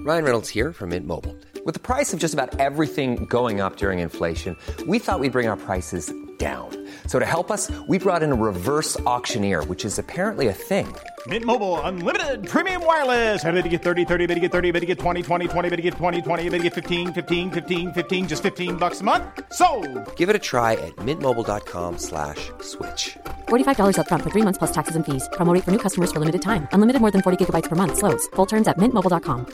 Ryan Reynolds here from Mint Mobile. With the price of just about everything going up during inflation, we thought we'd bring our prices down. So to help us, we brought in a reverse auctioneer, which is apparently a thing. Mint Mobile Unlimited Premium Wireless. How to get 30, 30, bit to get 30, bit to get 20, 20, 20, bit to get 20, 20, bit to get 15, 15, 15, 15, just $15 a month? Sold! Give it a try at mintmobile.com/switch. $45 up front for 3 months plus taxes and fees. Promo rate for new customers for limited time. Unlimited more than 40 gigabytes per month. Slows full terms at mintmobile.com.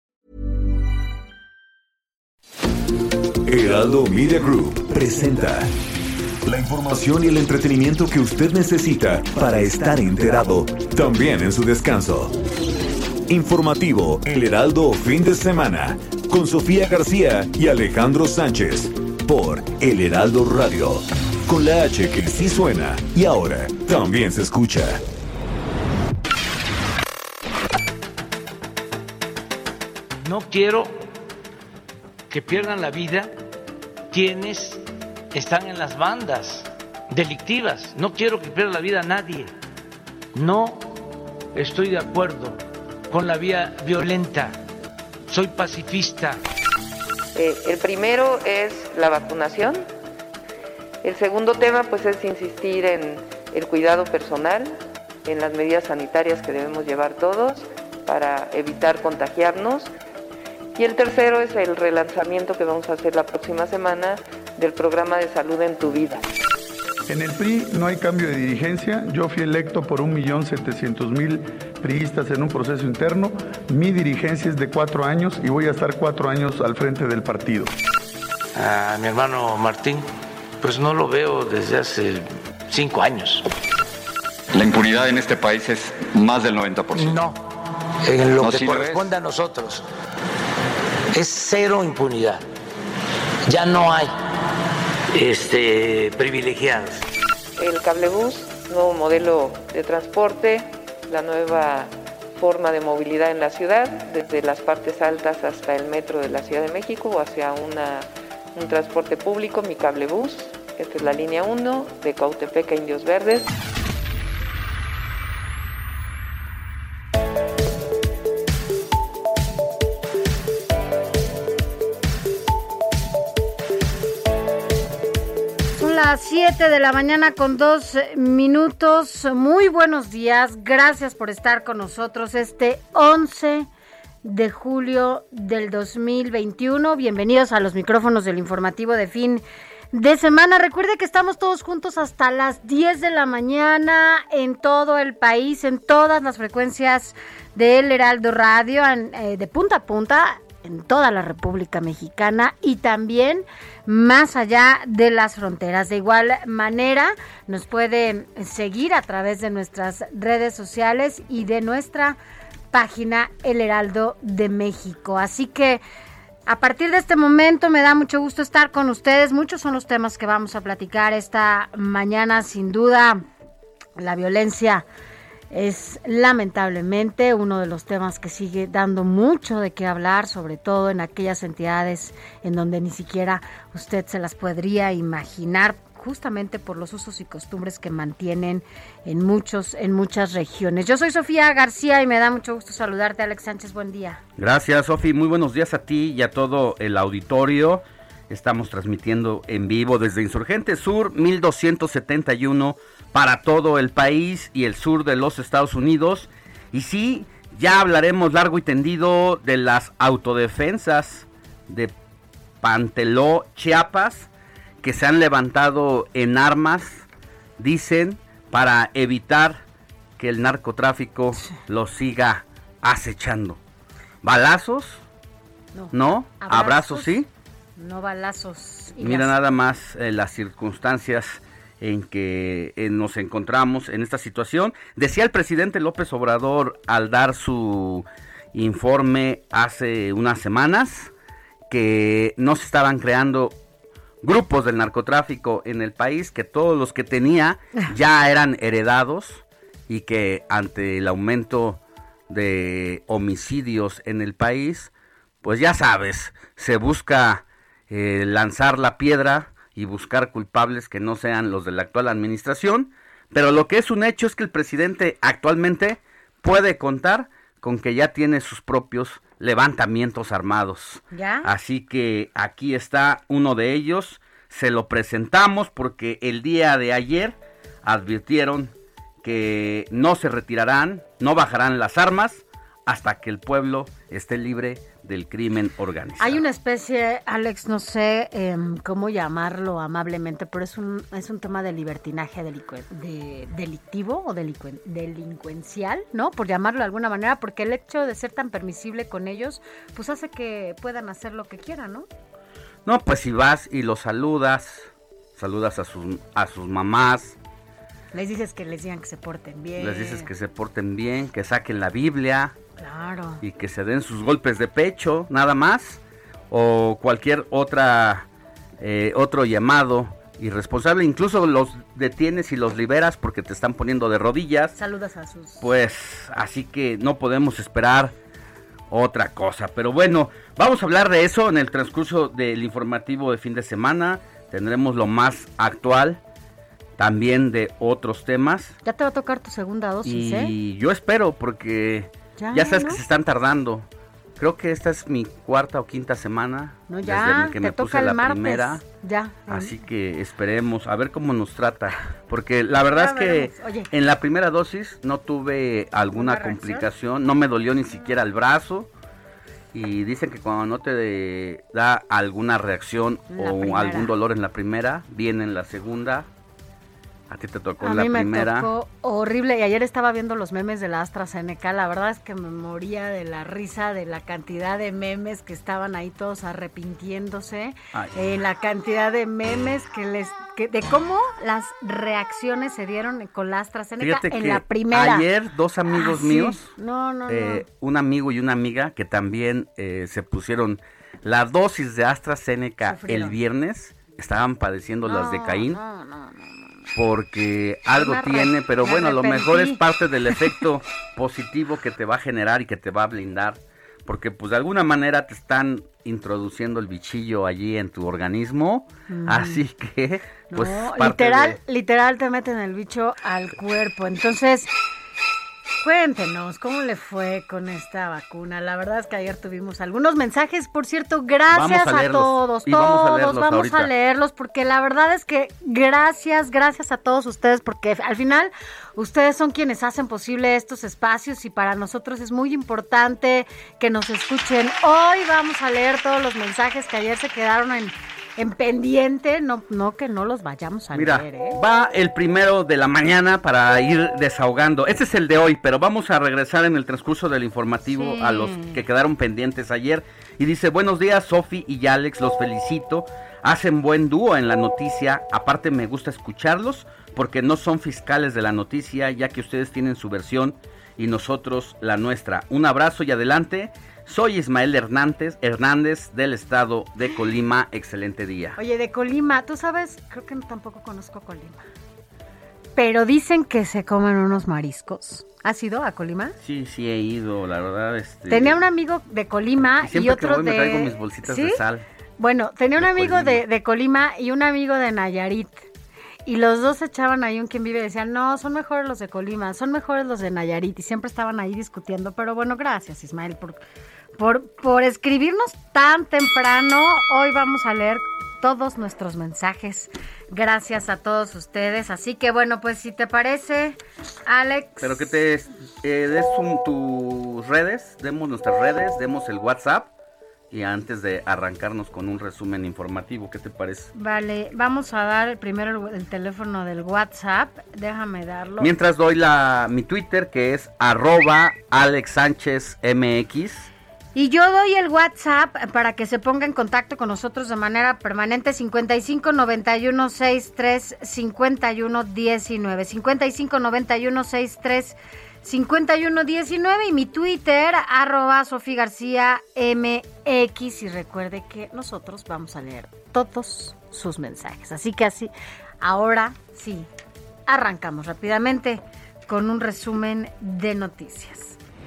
Heraldo Media Group presenta la información y el entretenimiento que usted necesita para estar enterado, también en su descanso. Informativo El Heraldo Fin de Semana, con Sofía García y Alejandro Sánchez, por El Heraldo Radio, con la H que sí suena y ahora también se escucha. No quiero que pierdan la vida quienes están en las bandas delictivas. No quiero que pierda la vida nadie. No estoy de acuerdo con la vía violenta. Soy pacifista. El primero es la vacunación. El segundo tema pues es insistir en el cuidado personal, en las medidas sanitarias que debemos llevar todos para evitar contagiarnos. Y el tercero es el relanzamiento que vamos a hacer la próxima semana del programa de salud en tu vida. En el PRI no hay cambio de dirigencia. Yo fui electo por 1.700.000 priistas en un proceso interno. Mi dirigencia es de 4 años y voy a estar 4 años al frente del partido. A mi hermano Martín, pues no lo veo desde hace 5 años. La impunidad en este país es más del 90%. No, en lo No, que sí corresponde a nosotros es cero impunidad. Ya no hay privilegiados. El cablebús, nuevo modelo de transporte, la nueva forma de movilidad en la ciudad, desde las partes altas hasta el metro de la Ciudad de México o hacia un transporte público, mi cablebús. Esta es la línea 1 de Cuautepec a Indios Verdes. Las 7 de la mañana con 2 minutos. Muy buenos días. Gracias por estar con nosotros este 11 de julio del 2021. Bienvenidos a los micrófonos del informativo de fin de semana. Recuerde que estamos todos juntos hasta las 10 de la mañana en todo el país, en todas las frecuencias del Heraldo Radio, de punta a punta, en toda la República Mexicana y también más allá de las fronteras. De igual manera, nos puede seguir a través de nuestras redes sociales y de nuestra página El Heraldo de México. Así que a partir de este momento me da mucho gusto estar con ustedes. Muchos son los temas que vamos a platicar esta mañana. Sin duda, la violencia es lamentablemente uno de los temas que sigue dando mucho de qué hablar, sobre todo en aquellas entidades en donde ni siquiera usted se las podría imaginar, justamente por los usos y costumbres que mantienen en muchas regiones. Yo soy Sofía García y me da mucho gusto saludarte, Alex Sánchez. Buen día. Gracias, Sofi. Muy buenos días a ti y a todo el auditorio. Estamos transmitiendo en vivo desde Insurgente Sur 1271 para todo el país y el sur de los Estados Unidos. Y sí, ya hablaremos largo y tendido de las autodefensas de Panteló, Chiapas, que se han levantado en armas, dicen, para evitar que el narcotráfico los siga acechando. ¿Balazos? No. ¿Abrazos sí? No balazos. Mira nada más las circunstancias en que nos encontramos en esta situación. Decía el presidente López Obrador al dar su informe hace unas semanas que no se estaban creando grupos del narcotráfico en el país, que todos los que tenía ya eran heredados y que ante el aumento de homicidios en el país, pues ya sabes, se busca lanzar la piedra y buscar culpables que no sean los de la actual administración, pero lo que es un hecho es que el presidente actualmente puede contar con que ya tiene sus propios levantamientos armados. ¿Ya? Así que aquí está uno de ellos, se lo presentamos porque el día de ayer advirtieron que no se retirarán, no bajarán las armas hasta que el pueblo esté libre del crimen organizado. Hay una especie, Alex, no sé cómo llamarlo amablemente, pero es un tema de libertinaje delictivo o delincuencial, ¿no? Por llamarlo de alguna manera, porque el hecho de ser tan permisible con ellos, pues hace que puedan hacer lo que quieran, ¿no? No, pues si vas y los saludas a sus mamás. Les dices que les digan que se porten bien. Les dices que se porten bien, que saquen la Biblia. Claro. Y que se den sus golpes de pecho, nada más. O cualquier otro llamado irresponsable. Incluso los detienes y los liberas porque te están poniendo de rodillas. Saludas a sus... Pues, así que no podemos esperar otra cosa. Pero bueno, vamos a hablar de eso en el transcurso del informativo de fin de semana. Tendremos lo más actual. También de otros temas. Ya te va a tocar tu segunda dosis, y yo espero, porque ya sabes, ¿no?, que se están tardando. Creo que esta es mi cuarta o quinta semana. No, ya, desde que me puse la martes. Primera. Ya. Así que esperemos a ver cómo nos trata. Porque la verdad es que en la primera dosis no tuve alguna complicación. No me dolió ni siquiera el brazo. Y dicen que cuando no te da alguna reacción o algún dolor en la primera, viene en la segunda. A ti te tocó la primera. A mí me tocó horrible. Y ayer estaba viendo los memes de la AstraZeneca. La verdad es que me moría de la risa de la cantidad de memes que estaban ahí todos arrepintiéndose. La cantidad de memes de cómo las reacciones se dieron con la AstraZeneca. Fíjate en que la primera. Ayer dos amigos míos, no. Un amigo y una amiga que también se pusieron la dosis de AstraZeneca el viernes, estaban padeciendo las de Caín. Porque algo tiene, pero bueno, a lo mejor es parte del efecto positivo que te va a generar y que te va a blindar, porque pues de alguna manera te están introduciendo el bichillo allí en tu organismo, así que pues literal te meten el bicho al cuerpo. Entonces, cuéntenos, ¿cómo le fue con esta vacuna? La verdad es que ayer tuvimos algunos mensajes, por cierto, gracias a todos, vamos a leerlos, porque la verdad es que gracias a todos ustedes, porque al final ustedes son quienes hacen posible estos espacios y para nosotros es muy importante que nos escuchen. Hoy vamos a leer todos los mensajes que ayer se quedaron en pendiente, no que no los vayamos a leer. Va el primero de la mañana para ir desahogando. Este es el de hoy, pero vamos a regresar en el transcurso del informativo a los que quedaron pendientes ayer. Y dice: buenos días, Sofi y Alex, los felicito. Hacen buen dúo en la noticia. Aparte me gusta escucharlos porque no son fiscales de la noticia, ya que ustedes tienen su versión y nosotros la nuestra. Un abrazo y adelante. Soy Ismael Hernández del estado de Colima. Excelente día. Oye, de Colima, tú sabes, creo que tampoco conozco Colima, pero dicen que se comen unos mariscos. ¿Has ido a Colima? Sí he ido, la verdad. Tenía un amigo de Colima y otro me traigo mis bolsitas de sal. Bueno, tenía un amigo de Colima y un amigo de Nayarit. Y los dos echaban ahí un quien vive y decían, no, son mejores los de Colima, son mejores los de Nayarit. Y siempre estaban ahí discutiendo. Pero bueno, gracias, Ismael, por escribirnos tan temprano. Hoy vamos a leer todos nuestros mensajes. Gracias a todos ustedes. Así que bueno, pues si te parece, Alex. Pero que te des tus redes, demos nuestras redes, demos el WhatsApp. Y antes de arrancarnos con un resumen informativo, ¿qué te parece? Vale, vamos a dar primero el teléfono del WhatsApp. Déjame darlo. Mientras doy mi Twitter, que es @AlexSánchezMX. Y yo doy el WhatsApp para que se ponga en contacto con nosotros de manera permanente: 55 91 63 51 19. 55 91 63 51 19 y mi Twitter @SofiGarcía MX. Y recuerde que nosotros vamos a leer todos sus mensajes. Así que ahora sí, arrancamos rápidamente con un resumen de noticias.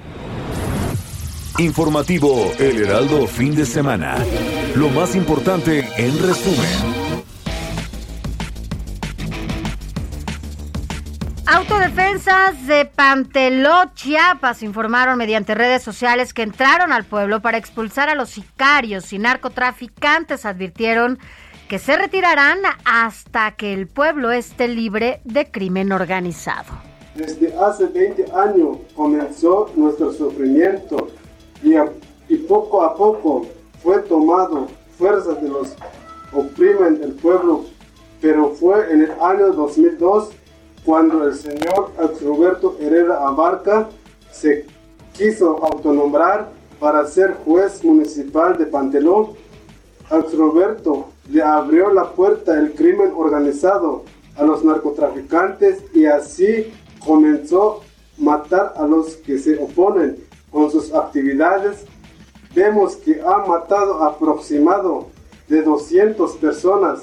Informativo El Heraldo fin de semana. Lo más importante en resumen. Autodefensa Defensas de Panteló, Chiapas, informaron mediante redes sociales que entraron al pueblo para expulsar a los sicarios y narcotraficantes. Advirtieron que se retirarán hasta que el pueblo esté libre de crimen organizado. Desde hace 20 años comenzó nuestro sufrimiento y poco a poco fue tomado fuerzas de los oprimen el pueblo, pero fue en el año 2002 cuando el señor Roberto Herrera Abarca se quiso autonombrar para ser juez municipal de Panteló. Roberto le abrió la puerta al crimen organizado, a los narcotraficantes, y así comenzó a matar a los que se oponen con sus actividades. Vemos que ha matado aproximado de 200 personas.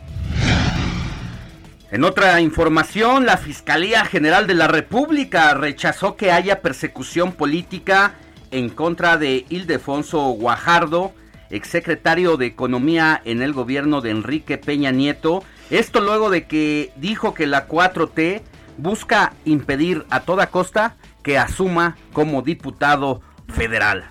En otra información, la Fiscalía General de la República rechazó que haya persecución política en contra de Ildefonso Guajardo, exsecretario de Economía en el gobierno de Enrique Peña Nieto. Esto luego de que dijo que la 4T busca impedir a toda costa que asuma como diputado federal.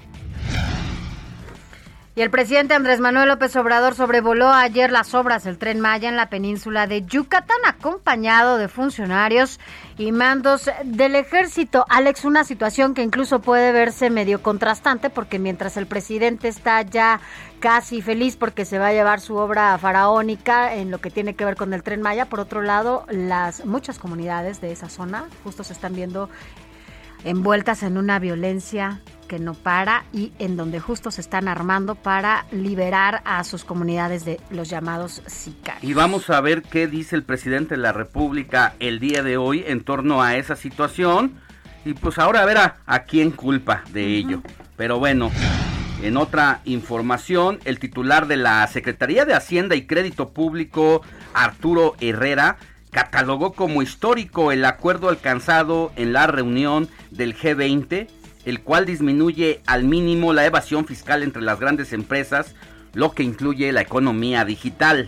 Y el presidente Andrés Manuel López Obrador sobrevoló ayer las obras del Tren Maya en la península de Yucatán, acompañado de funcionarios y mandos del ejército. Alex, una situación que incluso puede verse medio contrastante, porque mientras el presidente está ya casi feliz porque se va a llevar su obra faraónica en lo que tiene que ver con el Tren Maya, por otro lado, muchas comunidades de esa zona justo se están viendo envueltas en una violencia que no para y en donde justo se están armando para liberar a sus comunidades de los llamados sicarios. Y vamos a ver qué dice el presidente de la República el día de hoy en torno a esa situación, y pues ahora a ver a quién culpa de ello. Pero bueno, en otra información, el titular de la Secretaría de Hacienda y Crédito Público, Arturo Herrera, catalogó como histórico el acuerdo alcanzado en la reunión del G20, el cual disminuye al mínimo la evasión fiscal entre las grandes empresas, lo que incluye la economía digital.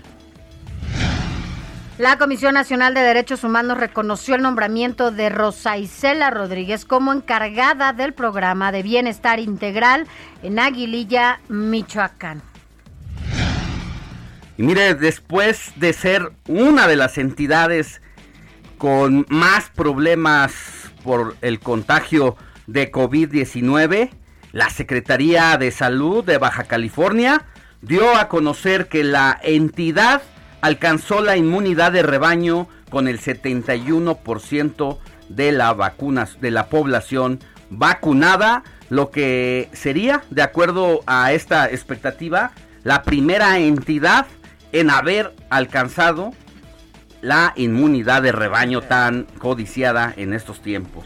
La Comisión Nacional de Derechos Humanos reconoció el nombramiento de Rosa Isela Rodríguez como encargada del programa de bienestar integral en Aguililla, Michoacán. Y mire, después de ser una de las entidades con más problemas por el contagio de COVID-19, la Secretaría de Salud de Baja California dio a conocer que la entidad alcanzó la inmunidad de rebaño con el 71% de la población vacunada, lo que sería, de acuerdo a esta expectativa, la primera entidad en haber alcanzado la inmunidad de rebaño tan codiciada en estos tiempos.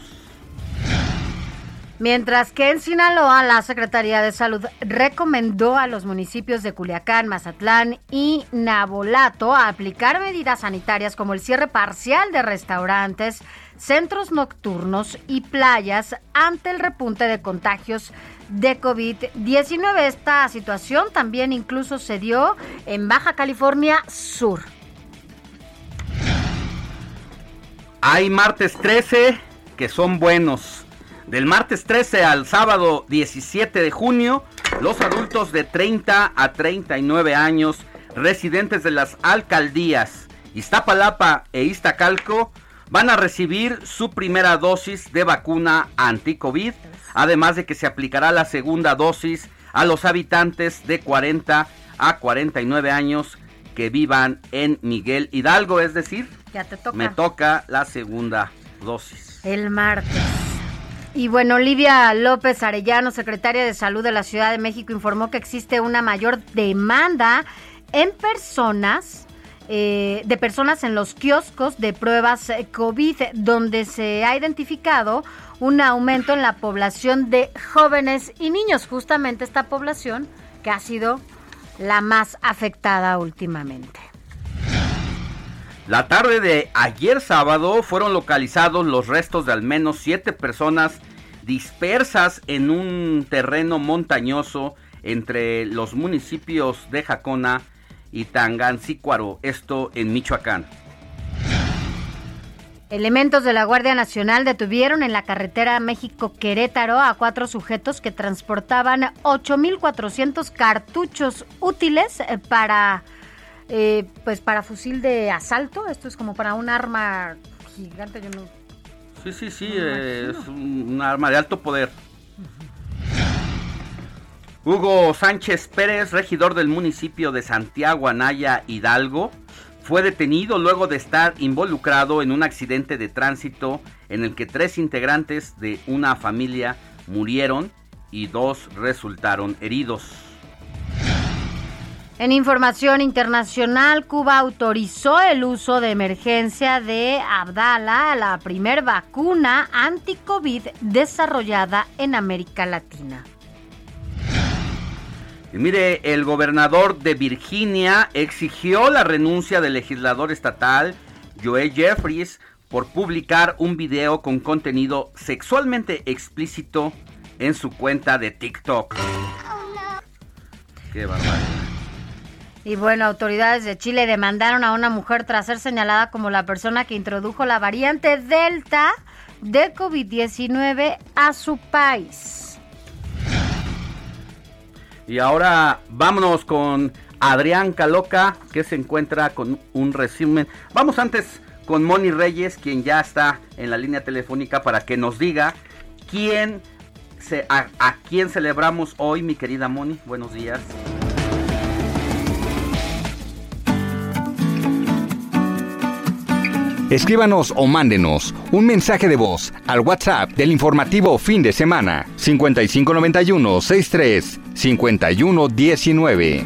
Mientras que en Sinaloa, la Secretaría de Salud recomendó a los municipios de Culiacán, Mazatlán y Navolato a aplicar medidas sanitarias como el cierre parcial de restaurantes, centros nocturnos y playas ante el repunte de contagios de COVID-19. Esta situación también incluso se dio en Baja California Sur. Hay martes 13 que son buenos. Del martes 13 al sábado 17 de junio, los adultos de 30 a 39 años, residentes de las alcaldías Iztapalapa e Iztacalco, van a recibir su primera dosis de vacuna anti-COVID, además de que se aplicará la segunda dosis a los habitantes de 40 a 49 años que vivan en Miguel Hidalgo, es decir, ya te toca. Me toca la segunda dosis. El martes. Y bueno, Olivia López Arellano, secretaria de Salud de la Ciudad de México, informó que existe una mayor demanda de personas en los kioscos de pruebas COVID, donde se ha identificado un aumento en la población de jóvenes y niños, justamente esta población que ha sido la más afectada últimamente. La tarde de ayer sábado fueron localizados los restos de al menos 7 personas dispersas en un terreno montañoso entre los municipios de Jacona y Tangancícuaro, esto en Michoacán. Elementos de la Guardia Nacional detuvieron en la carretera México-Querétaro a 4 sujetos que transportaban 8,400 cartuchos útiles para fusil de asalto. Esto es como para un arma gigante, yo no... Sí, es un arma de alto poder. Hugo Sánchez Pérez, regidor del municipio de Santiago Anaya, Hidalgo, fue detenido luego de estar involucrado en un accidente de tránsito en el que 3 integrantes de una familia murieron y 2 resultaron heridos. En información internacional, Cuba autorizó el uso de emergencia de Abdala, la primer vacuna anti-COVID desarrollada en América Latina. Y mire, el gobernador de Virginia exigió la renuncia del legislador estatal Joe Jeffries por publicar un video con contenido sexualmente explícito en su cuenta de TikTok. Qué barbaridad. Y bueno, autoridades de Chile demandaron a una mujer tras ser señalada como la persona que introdujo la variante Delta de COVID-19 a su país. Y ahora vámonos con Adrián Caloca, que se encuentra con un resumen. Vamos antes con Moni Reyes, quien ya está en la línea telefónica para que nos diga a quién celebramos hoy, mi querida Moni. Buenos días. Escríbanos o mándenos un mensaje de voz al WhatsApp del informativo fin de semana 5591-63-5119.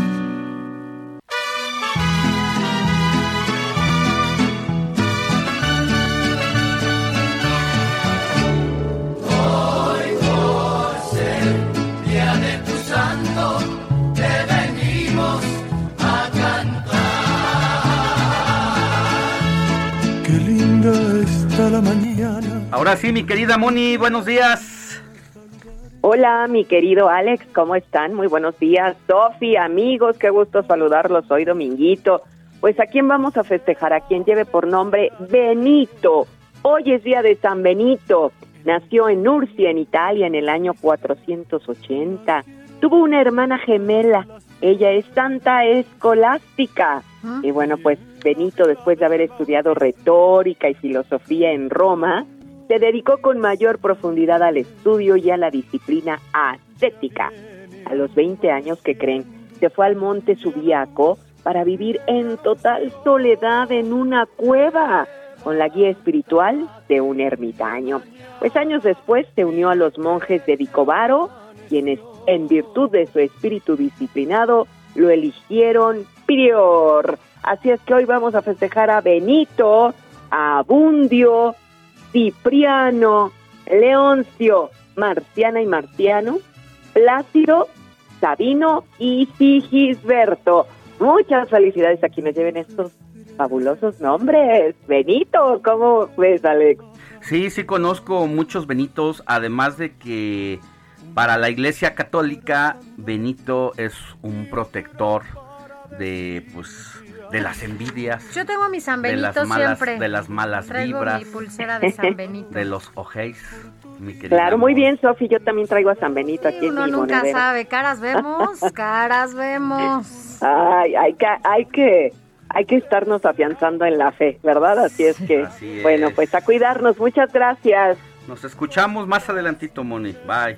Ahora sí, mi querida Moni, buenos días. Hola, mi querido Alex, ¿cómo están? Muy buenos días. Sofi, amigos, qué gusto saludarlos hoy dominguito. Pues ¿a quién vamos a festejar? A quien lleve por nombre Benito. Hoy es día de San Benito. Nació en Nurcia, en Italia, en el año 480. Tuvo una hermana gemela. Ella es Santa Escolástica. Y bueno, pues Benito, después de haber estudiado retórica y filosofía en Roma, se dedicó con mayor profundidad al estudio y a la disciplina ascética. A los 20 años, ¿qué creen? Se fue al monte Subiaco para vivir en total soledad en una cueva, con la guía espiritual de un ermitaño. Pues años después se unió a los monjes de Vicovaro, quienes, en virtud de su espíritu disciplinado, lo eligieron prior. Así es que hoy vamos a festejar a Benito, a Abundio, Cipriano, Leoncio, Marciana y Marciano, Plácido, Sabino y Sigisberto. Muchas felicidades a quienes lleven estos fabulosos nombres. Benito, ¿cómo ves, Alex? Sí, conozco muchos Benitos, además de que para la Iglesia Católica Benito es un protector de las envidias. Yo tengo mi San Benito siempre. De las malas traigo vibras. Mi pulsera de San Benito. De los ojeis, mi querida. Claro, muy bien, Sofi, yo también traigo a San Benito aquí en mi monedero. Uno nunca sabe, caras vemos. Ay, hay que estarnos afianzando en la fe, ¿verdad? Así es que, bueno, pues a cuidarnos. Muchas gracias. Nos escuchamos más adelantito, Moni. Bye.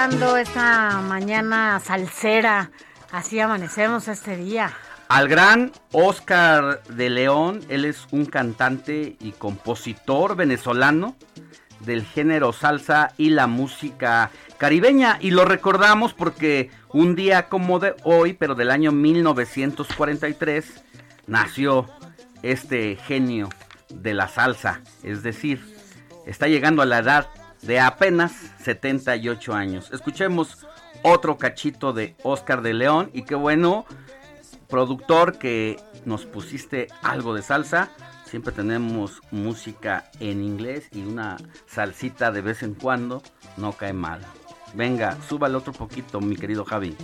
recordando esta mañana salsera. Así amanecemos este día. Al gran Óscar de León, él es un cantante y compositor venezolano del género salsa y la música caribeña. Y lo recordamos porque un día como de hoy, pero del año 1943, nació este genio de la salsa. Es decir, está llegando a la edad de apenas 78 años. Escuchemos otro cachito de Óscar de León. Y qué bueno, productor, que nos pusiste algo de salsa. Siempre tenemos música en inglés y una salsita de vez en cuando no cae mal. Venga, súbale otro poquito, mi querido Javi.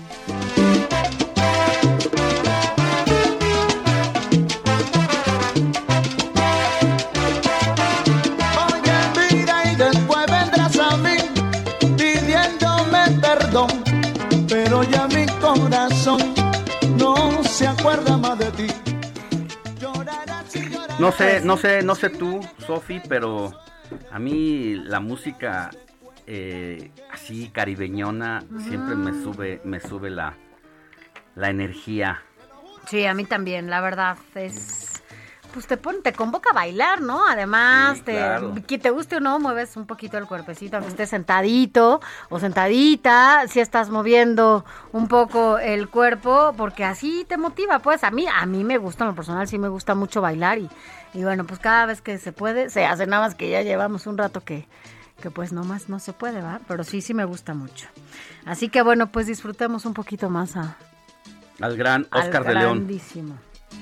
Oye, mira, y después vendrás a mí pidiéndome perdón, pero ya mi corazón no se acuerda más de ti. No sé tú, Sofi, pero a mí la música así caribeñona siempre me sube la energía. Sí, a mí también, la verdad es, pues te convoca a bailar, ¿no? Además, sí, claro. Que te guste o no, mueves un poquito el cuerpecito, aunque estés sentadito o sentadita, si estás moviendo un poco el cuerpo, porque así te motiva, pues. A mí me gusta, en lo personal sí me gusta mucho bailar y bueno, pues cada vez que se puede, se hace, nada más que ya llevamos un rato que pues nomás no se puede, ¿va? Pero sí me gusta mucho. Así que bueno, pues disfrutemos un poquito más al gran Óscar de León. Grandísimo.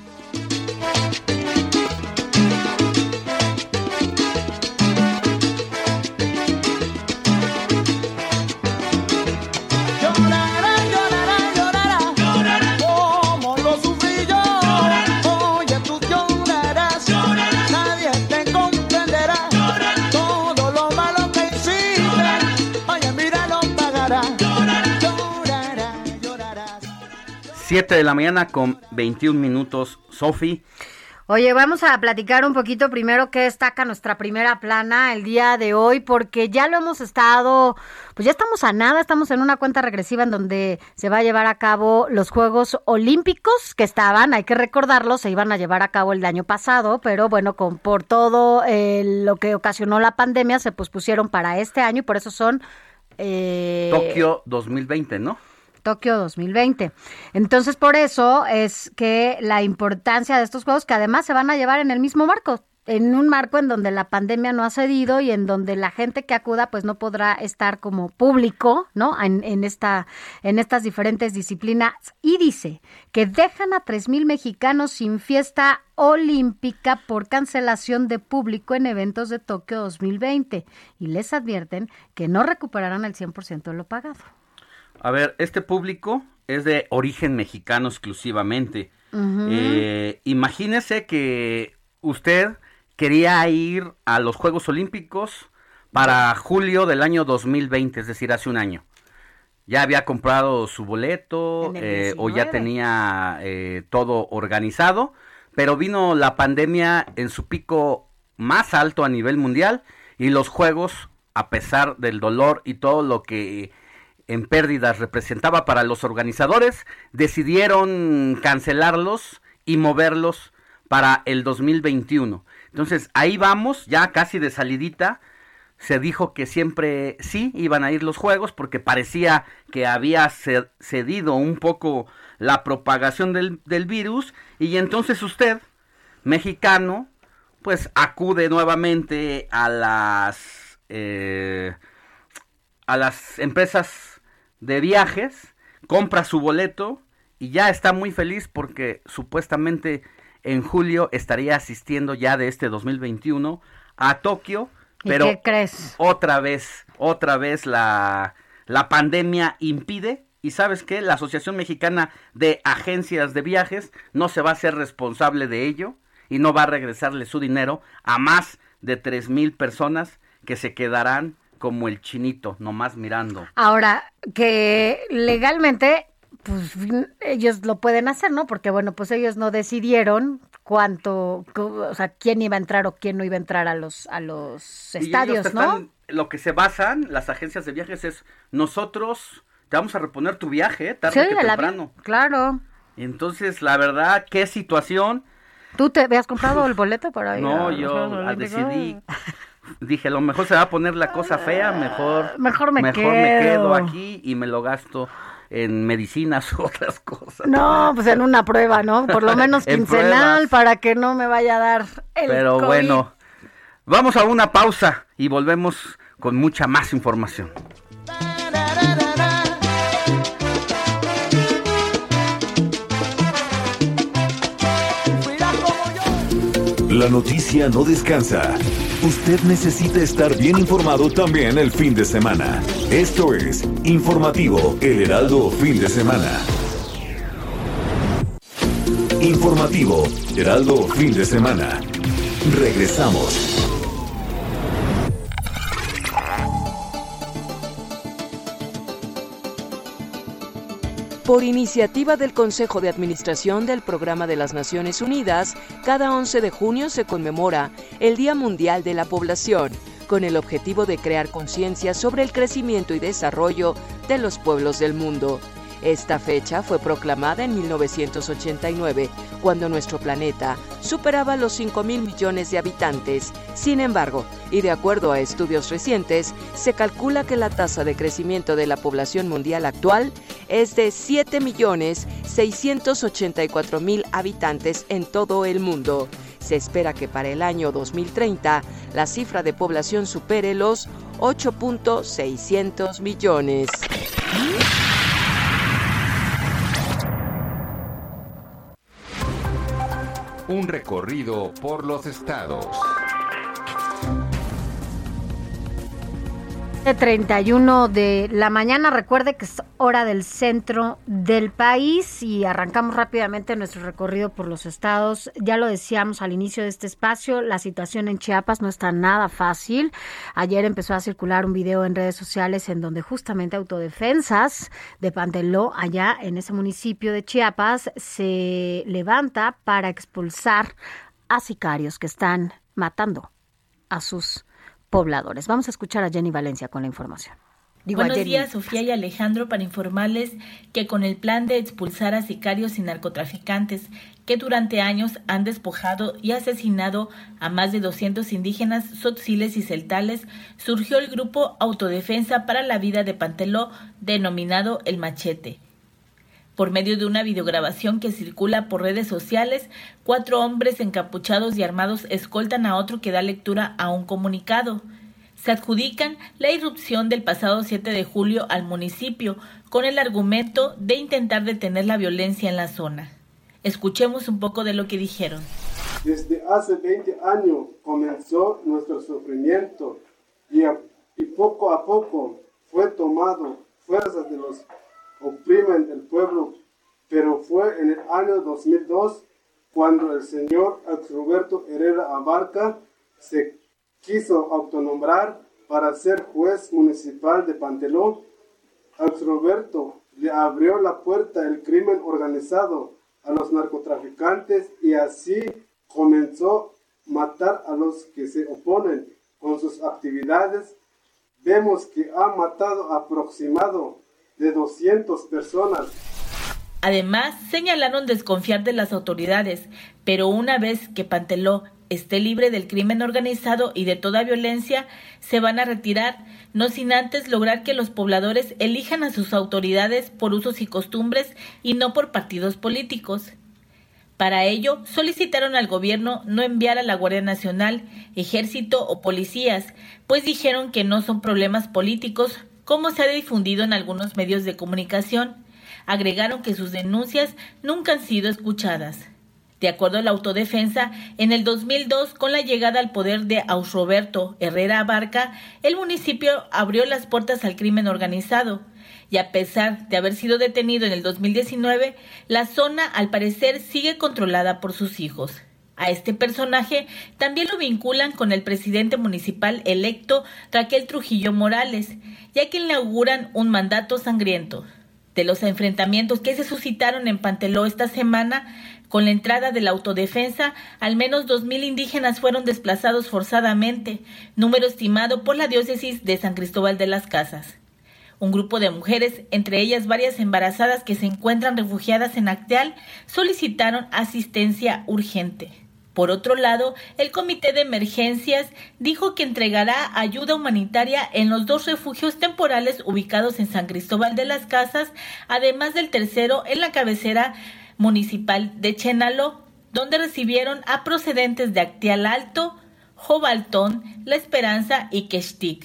Siete de la mañana con 21 minutos, Sofi. Oye, vamos a platicar un poquito primero qué destaca nuestra primera plana el día de hoy, porque ya lo hemos estado, pues ya estamos a nada, estamos en una cuenta regresiva en donde se va a llevar a cabo los Juegos Olímpicos que hay que recordarlo, se iban a llevar a cabo el año pasado, pero bueno, por todo lo que ocasionó la pandemia se pospusieron para este año y por eso son... Tokio 2020, ¿no? Tokio 2020. Entonces, por eso es que la importancia de estos juegos, que además se van a llevar en el mismo marco, en un marco en donde la pandemia no ha cedido y en donde la gente que acuda pues no podrá estar como público, ¿no? En estas diferentes disciplinas. Y dice que dejan a 3,000 mexicanos sin fiesta olímpica por cancelación de público en eventos de Tokio 2020 y les advierten que no recuperarán el 100% de lo pagado. A ver, este público es de origen mexicano exclusivamente. Uh-huh. Imagínese que usted quería ir a los Juegos Olímpicos para julio del año 2020, es decir, hace un año. Ya había comprado su boleto o ya tenía todo organizado, pero vino la pandemia en su pico más alto a nivel mundial y los Juegos, a pesar del dolor y todo lo que en pérdidas representaba para los organizadores, decidieron cancelarlos y moverlos para el 2021. Entonces, ahí vamos, ya casi de salidita. Se dijo que siempre sí iban a ir los Juegos porque parecía que había cedido un poco la propagación del virus. Y entonces usted, mexicano, pues acude nuevamente a las empresas de viajes, compra su boleto y ya está muy feliz porque supuestamente en julio estaría asistiendo ya de este 2021 a Tokio, pero ¿qué crees? Otra vez la pandemia impide. Y ¿sabes qué? La Asociación Mexicana de Agencias de Viajes no se va a hacer responsable de ello y no va a regresarle su dinero a más de 3,000 personas que se quedarán como el chinito, nomás mirando. Ahora, que legalmente, pues ellos lo pueden hacer, ¿no? Porque bueno, pues ellos no decidieron quién iba a entrar o quién no iba a entrar a los estadios, ¿no? lo que se basan las agencias de viajes es, nosotros te vamos a reponer tu viaje, tarde que temprano. Claro. Entonces, la verdad, qué situación. ¿Tú te habías comprado el boleto para ir? No, yo decidí, dije, a lo mejor se va a poner la cosa fea, mejor me quedo aquí y me lo gasto en medicinas u otras cosas. No, pues en una prueba, ¿no? Por lo menos quincenal para que no me vaya a dar el Pero COVID. Bueno, vamos a una pausa y volvemos con mucha más información. La noticia no descansa. Usted necesita estar bien informado también el fin de semana. Esto es Informativo El Heraldo Fin de Semana. Informativo Heraldo Fin de Semana. Regresamos. Por iniciativa del Consejo de Administración del Programa de las Naciones Unidas, cada 11 de junio se conmemora el Día Mundial de la Población, con el objetivo de crear conciencia sobre el crecimiento y desarrollo de los pueblos del mundo. Esta fecha fue proclamada en 1989, cuando nuestro planeta superaba los 5.000 millones de habitantes. Sin embargo, y de acuerdo a estudios recientes, se calcula que la tasa de crecimiento de la población mundial actual es de 7.684.000 habitantes en todo el mundo. Se espera que para el año 2030 la cifra de población supere los 8.600 millones. Un recorrido por los estados. 31 de la mañana, recuerde que es hora del centro del país y arrancamos rápidamente nuestro recorrido por los estados. Ya lo decíamos al inicio de este espacio, la situación en Chiapas no está nada fácil. Ayer empezó a circular un video en redes sociales en donde justamente autodefensas de Panteló, allá en ese municipio de Chiapas, se levanta para expulsar a sicarios que están matando a sus pobladores. Vamos a escuchar a Jenny Valencia con la información. Buenos días, Sofía y Alejandro, para informarles que con el plan de expulsar a sicarios y narcotraficantes que durante años han despojado y asesinado a más de 200 indígenas, tzotziles y celtales, surgió el grupo Autodefensa para la Vida de Panteló, denominado El Machete. Por medio de una videograbación que circula por redes sociales, 4 hombres encapuchados y armados escoltan a otro que da lectura a un comunicado. Se adjudican la irrupción del pasado 7 de julio al municipio con el argumento de intentar detener la violencia en la zona. Escuchemos un poco de lo que dijeron. Desde hace 20 años comenzó nuestro sufrimiento y poco a poco fue tomado fuerzas de los oprimen el pueblo, pero fue en el año 2002 cuando el señor Roberto Herrera Abarca se quiso autonombrar para ser juez municipal de Panteló. Roberto le abrió la puerta al crimen organizado, a los narcotraficantes, y así comenzó a matar a los que se oponen con sus actividades. Vemos que ha matado aproximadamente de 200 personas. Además, señalaron desconfiar de las autoridades, pero una vez que Panteló esté libre del crimen organizado y de toda violencia, se van a retirar, no sin antes lograr que los pobladores elijan a sus autoridades por usos y costumbres y no por partidos políticos. Para ello, solicitaron al gobierno no enviar a la Guardia Nacional, Ejército o policías, pues dijeron que no son problemas políticos, como se ha difundido en algunos medios de comunicación. Agregaron que sus denuncias nunca han sido escuchadas. De acuerdo a la autodefensa, en el 2002, con la llegada al poder de Roberto Herrera Abarca, el municipio abrió las puertas al crimen organizado. Y a pesar de haber sido detenido en el 2019, la zona al parecer sigue controlada por sus hijos. A este personaje también lo vinculan con el presidente municipal electo Raquel Trujillo Morales, ya que inauguran un mandato sangriento. De los enfrentamientos que se suscitaron en Panteló esta semana, Con la entrada de la autodefensa, al menos 2,000 indígenas fueron desplazados forzadamente, número estimado por la diócesis de San Cristóbal de las Casas. Un grupo de mujeres, entre ellas varias embarazadas que se encuentran refugiadas en Acteal, solicitaron asistencia urgente. Por otro lado, el Comité de Emergencias dijo que entregará ayuda humanitaria en los 2 refugios temporales ubicados en San Cristóbal de las Casas, además del tercero en la cabecera municipal de Chenaló, donde recibieron a procedentes de Acteal Alto, Jobaltón, La Esperanza y Quextic.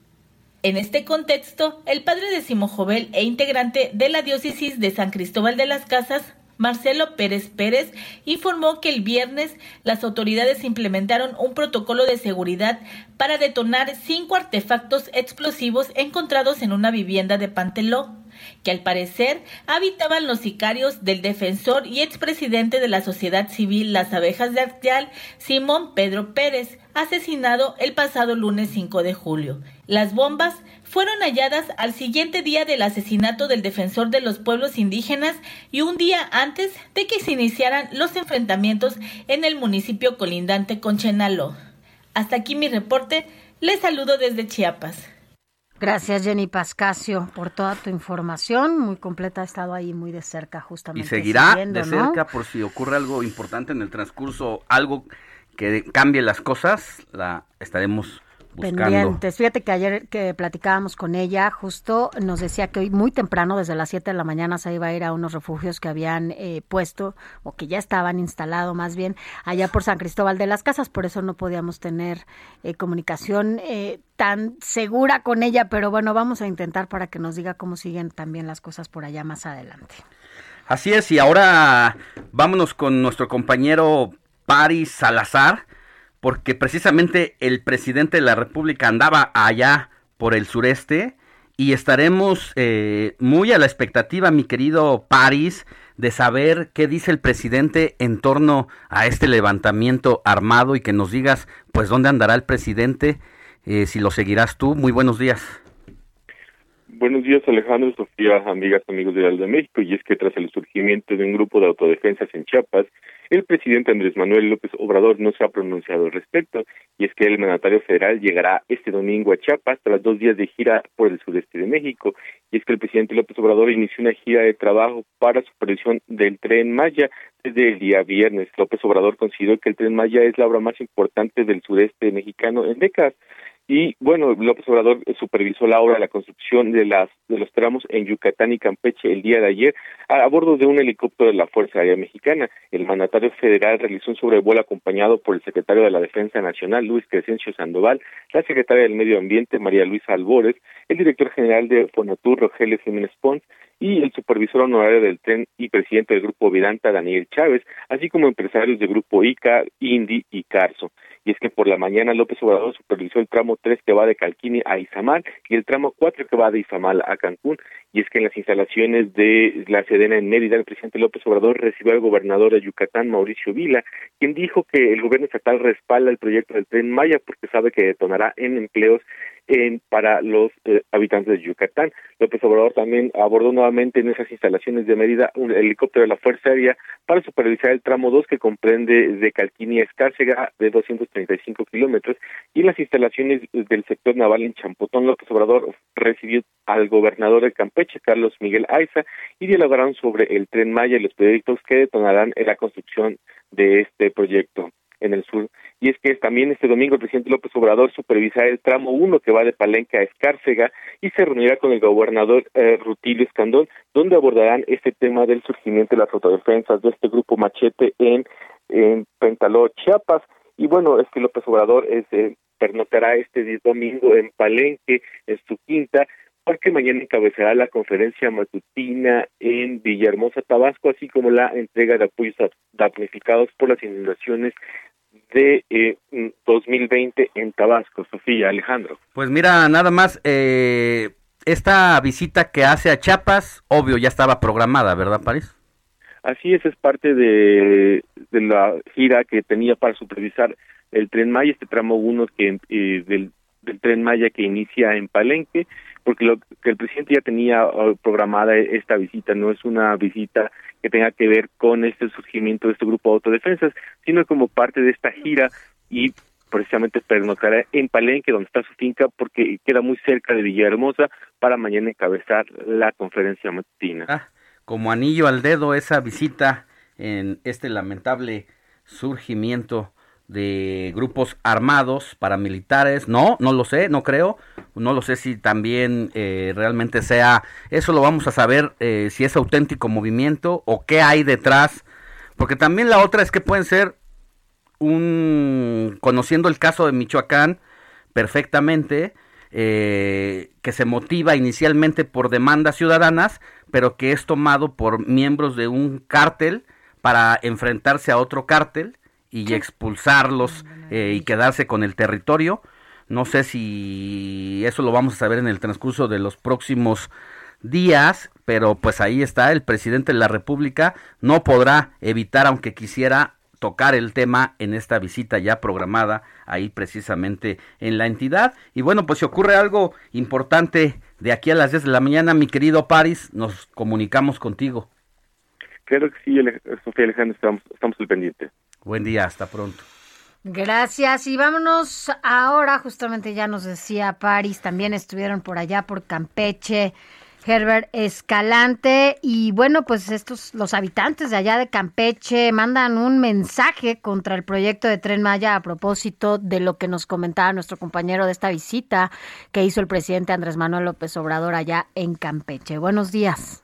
En este contexto, el padre de Simojovel e integrante de la diócesis de San Cristóbal de las Casas, Marcelo Pérez Pérez, informó que el viernes las autoridades implementaron un protocolo de seguridad para detonar 5 artefactos explosivos encontrados en una vivienda de Panteló, que al parecer habitaban los sicarios del defensor y expresidente de la sociedad civil Las Abejas de Acteal, Simón Pedro Pérez, asesinado el pasado lunes 5 de julio. Las bombas fueron halladas al siguiente día del asesinato del defensor de los pueblos indígenas y un día antes de que se iniciaran los enfrentamientos en el municipio colindante con Chenaló. Hasta aquí mi reporte. Les saludo desde Chiapas. Gracias, Jenny Pascasio, por toda tu información, muy completa. Ha estado ahí muy de cerca, justamente. Y seguirá siguiendo, de cerca, por si ocurre algo importante en el transcurso, algo que cambie las cosas, la estaremos buscando. Pendientes. Fíjate que ayer que platicábamos con ella, justo nos decía que hoy muy temprano, desde las 7 de la mañana, se iba a ir a unos refugios que habían puesto, o que ya estaban instalados más bien, allá por San Cristóbal de las Casas. Por eso no podíamos tener comunicación tan segura con ella, pero bueno, vamos a intentar para que nos diga cómo siguen también las cosas por allá más adelante. Así es, y ahora vámonos con nuestro compañero Paris Salazar, porque precisamente el presidente de la República andaba allá por el sureste y estaremos muy a la expectativa, mi querido Paris, de saber qué dice el presidente en torno a este levantamiento armado y que nos digas pues dónde andará el presidente, si lo seguirás tú. Muy buenos días. Buenos días, Alejandro, Sofía, amigas, amigos de Heraldo de México. Y es que tras el surgimiento de un grupo de autodefensas en Chiapas, el presidente Andrés Manuel López Obrador no se ha pronunciado al respecto, y es que el mandatario federal llegará este domingo a Chiapas tras 2 días de gira por el sureste de México, y es que el presidente López Obrador inició una gira de trabajo para supervisión del Tren Maya desde el día viernes. López Obrador consideró que el Tren Maya es la obra más importante del sureste mexicano en décadas. Y bueno, López Obrador supervisó la obra de la construcción de los tramos en Yucatán y Campeche el día de ayer a bordo de un helicóptero de la Fuerza Aérea Mexicana. El mandatario federal realizó un sobrevuelo acompañado por el secretario de la Defensa Nacional, Luis Crescencio Sandoval, la secretaria del Medio Ambiente, María Luisa Albores, el director general de Fonatur, Rogelio Jiménez Pons, y el supervisor honorario del tren y presidente del Grupo Vidanta, Daniel Chávez, así como empresarios del Grupo ICA, INDI y Carso. Y es que por la mañana López Obrador supervisó el tramo 3 que va de Calquini a Izamal y el tramo 4 que va de Izamal a Cancún. Y es que en las instalaciones de la Sedena en Mérida, el presidente López Obrador recibió al gobernador de Yucatán, Mauricio Vila, quien dijo que el gobierno estatal respalda el proyecto del Tren Maya porque sabe que detonará en empleos para los habitantes de Yucatán. López Obrador también abordó nuevamente en esas instalaciones de Mérida un helicóptero de la Fuerza Aérea para supervisar el tramo 2 que comprende de Calquini a Escárcega de 235 kilómetros, y en las instalaciones del sector naval en Champotón, López Obrador recibió al gobernador de Campeche, Carlos Miguel Aiza, y dialogaron sobre el Tren Maya y los proyectos que detonarán en la construcción de este proyecto en el sur. Y es que también este domingo el presidente López Obrador supervisará el tramo 1 que va de Palenque a Escárcega y se reunirá con el gobernador Rutilio Escandón, donde abordarán este tema del surgimiento de las autodefensas de este grupo Machete en Pentaló, Chiapas. Y bueno, es que López Obrador pernoctará este domingo en Palenque, en su quinta, porque mañana encabezará la conferencia matutina en Villahermosa, Tabasco, así como la entrega de apoyos damnificados por las inundaciones de 2020 en Tabasco. Sofía, Alejandro. Pues mira, nada más, esta visita que hace a Chiapas, obvio, ya estaba programada, ¿verdad, París? Así es parte de la gira que tenía para supervisar el Tren Maya, este tramo 1 del Tren Maya que inicia en Palenque, porque lo que el presidente ya tenía programada esta visita, no es una visita que tenga que ver con este surgimiento de este grupo de autodefensas, sino como parte de esta gira y precisamente pernoctará en Palenque, donde está su finca, porque queda muy cerca de Villahermosa, para mañana encabezar la conferencia matutina. Como anillo al dedo esa visita en este lamentable surgimiento de grupos armados, paramilitares, no lo sé, no creo, no lo sé si también realmente sea, eso lo vamos a saber si es auténtico movimiento o qué hay detrás, porque también la otra es que pueden ser conociendo el caso de Michoacán perfectamente, que se motiva inicialmente por demandas ciudadanas, pero que es tomado por miembros de un cártel para enfrentarse a otro cártel y expulsarlos y quedarse con el territorio. No sé si eso lo vamos a saber en el transcurso de los próximos días, pero pues ahí está, el presidente de la República no podrá evitar, aunque quisiera, tocar el tema en esta visita ya programada ahí precisamente en la entidad. Y bueno, pues si ocurre algo importante de aquí a las 10 de la mañana, mi querido París, nos comunicamos contigo. Claro que sí, Sofía Alejandro, estamos al pendiente. Buen día, hasta pronto. Gracias, y vámonos ahora, justamente ya nos decía París, también estuvieron por allá por Campeche, Herbert Escalante, y bueno, pues los habitantes de allá de Campeche mandan un mensaje contra el proyecto de Tren Maya a propósito de lo que nos comentaba nuestro compañero de esta visita que hizo el presidente Andrés Manuel López Obrador allá en Campeche. Buenos días.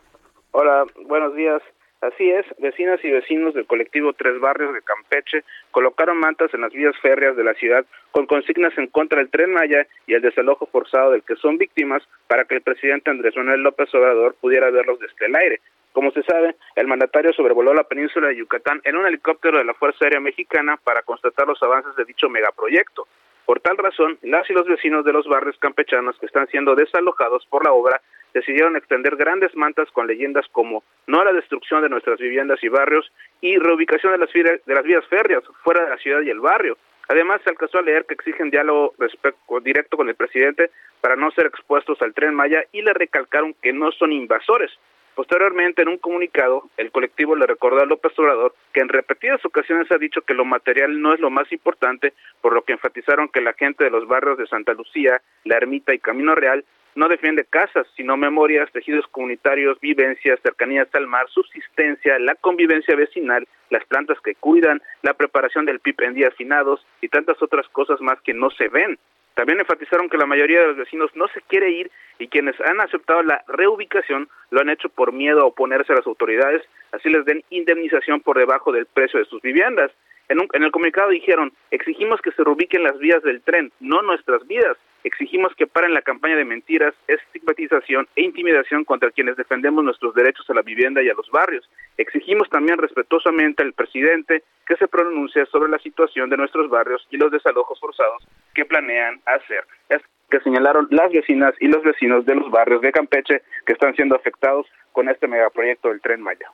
Hola, buenos días. Así es, vecinas y vecinos del colectivo Tres Barrios de Campeche colocaron mantas en las vías férreas de la ciudad con consignas en contra del Tren Maya y el desalojo forzado del que son víctimas para que el presidente Andrés Manuel López Obrador pudiera verlos desde el aire. Como se sabe, el mandatario sobrevoló la península de Yucatán en un helicóptero de la Fuerza Aérea Mexicana para constatar los avances de dicho megaproyecto. Por tal razón, las y los vecinos de los barrios campechanos que están siendo desalojados por la obra decidieron extender grandes mantas con leyendas como no a la destrucción de nuestras viviendas y barrios y reubicación de las vías férreas fuera de la ciudad y el barrio. Además, se alcanzó a leer que exigen diálogo directo con el presidente para no ser expuestos al Tren Maya y le recalcaron que no son invasores. Posteriormente, en un comunicado, el colectivo le recordó a López Obrador que en repetidas ocasiones ha dicho que lo material no es lo más importante, por lo que enfatizaron que la gente de los barrios de Santa Lucía, La Ermita y Camino Real no defiende casas, sino memorias, tejidos comunitarios, vivencias, cercanías al mar, subsistencia, la convivencia vecinal, las plantas que cuidan, la preparación del PIB en días finados y tantas otras cosas más que no se ven. También enfatizaron que la mayoría de los vecinos no se quiere ir y quienes han aceptado la reubicación lo han hecho por miedo a oponerse a las autoridades, así les den indemnización por debajo del precio de sus viviendas. En el comunicado dijeron, exigimos que se reubiquen las vías del tren, no nuestras vidas. Exigimos que paren la campaña de mentiras, estigmatización e intimidación contra quienes defendemos nuestros derechos a la vivienda y a los barrios. Exigimos también respetuosamente al presidente que se pronuncie sobre la situación de nuestros barrios y los desalojos forzados que planean hacer. Es que señalaron las vecinas y los vecinos de los barrios de Campeche que están siendo afectados con este megaproyecto del Tren Maya.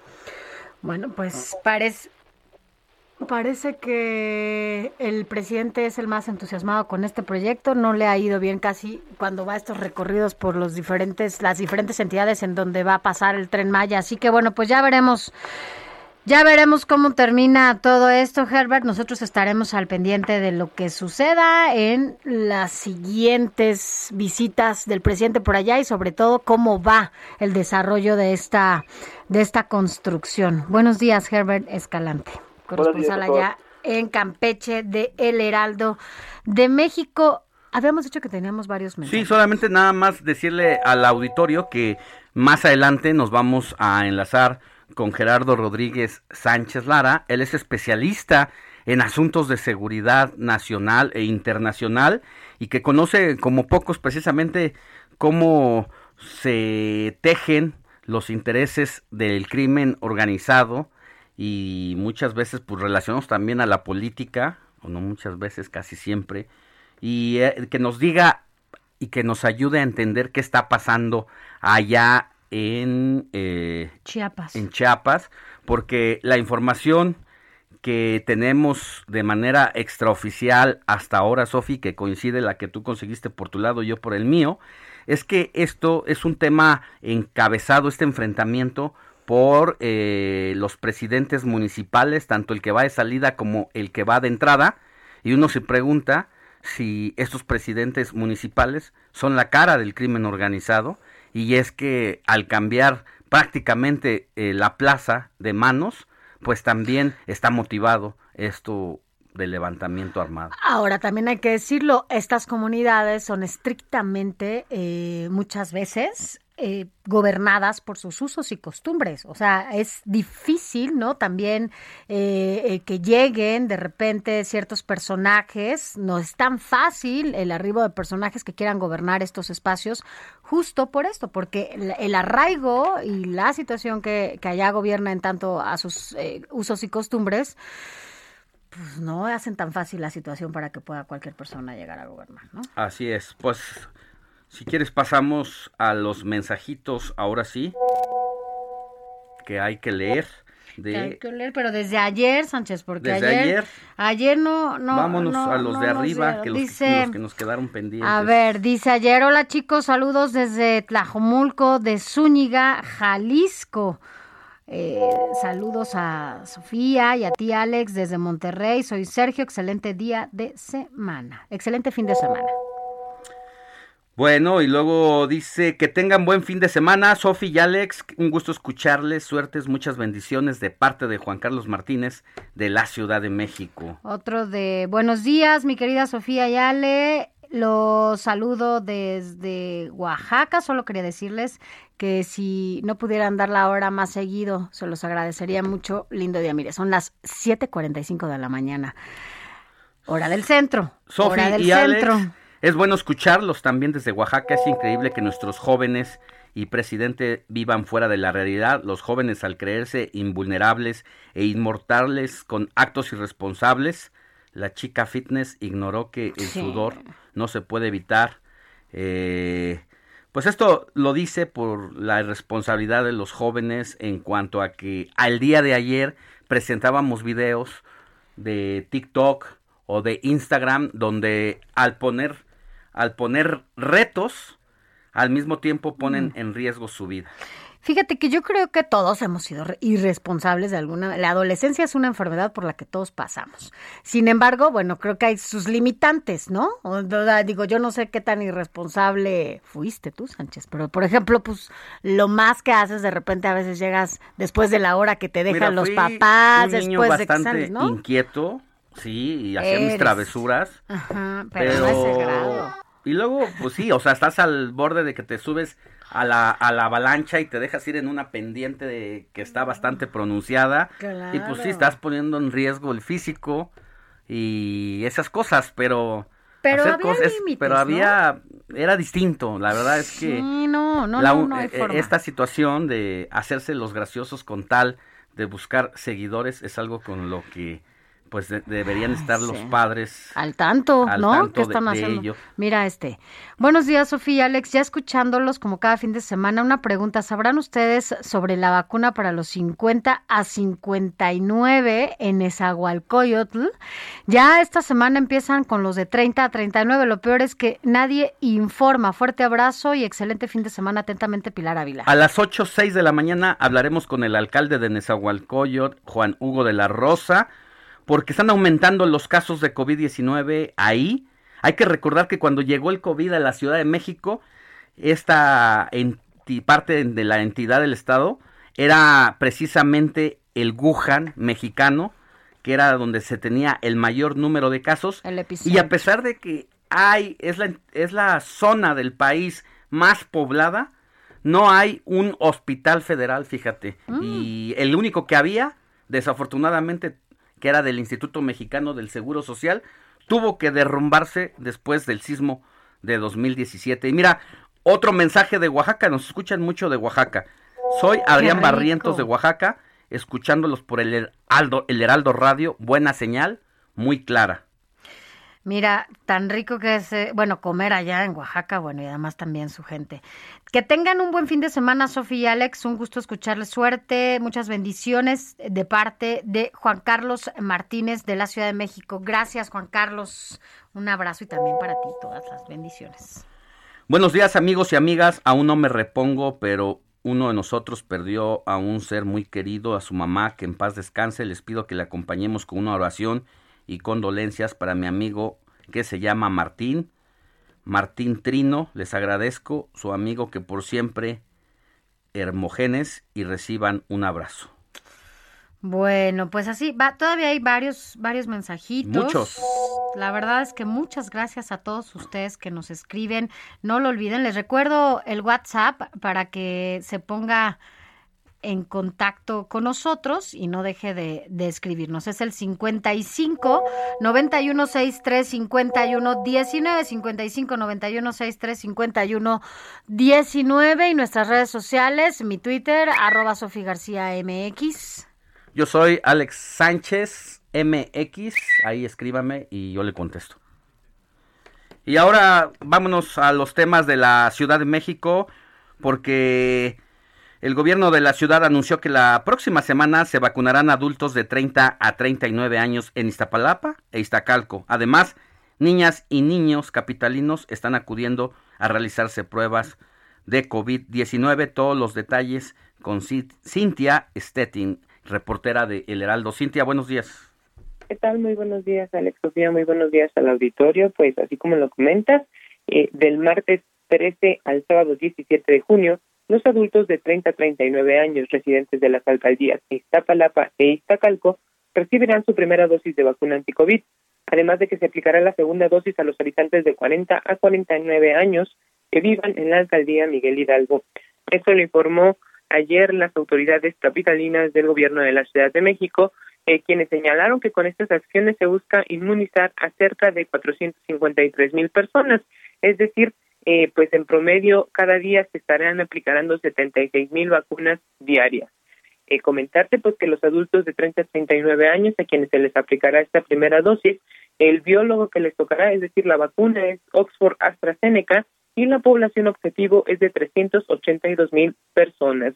Bueno, pues parece que el presidente es el más entusiasmado con este proyecto. No le ha ido bien casi cuando va a estos recorridos por las diferentes entidades en donde va a pasar el Tren Maya. Así que bueno, pues ya veremos cómo termina todo esto, Herbert. Nosotros estaremos al pendiente de lo que suceda en las siguientes visitas del presidente por allá y sobre todo cómo va el desarrollo de esta construcción. Buenos días, Herbert Escalante, corresponsal allá en Campeche de El Heraldo de México. Habíamos dicho que teníamos varios mensajes. Sí, solamente nada más decirle al auditorio que más adelante nos vamos a enlazar con Gerardo Rodríguez Sánchez Lara. Él es especialista en asuntos de seguridad nacional e internacional y que conoce como pocos precisamente cómo se tejen los intereses del crimen organizado y muchas veces pues relacionados también a la política, o no muchas veces, casi siempre, y que nos diga y que nos ayude a entender qué está pasando allá en Chiapas, porque la información que tenemos de manera extraoficial hasta ahora, Sofi, que coincide la que tú conseguiste por tu lado y yo por el mío, es que esto es un tema encabezado, este enfrentamiento, por los presidentes municipales, tanto el que va de salida como el que va de entrada, y uno se pregunta si estos presidentes municipales son la cara del crimen organizado, y es que al cambiar prácticamente la plaza de manos, pues también está motivado esto del levantamiento armado. Ahora, también hay que decirlo, estas comunidades son estrictamente, muchas veces, gobernadas por sus usos y costumbres. O sea, es difícil, ¿no? También que lleguen de repente ciertos personajes. No es tan fácil el arribo de personajes que quieran gobernar estos espacios, justo por esto, porque el arraigo y la situación que allá gobierna en tanto a sus usos y costumbres, pues no hacen tan fácil la situación para que pueda cualquier persona llegar a gobernar, ¿no? Así es. Pues, si quieres pasamos a los mensajitos ahora sí, que hay que leer. Hay que leer, pero desde ayer, Sánchez, porque desde ayer no. Vámonos no, a los de arriba, que los que nos quedaron pendientes. A ver, dice ayer, hola chicos, saludos desde Tlajomulco de Zúñiga, Jalisco. Saludos a Sofía y a ti, Alex, desde Monterrey. Soy Sergio, excelente día de semana. Excelente fin de semana. Bueno, y luego dice que tengan buen fin de semana, Sofi y Alex, un gusto escucharles, suertes, muchas bendiciones de parte de Juan Carlos Martínez de la Ciudad de México. Otro de buenos días, mi querida Sofía y Ale. Los saludo desde Oaxaca, solo quería decirles que si no pudieran dar la hora más seguido, se los agradecería mucho. Lindo día, mire, son las 7:45 de la mañana, hora del centro. Sofi hora del y centro. Alex, es bueno escucharlos también desde Oaxaca, es increíble que nuestros jóvenes y presidente vivan fuera de la realidad, los jóvenes al creerse invulnerables e inmortales con actos irresponsables. La chica fitness ignoró que el sudor no se puede evitar. Pues esto lo dice por la irresponsabilidad de los jóvenes en cuanto a que al día de ayer presentábamos videos de TikTok o de Instagram donde al poner retos al mismo tiempo ponen en riesgo su vida. Fíjate que yo creo que todos hemos sido irresponsables de alguna... La adolescencia es una enfermedad por la que todos pasamos. Sin embargo, bueno, creo que hay sus limitantes, ¿no? Digo, yo no sé qué tan irresponsable fuiste tú, Sánchez, pero por ejemplo, pues lo más que haces de repente a veces llegas después de la hora que te dejan los papás, después de que sales, ¿no? Inquieto, sí, y hacía mis travesuras. Ajá, pero no a ese grado. Y luego, pues sí, o sea, estás al borde de que te subes a la avalancha y te dejas ir en una pendiente que está bastante pronunciada. Claro. Y pues sí, estás poniendo en riesgo el físico y esas cosas, pero había límites, pero era distinto, la verdad es que sí, no hay forma. Esta situación de hacerse los graciosos con tal de buscar seguidores es algo con lo que pues deberían estar los padres al tanto, ¿no? ¿Qué están haciendo? Ello. Mira Buenos días, Sofía y Alex, ya escuchándolos como cada fin de semana, una pregunta, ¿sabrán ustedes sobre la vacuna para los 50 a 59 en Nezahualcóyotl? Ya esta semana empiezan con los de 30 a 39, lo peor es que nadie informa. Fuerte abrazo y excelente fin de semana, atentamente Pilar Ávila. A las 8:06 de la mañana hablaremos con el alcalde de Nezahualcóyotl, Juan Hugo de la Rosa, porque están aumentando los casos de COVID-19 ahí. Hay que recordar que cuando llegó el COVID a la Ciudad de México, esta parte de la entidad del estado era precisamente el Wuhan mexicano, que era donde se tenía el mayor número de casos. Y a pesar de que es la zona del país más poblada, no hay un hospital federal, fíjate. Y el único que había, desafortunadamente, que era del Instituto Mexicano del Seguro Social, tuvo que derrumbarse después del sismo de 2017. Y mira, otro mensaje de Oaxaca, nos escuchan mucho de Oaxaca. Soy Adrián Barrientos de Oaxaca, escuchándolos por el Heraldo Radio, buena señal, muy clara. Mira, tan rico que es, comer allá en Oaxaca, y además también su gente. Que tengan un buen fin de semana, Sofía y Alex, un gusto escucharles, suerte, muchas bendiciones de parte de Juan Carlos Martínez de la Ciudad de México. Gracias, Juan Carlos, un abrazo y también para ti todas las bendiciones. Buenos días, amigos y amigas, aún no me repongo, pero uno de nosotros perdió a un ser muy querido, a su mamá, que en paz descanse. Les pido que le acompañemos con una oración y condolencias para mi amigo que se llama Martín Trino. Les agradezco, su amigo, que por siempre Hermógenes, y reciban un abrazo. Bueno, pues así va. Todavía hay varios mensajitos. Muchos. La verdad es que muchas gracias a todos ustedes que nos escriben. No lo olviden, les recuerdo el WhatsApp para que se ponga en contacto con nosotros y no deje de escribirnos. Es el 55 91 63 51 19, 55 91 63 51 19, y nuestras redes sociales, mi Twitter, @SofiGarcía MX. Yo soy Alex Sánchez MX, ahí escríbame y yo le contesto. Y ahora vámonos a los temas de la Ciudad de México, porque el gobierno de la ciudad anunció que la próxima semana se vacunarán adultos de 30 a 39 años en Iztapalapa e Iztacalco. Además, niñas y niños capitalinos están acudiendo a realizarse pruebas de COVID-19. Todos los detalles con Cintia Stettin, reportera de El Heraldo. Cintia, buenos días. ¿Qué tal? Muy buenos días, Alex Sofía. Muy buenos días al auditorio. Pues así como lo comentas, del martes 13 al sábado 17 de junio, los adultos de 30 a 39 años residentes de las alcaldías Iztapalapa e Iztacalco recibirán su primera dosis de vacuna anti-COVID, además de que se aplicará la segunda dosis a los habitantes de 40 a 49 años que vivan en la alcaldía Miguel Hidalgo. Esto lo informó ayer las autoridades capitalinas del gobierno de la Ciudad de México, quienes señalaron que con estas acciones se busca inmunizar a cerca de 453,000 personas, es decir, pues en promedio cada día se estarán aplicando 76,000 vacunas diarias. Comentarte pues que los adultos de 30 a 39 años a quienes se les aplicará esta primera dosis, el biólogo que les tocará, es decir, la vacuna es Oxford AstraZeneca, y la población objetivo es de 382,000 personas.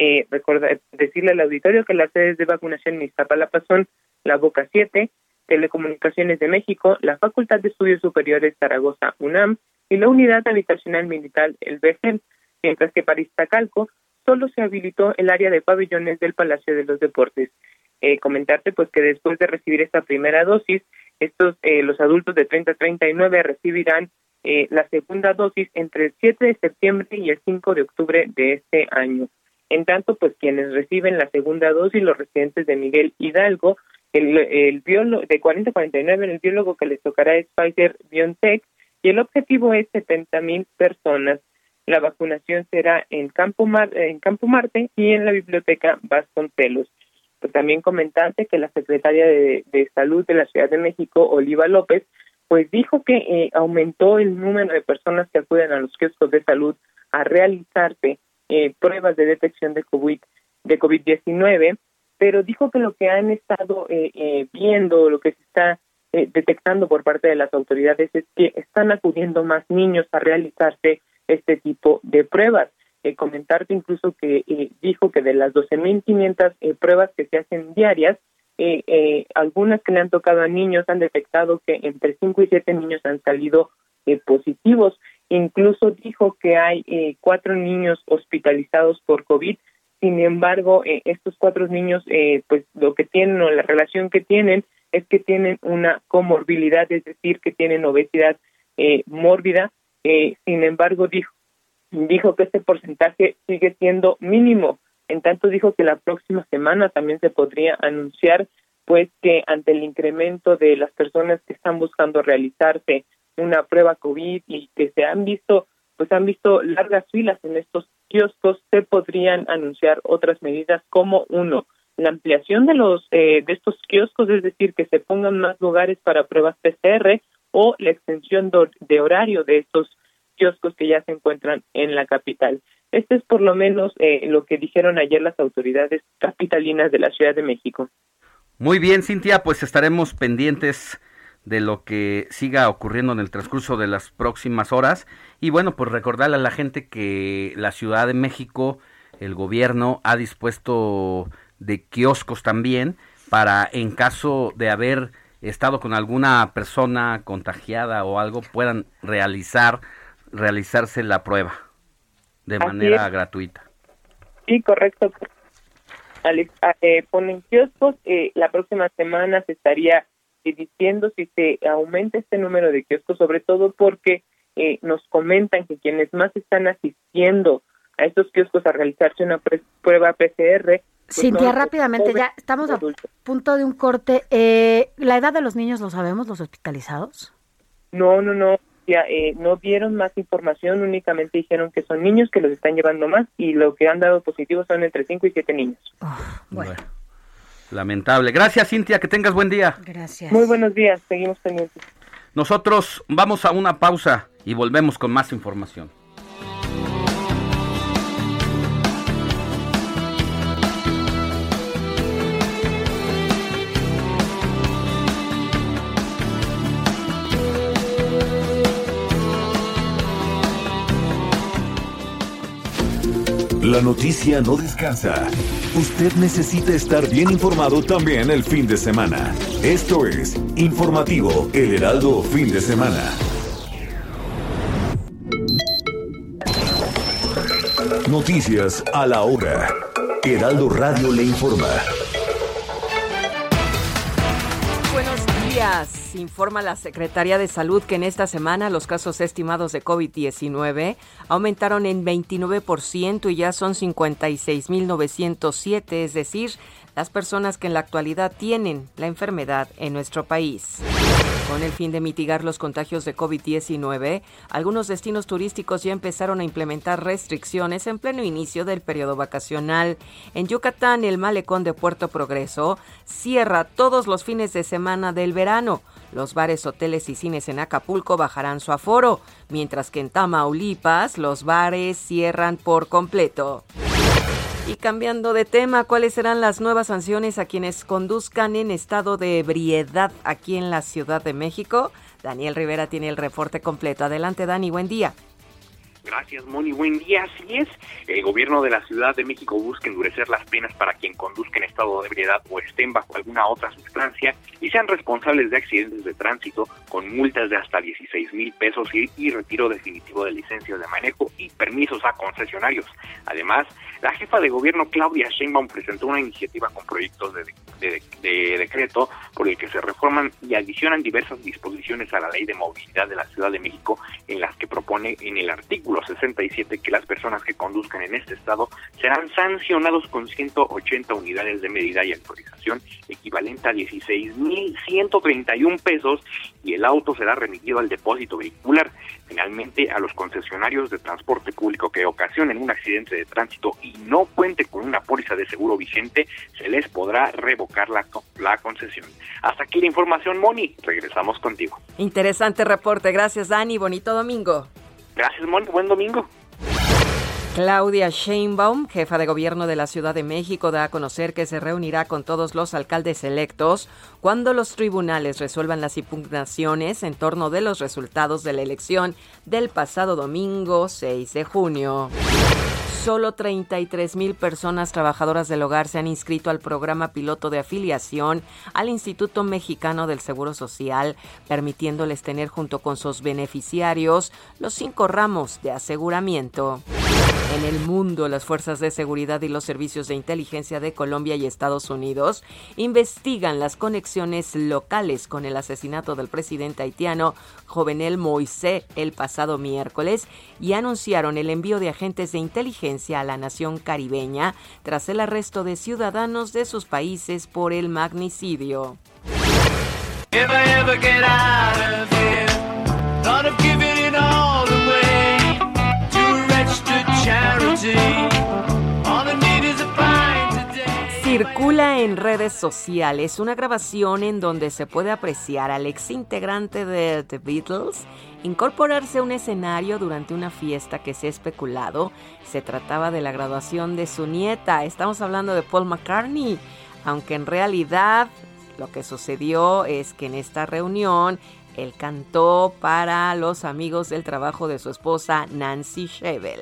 Decirle al auditorio que las sedes de vacunación en Iztapalapa son la Boca 7, Telecomunicaciones de México, la Facultad de Estudios Superiores Zaragoza UNAM y la Unidad Habitacional Militar El Vergel, mientras que para Iztacalco solo se habilitó el área de pabellones del Palacio de los Deportes. Comentarte pues que después de recibir esta primera dosis, los adultos de 30 a 39 recibirán la segunda dosis entre el 7 de septiembre y el 5 de octubre de este año. En tanto, pues quienes reciben la segunda dosis, los residentes de Miguel Hidalgo, el biólogo de 40 a 49, el biólogo que les tocará es Pfizer-BioNTech, y el objetivo es 70,000 personas. La vacunación será en Campo Marte y en la Biblioteca Vasconcelos. Pues también comentarte que la secretaria de Salud de la Ciudad de México, Oliva López, pues dijo que aumentó el número de personas que acuden a los kioscos de salud a realizarse pruebas de detección de COVID-19, pero dijo que lo que han estado viendo, lo que se está detectando por parte de las autoridades es que están acudiendo más niños a realizarse este tipo de pruebas. Comentarte incluso que dijo que de las 12,500 pruebas que se hacen diarias, algunas que le han tocado a niños han detectado que entre 5 y 7 niños han salido positivos. Incluso dijo que hay 4 niños hospitalizados por COVID. Sin embargo, estos 4 niños, pues lo que tienen o la relación que tienen es que tienen una comorbilidad, es decir, que tienen obesidad mórbida. Sin embargo, dijo que este porcentaje sigue siendo mínimo. En tanto, dijo que la próxima semana también se podría anunciar, pues, que ante el incremento de las personas que están buscando realizarse una prueba COVID y que han visto largas filas en estos kioscos, se podrían anunciar otras medidas como la ampliación de estos kioscos, es decir, que se pongan más lugares para pruebas PCR, o la extensión de horario de estos kioscos que ya se encuentran en la capital. Este es por lo menos lo que dijeron ayer las autoridades capitalinas de la Ciudad de México. Muy bien, Cintia, pues estaremos pendientes de lo que siga ocurriendo en el transcurso de las próximas horas. Y bueno, pues recordarle a la gente que la Ciudad de México, el gobierno ha dispuesto de kioscos también para, en caso de haber estado con alguna persona contagiada o algo, puedan realizarse la prueba de manera gratuita. Sí, correcto. Alex, ponen kioscos. La próxima semana se estaría diciendo si se aumenta este número de kioscos, sobre todo porque nos comentan que quienes más están asistiendo a estos kioscos a realizarse una prueba PCR. Pues Cintia, rápidamente, ya estamos a punto de un corte. ¿La edad de los niños lo sabemos, los hospitalizados? No. Ya, no dieron más información, únicamente dijeron que son niños que los están llevando más y lo que han dado positivo son entre 5 y 7 niños. Bueno. Lamentable. Gracias, Cintia, que tengas buen día. Gracias. Muy buenos días, seguimos pendientes. Nosotros vamos a una pausa y volvemos con más información. La noticia no descansa. Usted necesita estar bien informado también el fin de semana. Esto es Informativo El Heraldo Fin de Semana. Noticias a la hora. Heraldo Radio le informa. Buenos días. Informa la Secretaría de Salud que en esta semana los casos estimados de COVID-19 aumentaron en 29% y ya son 56,907, es decir, las personas que en la actualidad tienen la enfermedad en nuestro país. Con el fin de mitigar los contagios de COVID-19, algunos destinos turísticos ya empezaron a implementar restricciones en pleno inicio del periodo vacacional. En Yucatán, el malecón de Puerto Progreso cierra todos los fines de semana del verano. Los bares, hoteles y cines en Acapulco bajarán su aforo, mientras que en Tamaulipas los bares cierran por completo. Y cambiando de tema, ¿cuáles serán las nuevas sanciones a quienes conduzcan en estado de ebriedad aquí en la Ciudad de México? Daniel Rivera tiene el reporte completo. Adelante, Dani, buen día. Gracias, Moni. Buen día. Así es, el gobierno de la Ciudad de México busca endurecer las penas para quien conduzca en estado de ebriedad o estén bajo alguna otra sustancia y sean responsables de accidentes de tránsito con multas de hasta 16,000 pesos y retiro definitivo de licencias de manejo y permisos a concesionarios. Además, la jefa de gobierno Claudia Sheinbaum presentó una iniciativa con proyectos de decreto por el que se reforman y adicionan diversas disposiciones a la Ley de Movilidad de la Ciudad de México, en las que propone en el artículo 67 que las personas que conduzcan en este estado serán sancionados con 180 unidades de medida y autorización, equivalente a 16,131 pesos, y el auto será remitido al depósito vehicular. Finalmente, a los concesionarios de transporte público que ocasionen un accidente de tránsito y no cuente con una póliza de seguro vigente, se les podrá revocar la concesión. Hasta aquí la información, Moni. Regresamos contigo. Interesante reporte. Gracias, Dani. Bonito domingo. Gracias, Moni. Buen domingo. Claudia Sheinbaum, jefa de gobierno de la Ciudad de México, da a conocer que se reunirá con todos los alcaldes electos cuando los tribunales resuelvan las impugnaciones en torno de los resultados de la elección del pasado domingo 6 de junio. Solo 33,000 personas trabajadoras del hogar se han inscrito al programa piloto de afiliación al Instituto Mexicano del Seguro Social, permitiéndoles tener junto con sus beneficiarios los 5 ramos de aseguramiento. En el mundo, las fuerzas de seguridad y los servicios de inteligencia de Colombia y Estados Unidos investigan las conexiones locales con el asesinato del presidente haitiano Jovenel Moïse el pasado miércoles y anunciaron el envío de agentes de inteligencia a la nación caribeña tras el arresto de ciudadanos de sus países por el magnicidio. Circula en redes sociales una grabación en donde se puede apreciar al exintegrante de The Beatles incorporarse a un escenario durante una fiesta que se ha especulado se trataba de la graduación de su nieta. Estamos hablando de Paul McCartney, aunque en realidad lo que sucedió es que en esta reunión él cantó para los amigos del trabajo de su esposa Nancy Shevell.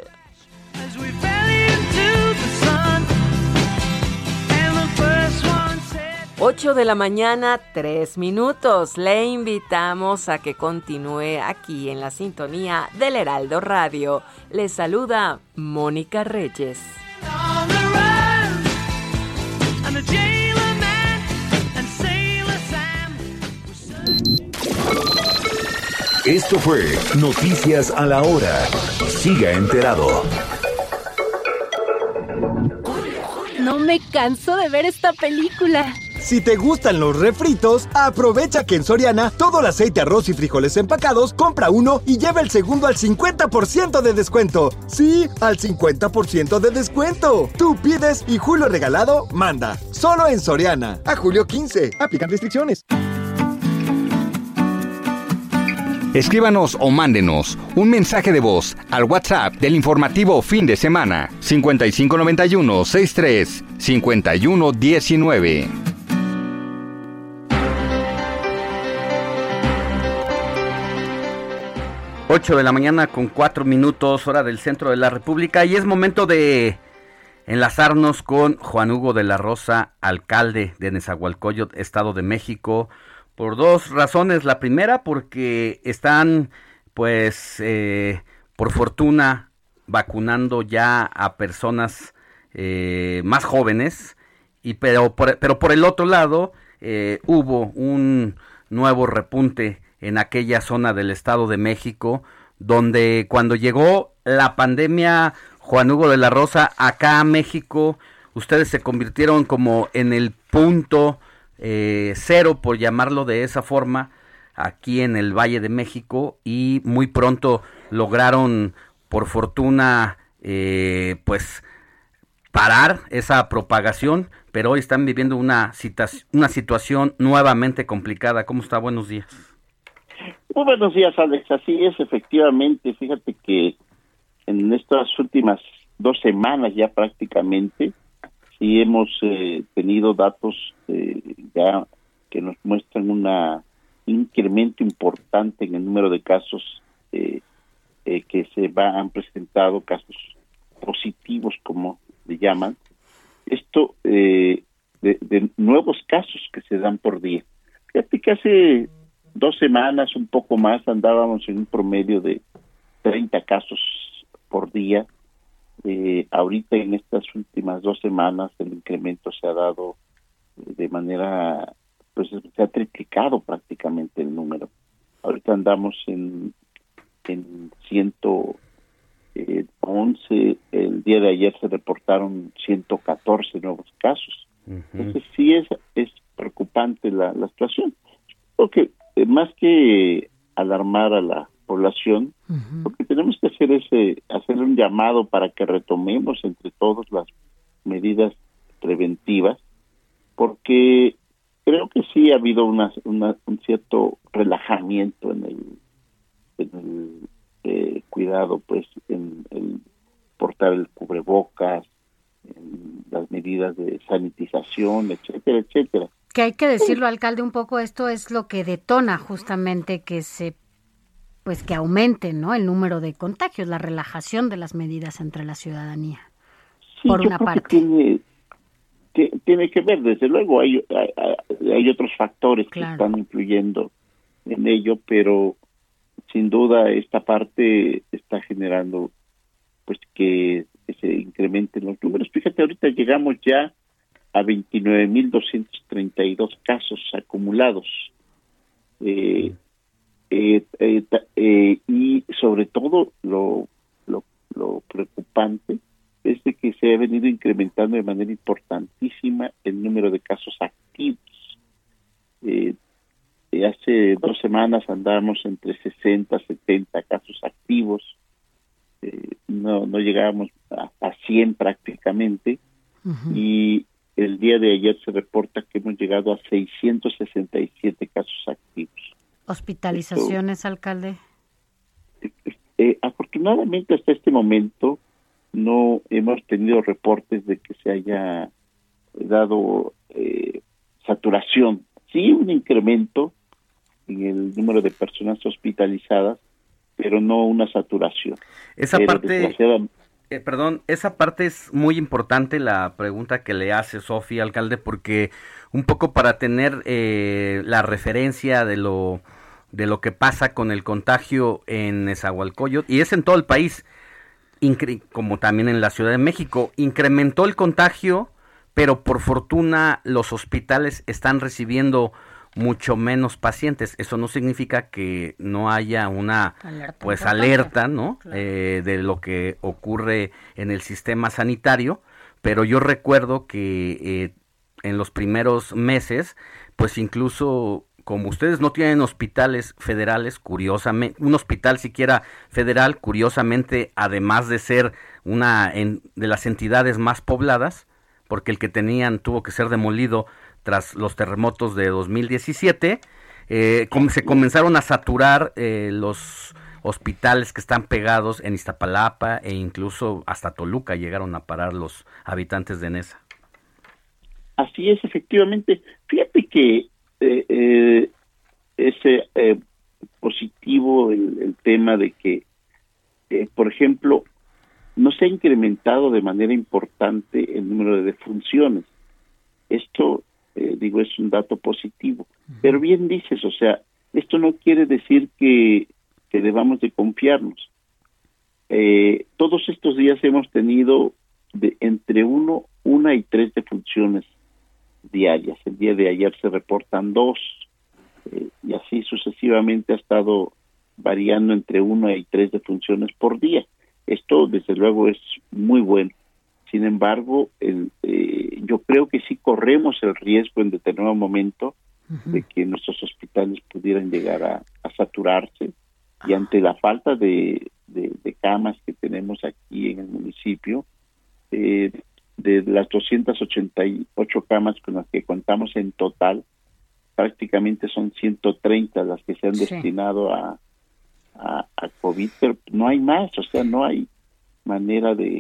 8 de la mañana, 3 minutos. Le invitamos a que continúe aquí en la sintonía del Heraldo Radio. Le saluda Mónica Reyes. Esto fue Noticias a la Hora. Siga enterado. No me canso de ver esta película. Si te gustan los refritos, aprovecha que en Soriana todo el aceite, arroz y frijoles empacados, compra uno y lleva el segundo al 50% de descuento. Sí, al 50% de descuento. Tú pides y Julio Regalado manda. Solo en Soriana. A julio 15. Aplican restricciones. Escríbanos o mándenos un mensaje de voz al WhatsApp del informativo fin de semana 5591-63-5119. Ocho de la mañana con 4 minutos, hora del centro de la República, y es momento de enlazarnos con Juan Hugo de la Rosa, alcalde de Nezahualcóyotl, Estado de México, por 2 razones. La primera, porque están, pues, por fortuna, vacunando ya a personas más jóvenes, pero por el otro lado, hubo un nuevo repunte en aquella zona del Estado de México, donde cuando llegó la pandemia, Juan Hugo de la Rosa, acá a México, ustedes se convirtieron como en el punto cero, por llamarlo de esa forma, aquí en el Valle de México, y muy pronto lograron, por fortuna, pues parar esa propagación, pero hoy están viviendo una situación nuevamente complicada. ¿Cómo está? Buenos días. Muy buenos días, Alex. Así es, efectivamente. Fíjate que en estas últimas 2 semanas ya prácticamente sí hemos tenido datos ya que nos muestran un incremento importante en el número de casos que han presentado, casos positivos, como le llaman. Esto de nuevos casos que se dan por día. Fíjate que hace 2 semanas, un poco más, andábamos en un promedio de 30 casos por día. Ahorita en estas últimas 2 semanas el incremento se ha dado de manera, pues se ha triplicado prácticamente el número. Ahorita andamos en 111, el día de ayer se reportaron 114 nuevos casos. Entonces sí es preocupante la situación, porque más que alarmar a la población, lo que tenemos que hacer es hacer un llamado para que retomemos entre todos las medidas preventivas, porque creo que sí ha habido un cierto relajamiento en el cuidado, pues, en el portar el cubrebocas, en las medidas de sanitización, etcétera, etcétera. Que hay que decirlo, alcalde, un poco esto es lo que detona justamente que que aumente, ¿no?, el número de contagios, la relajación de las medidas entre la ciudadanía. Sí, por una parte. Tiene que ver, desde luego, hay otros factores que están influyendo en ello, pero sin duda esta parte está generando, pues, que se incrementen los números. Fíjate, ahorita llegamos ya a 29,232 casos acumulados. Y sobre todo lo preocupante es de que se ha venido incrementando de manera importantísima el número de casos activos. Hace 2 semanas andábamos entre 60 y 70 casos activos, no llegábamos a 100 prácticamente, y el día de ayer se reporta que hemos llegado a 667 casos activos. ¿Hospitalizaciones, alcalde? Afortunadamente hasta este momento no hemos tenido reportes de que se haya dado saturación. Sí, un incremento en el número de personas hospitalizadas, pero no una saturación. Esa parte es muy importante, la pregunta que le hace Sofía, alcalde, porque un poco para tener la referencia de lo que pasa con el contagio en Nezahualcóyotl, y es en todo el país, como también en la Ciudad de México, incrementó el contagio, pero por fortuna los hospitales están recibiendo mucho menos pacientes. Eso no significa que no haya una alerta, ¿no? Claro. De lo que ocurre en el sistema sanitario, pero yo recuerdo que en los primeros meses, pues incluso como ustedes no tienen hospitales federales, curiosamente, un hospital siquiera federal, curiosamente, además de ser de las entidades más pobladas, porque el que tenían tuvo que ser demolido tras los terremotos de 2017, se comenzaron a saturar los hospitales que están pegados en Iztapalapa e incluso hasta Toluca llegaron a parar los habitantes de Nesa. Así es, efectivamente. Fíjate que es positivo el tema de que, por ejemplo, no se ha incrementado de manera importante el número de defunciones. Esto, es un dato positivo. Pero bien dices, o sea, esto no quiere decir que debamos de confiarnos. Todos estos días hemos tenido entre 1 y 3 defunciones diarias. El día de ayer se reportan 2 y así sucesivamente ha estado variando entre 1 y 3 defunciones por día. Esto desde luego es muy bueno. Sin embargo, yo creo que sí corremos el riesgo en determinado momento de que nuestros hospitales pudieran llegar a saturarse, y ante la falta de camas que tenemos aquí en el municipio, de las 288 camas con las que contamos en total, prácticamente son 130 las que se han destinado a COVID, pero no hay más, o sea, no hay manera de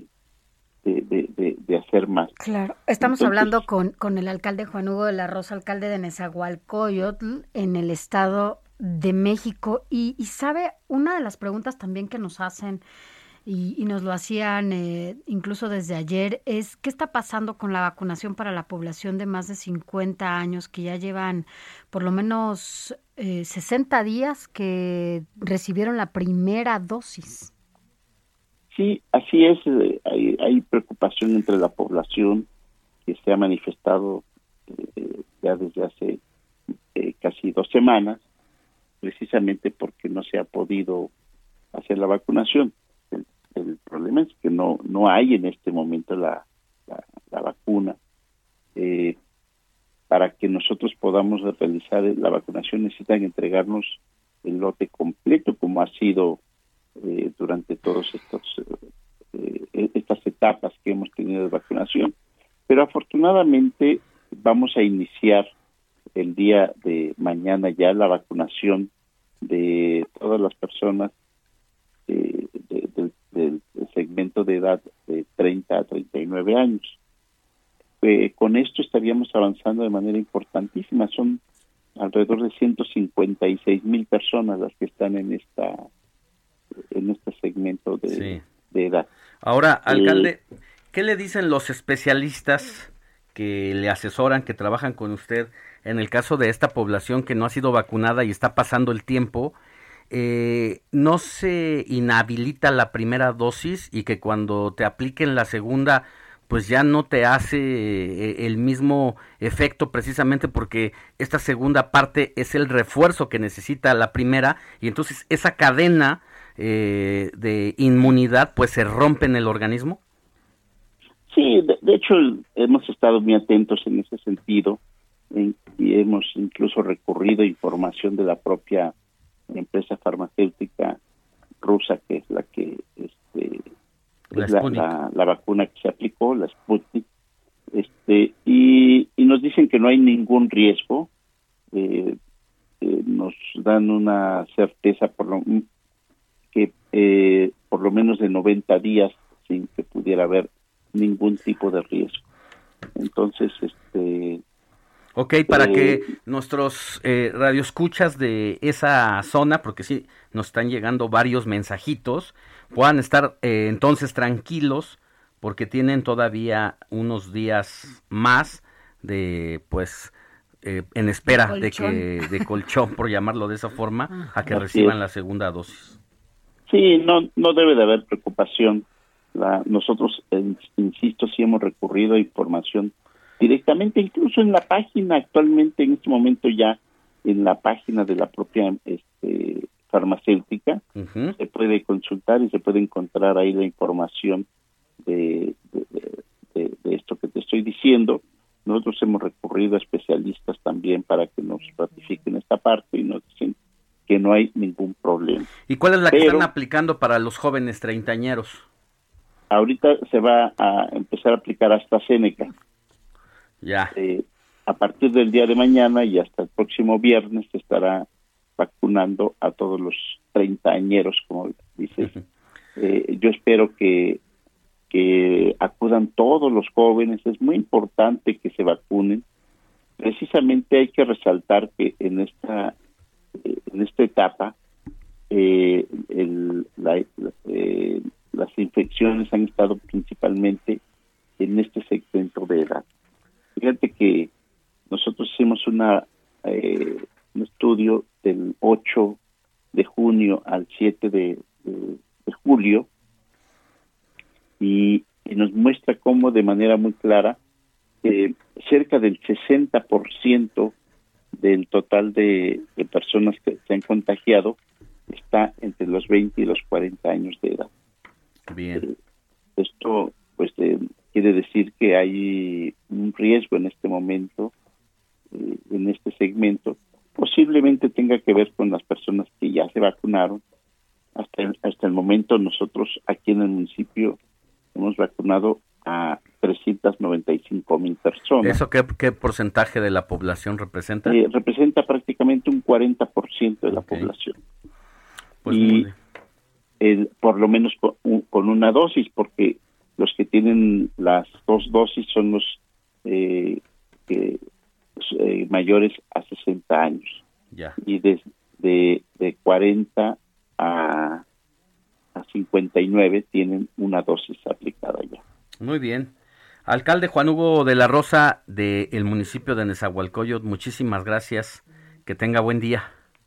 hacer más. Claro, estamos hablando con el alcalde Juan Hugo de la Rosa, alcalde de Nezahualcóyotl, en el Estado de México, y sabe, una de las preguntas también que nos hacen y nos lo hacían incluso desde ayer, es ¿qué está pasando con la vacunación para la población de más de 50 años que ya llevan por lo menos 60 días que recibieron la primera dosis? Sí, así es. Hay preocupación entre la población que se ha manifestado ya desde hace casi 2 semanas, precisamente porque no se ha podido hacer la vacunación. El problema es que no hay en este momento la vacuna. Para que nosotros podamos realizar la vacunación necesitan entregarnos el lote completo, como ha sido durante todos estas etapas que hemos tenido de vacunación. Pero afortunadamente vamos a iniciar el día de mañana ya la vacunación de todas las personas del segmento de edad de 30 a 39 años. Con esto estaríamos avanzando de manera importantísima. Son alrededor de 156,000 personas las que están en este segmento de edad. Ahora, alcalde, ¿qué le dicen los especialistas que le asesoran, que trabajan con usted en el caso de esta población que no ha sido vacunada y está pasando el tiempo? ¿No se inhabilita la primera dosis y que cuando te apliquen la segunda pues ya no te hace el mismo efecto, precisamente porque esta segunda parte es el refuerzo que necesita la primera, y entonces esa cadena de inmunidad pues se rompe en el organismo? Sí, de hecho hemos estado muy atentos en ese sentido y hemos incluso recurrido a información de la propia empresa farmacéutica rusa, que es la que la vacuna que se aplicó, la Sputnik, y nos dicen que no hay ningún riesgo. Nos dan una certeza por lo menos de 90 días sin que pudiera haber ningún tipo de riesgo. Entonces, Ok, para que nuestros radioescuchas de esa zona, porque sí, nos están llegando varios mensajitos, puedan estar entonces tranquilos, porque tienen todavía unos días más de, pues, en espera de colchón, por llamarlo de esa forma, a que reciban la segunda dosis. Sí, no debe de haber preocupación. Nosotros, insisto, sí hemos recurrido a información directamente, incluso en la página, actualmente en este momento ya en la página de la propia farmacéutica, se puede consultar y se puede encontrar ahí la información de esto que te estoy diciendo. Nosotros hemos recurrido a especialistas también para que nos ratifiquen esta parte y nos dicen que no hay ningún problema. ¿Y cuál es la que están aplicando para los jóvenes treintañeros? Ahorita se va a empezar a aplicar AstraZeneca. Ya. A partir del día de mañana y hasta el próximo viernes se estará vacunando a todos los treintañeros, como dices. Yo espero que acudan todos los jóvenes. Es muy importante que se vacunen. Precisamente hay que resaltar que en esta etapa las infecciones han estado principalmente en este segmento de edad. Fíjate que nosotros hicimos un estudio del 8 de junio al 7 de julio y nos muestra cómo de manera muy clara cerca del 60% del total de personas que se han contagiado está entre los 20 y los 40 años de edad. Bien. Esto pues quiere decir que hay un riesgo en este momento, en este segmento. Posiblemente tenga que ver con las personas que ya se vacunaron. Hasta el momento nosotros aquí en el municipio hemos vacunado a 395,000 personas. ¿Eso qué porcentaje de la población representa? Representa prácticamente un 40% de la población. Pues y por lo menos con una dosis, porque los que tienen las 2 dosis son los mayores a 60 años. Ya. Y de 40 a 59 tienen una dosis aplicada ya. Muy bien. Alcalde Juan Hugo de la Rosa del municipio de Nezahualcóyotl, muchísimas gracias. Que tenga buen día.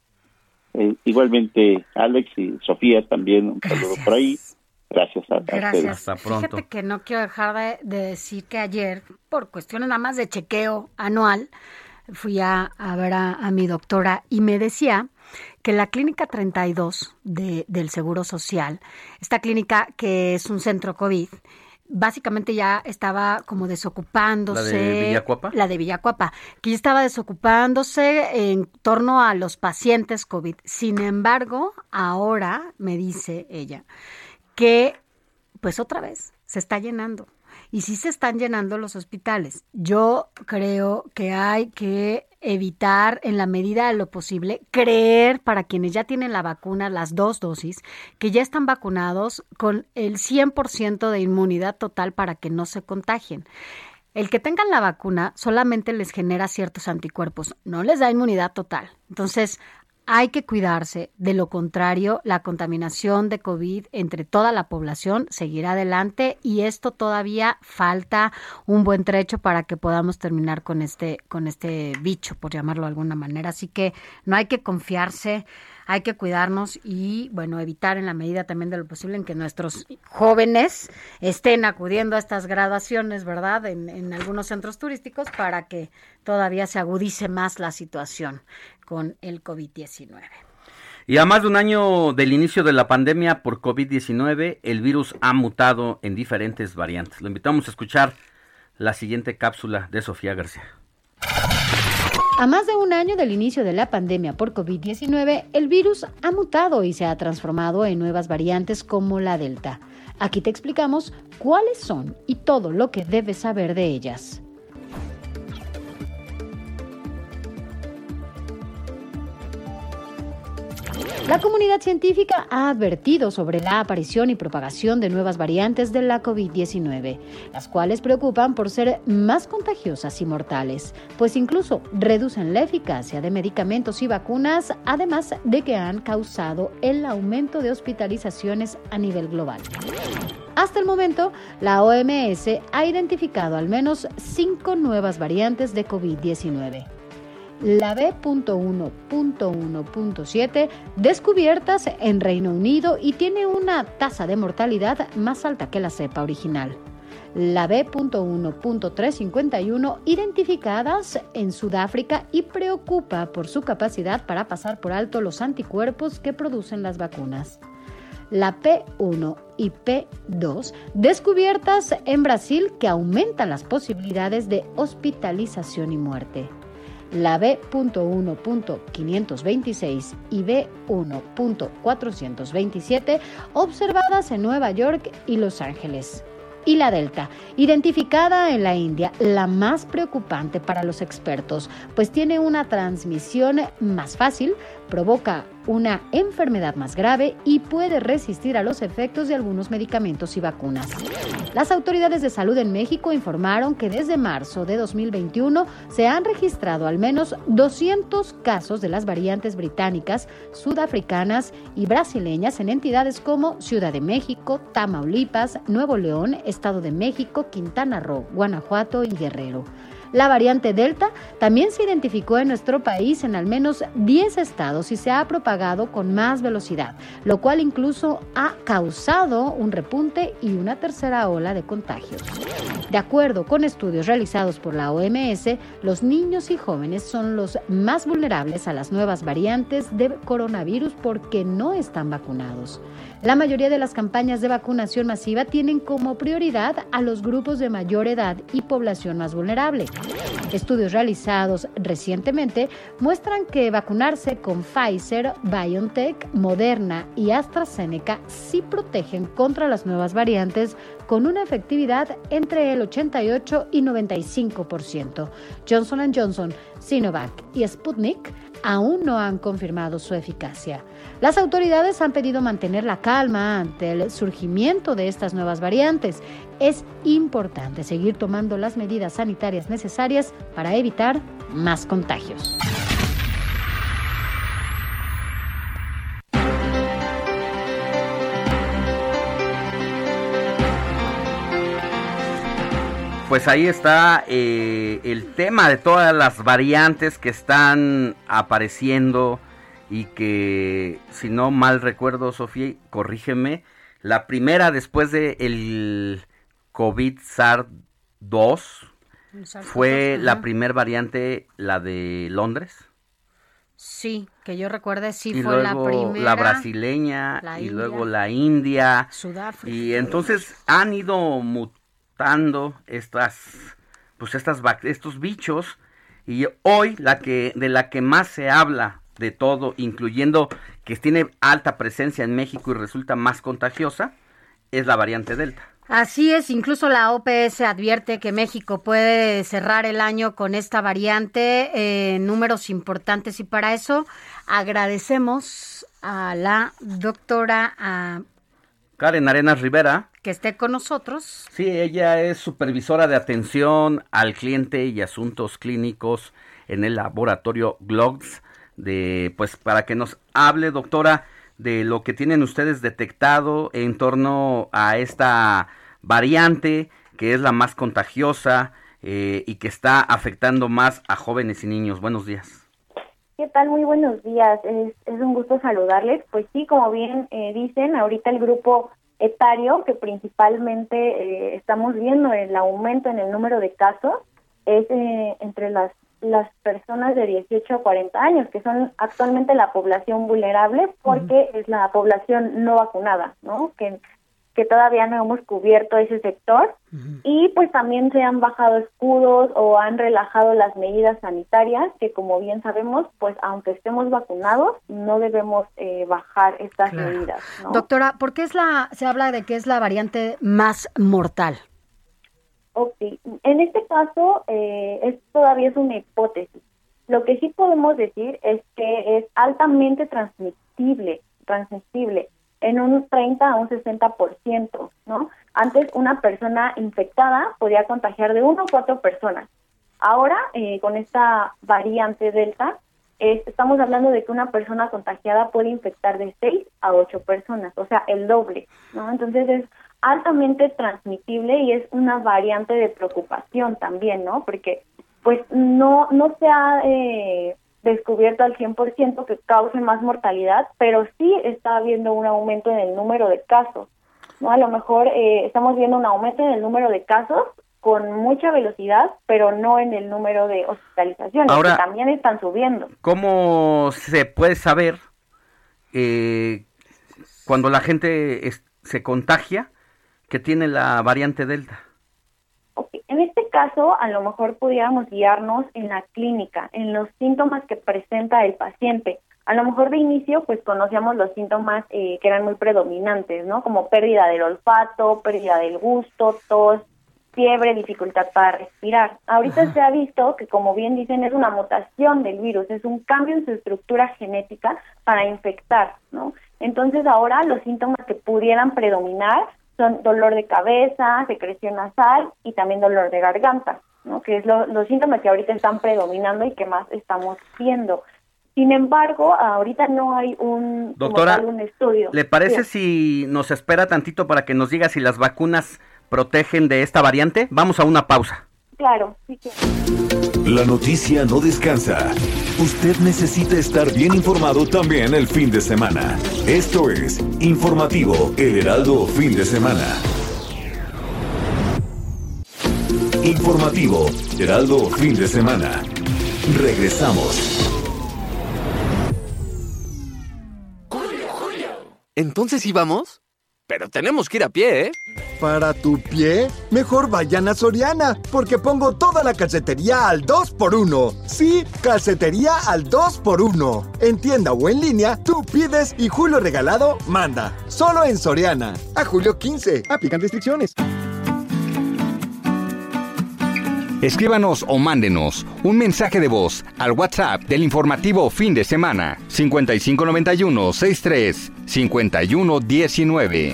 Igualmente, Alex y Sofía también, un saludo por ahí. Gracias a Gracias. Hasta pronto. Fíjate que no quiero dejar de decir que ayer, por cuestiones nada más de chequeo anual, fui a ver a mi doctora y me decía que la clínica 32 del Seguro Social, esta clínica que es un centro COVID, básicamente ya estaba como desocupándose. ¿La de Villacuapa? La de Villacuapa, que ya estaba desocupándose en torno a los pacientes COVID. Sin embargo, ahora me dice ella que pues otra vez se está llenando. Y sí se están llenando los hospitales. Yo creo que hay que evitar en la medida de lo posible, creer para quienes ya tienen la vacuna, las 2 dosis, que ya están vacunados con el 100% de inmunidad total para que no se contagien. El que tengan la vacuna solamente les genera ciertos anticuerpos, no les da inmunidad total. Entonces, hay que cuidarse. De lo contrario, la contaminación de COVID entre toda la población seguirá adelante y esto todavía falta un buen trecho para que podamos terminar con este bicho, por llamarlo de alguna manera. Así que no hay que confiarse, hay que cuidarnos y, bueno, evitar en la medida también de lo posible en que nuestros jóvenes estén acudiendo a estas graduaciones, ¿verdad?, en algunos centros turísticos para que todavía se agudice más la situación con el COVID-19. Y a más de un año del inicio de la pandemia por COVID-19, el virus ha mutado en diferentes variantes. Lo invitamos a escuchar la siguiente cápsula de Sofía García. A más de un año del inicio de la pandemia por COVID-19, el virus ha mutado y se ha transformado en nuevas variantes como la Delta. Aquí te explicamos cuáles son y todo lo que debes saber de ellas. La comunidad científica ha advertido sobre la aparición y propagación de nuevas variantes de la COVID-19, las cuales preocupan por ser más contagiosas y mortales, pues incluso reducen la eficacia de medicamentos y vacunas, además de que han causado el aumento de hospitalizaciones a nivel global. Hasta el momento, la OMS ha identificado al menos 5 nuevas variantes de COVID-19. La B.1.1.7 descubiertas en Reino Unido y tiene una tasa de mortalidad más alta que la cepa original. la B.1.351 identificadas en Sudáfrica y preocupa por su capacidad para pasar por alto los anticuerpos que producen las vacunas. La P1 y P2 descubiertas en Brasil que aumentan las posibilidades de hospitalización y muerte. La B.1.526 y B.1.427 observadas en Nueva York y Los Ángeles. Y la Delta, identificada en la India, la más preocupante para los expertos, pues tiene una transmisión más fácil, provoca una enfermedad más grave y puede resistir a los efectos de algunos medicamentos y vacunas. Las autoridades de salud en México informaron que desde marzo de 2021 se han registrado al menos 200 casos de las variantes británicas, sudafricanas y brasileñas en entidades como Ciudad de México, Tamaulipas, Nuevo León, Estado de México, Quintana Roo, Guanajuato y Guerrero. La variante Delta también se identificó en nuestro país en al menos 10 estados y se ha propagado con más velocidad, lo cual incluso ha causado un repunte y una tercera ola de contagios. De acuerdo con estudios realizados por la OMS, los niños y jóvenes son los más vulnerables a las nuevas variantes de coronavirus porque no están vacunados. La mayoría de las campañas de vacunación masiva tienen como prioridad a los grupos de mayor edad y población más vulnerable. Estudios realizados recientemente muestran que vacunarse con Pfizer, BioNTech, Moderna y AstraZeneca sí protegen contra las nuevas variantes con una efectividad entre el 88 y 95%. Johnson & Johnson, Sinovac y Sputnik aún no han confirmado su eficacia. Las autoridades han pedido mantener la calma ante el surgimiento de estas nuevas variantes. Es importante seguir tomando las medidas sanitarias necesarias para evitar más contagios. Pues ahí está el tema de todas las variantes que están apareciendo y que, si no mal recuerdo, Sofía, corrígeme, la primera después de el COVID SARS-2 fue la primer variante, la de Londres. Sí, que yo recuerde, sí y fue luego la primera. La brasileña, la y India, luego la India. Sudáfrica. Y entonces han ido mutando estos bichos, y hoy de la que más se habla de todo, incluyendo que tiene alta presencia en México y resulta más contagiosa, es la variante Delta. Así es, incluso la OPS advierte que México puede cerrar el año con esta variante en números importantes, y para eso agradecemos a la doctora Karen Arenas Rivera, que esté con nosotros. Sí, ella es supervisora de atención al cliente y asuntos clínicos en el laboratorio GLOGS, para que nos hable, doctora, de lo que tienen ustedes detectado en torno a esta variante, que es la más contagiosa y que está afectando más a jóvenes y niños. Buenos días. ¿Qué tal? Muy buenos días. Es un gusto saludarles. Pues sí, como bien dicen, ahorita el grupo etario que principalmente estamos viendo el aumento en el número de casos es entre las personas de 18 a 40 años, que son actualmente la población vulnerable porque es la población no vacunada, ¿no? Que todavía no hemos cubierto ese sector. Y pues también se han bajado escudos o han relajado las medidas sanitarias, que como bien sabemos, pues aunque estemos vacunados, no debemos bajar estas medidas, ¿no? Doctora, ¿por qué se habla de que es la variante más mortal? Ok, en este caso todavía es una hipótesis. Lo que sí podemos decir es que es altamente transmisible en un 30 a un 60%, ¿no? Antes una persona infectada podía contagiar de 1 a 4 personas. Ahora, con esta variante Delta, estamos hablando de que una persona contagiada puede infectar de 6 a 8 personas, o sea, el doble, ¿no? Entonces es altamente transmisible y es una variante de preocupación también, ¿no? Porque pues no se ha descubierto al 100% que cause más mortalidad, pero sí está habiendo un aumento en el número de casos. ¿no? A lo mejor estamos viendo un aumento en el número de casos con mucha velocidad, pero no en el número de hospitalizaciones, ahora, que también están subiendo. ¿Cómo se puede saber cuando la gente se contagia que tiene la variante Delta? Okay. En este caso, a lo mejor pudiéramos guiarnos en la clínica, en los síntomas que presenta el paciente. A lo mejor de inicio, pues conocíamos los síntomas que eran muy predominantes, ¿no? Como pérdida del olfato, pérdida del gusto, tos, fiebre, dificultad para respirar. Ahorita se ha visto que, como bien dicen, es una mutación del virus, es un cambio en su estructura genética para infectar, ¿no? Entonces ahora los síntomas que pudieran predominar son dolor de cabeza, secreción nasal y también dolor de garganta, ¿no? Que es los síntomas que ahorita están predominando y que más estamos viendo. Sin embargo, ahorita no hay Doctora, un estudio. ¿Le parece si nos espera tantito para que nos diga si las vacunas protegen de esta variante? Vamos a una pausa. Claro, sí que. La noticia no descansa. Usted necesita estar bien informado también el fin de semana. Esto es Informativo El Heraldo Fin de Semana. Informativo Heraldo Fin de Semana. Regresamos. ¿Entonces íbamos? Pero tenemos que ir a pie, ¿eh? Para tu pie, mejor vayan a Soriana, porque pongo toda la calcetería al 2x1. Sí, calcetería al 2x1. En tienda o en línea, tú pides y Julio Regalado manda. Solo en Soriana. A julio 15. Aplican restricciones. Escríbanos o mándenos un mensaje de voz al WhatsApp del informativo Fin de Semana 5591-63-5119.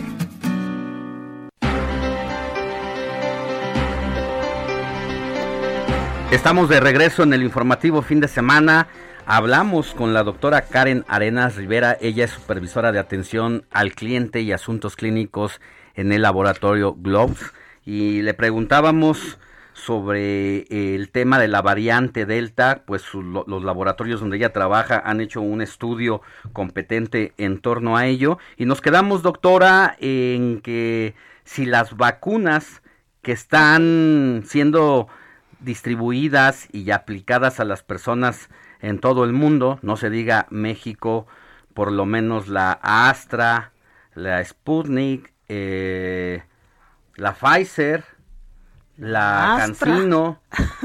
Estamos de regreso en el informativo Fin de Semana. Hablamos con la doctora Karen Arenas Rivera. Ella es supervisora de atención al cliente y asuntos clínicos en el laboratorio Globes. Y le preguntábamos sobre el tema de la variante Delta. Pues los laboratorios donde ella trabaja han hecho un estudio competente en torno a ello. Y nos quedamos, doctora, en que si las vacunas que están siendo distribuidas y aplicadas a las personas en todo el mundo, no se diga México, por lo menos la Astra, la Sputnik, la Pfizer, la CanSino,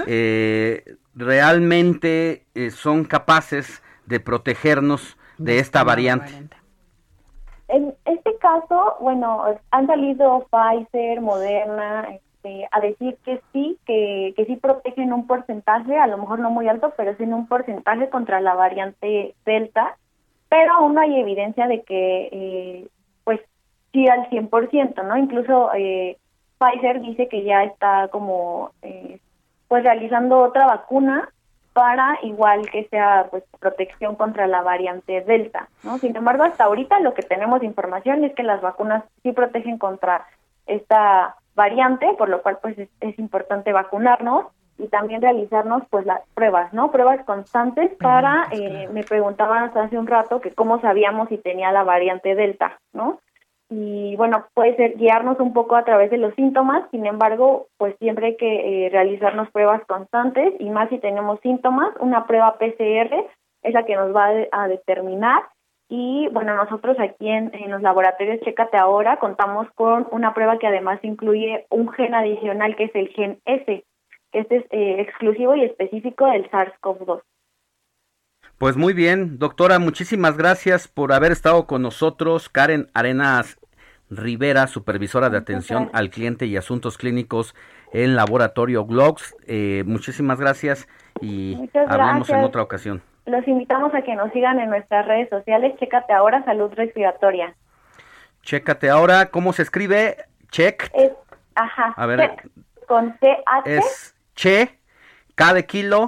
realmente son capaces de protegernos de esta variante. En este caso, bueno, han salido Pfizer, Moderna, a decir que sí protegen un porcentaje, a lo mejor no muy alto, pero sí en un porcentaje contra la variante Delta, pero aún no hay evidencia de que, pues, sí al 100%, ¿no? Incluso Pfizer dice que ya está como, pues, realizando otra vacuna para igual que sea, pues, protección contra la variante Delta, ¿no? Sin embargo, hasta ahorita lo que tenemos de información es que las vacunas sí protegen contra esta variante, por lo cual pues es importante vacunarnos y también realizarnos pues las pruebas, ¿no? Pruebas constantes para, me preguntaban hasta hace un rato que cómo sabíamos si tenía la variante Delta, ¿no? Y bueno, puede ser guiarnos un poco a través de los síntomas, sin embargo, pues siempre hay que realizarnos pruebas constantes y más si tenemos síntomas, una prueba PCR es la que nos va a determinar. Y bueno, nosotros aquí en los laboratorios Chécate Ahora contamos con una prueba que además incluye un gen adicional que es el gen S, que este es exclusivo y específico del SARS-CoV-2. Pues muy bien, doctora, muchísimas gracias por haber estado con nosotros. Karen Arenas Rivera, supervisora de atención al cliente y asuntos clínicos en Laboratorio Globes. Muchísimas gracias y hablamos en otra ocasión. Los invitamos a que nos sigan en nuestras redes sociales, Chécate Ahora Salud Respiratoria. Chécate Ahora, ¿cómo se escribe? Check. A ver. Check, con CH. Es Che, K de kilo.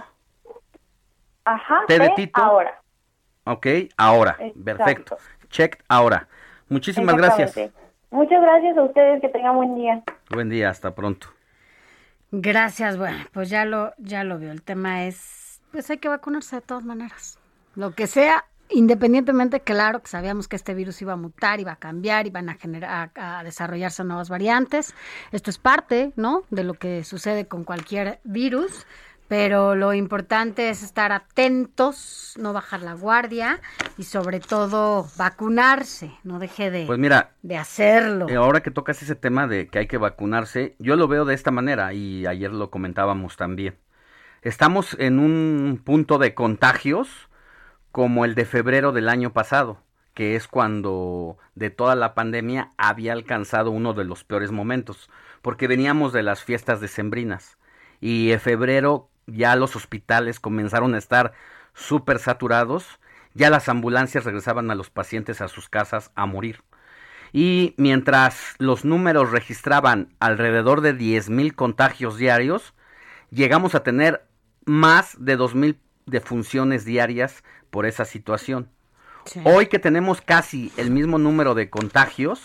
T de Tito. Ahora. Ok, ahora. Exacto. Perfecto. Check Ahora. Muchísimas gracias. Muchas gracias a ustedes, que tengan buen día. Buen día, hasta pronto. Gracias, bueno, pues ya lo veo. El tema es, pues hay que vacunarse de todas maneras. Lo que sea, independientemente, claro, que sabíamos que este virus iba a mutar, iba a cambiar, iban a desarrollarse nuevas variantes. Esto es parte, ¿no?, de lo que sucede con cualquier virus, pero lo importante es estar atentos, no bajar la guardia y sobre todo vacunarse, no deje de, pues mira, de hacerlo. Ahora que tocas ese tema de que hay que vacunarse, yo lo veo de esta manera y ayer lo comentábamos también. Estamos en un punto de contagios como el de febrero del año pasado, que es cuando de toda la pandemia había alcanzado uno de los peores momentos, porque veníamos de las fiestas decembrinas y en febrero ya los hospitales comenzaron a estar súper saturados, ya las ambulancias regresaban a los pacientes a sus casas a morir. Y mientras los números registraban alrededor de 10,000 contagios diarios, llegamos a tener más de 2,000 defunciones diarias por esa situación. Sí. Hoy que tenemos casi el mismo número de contagios,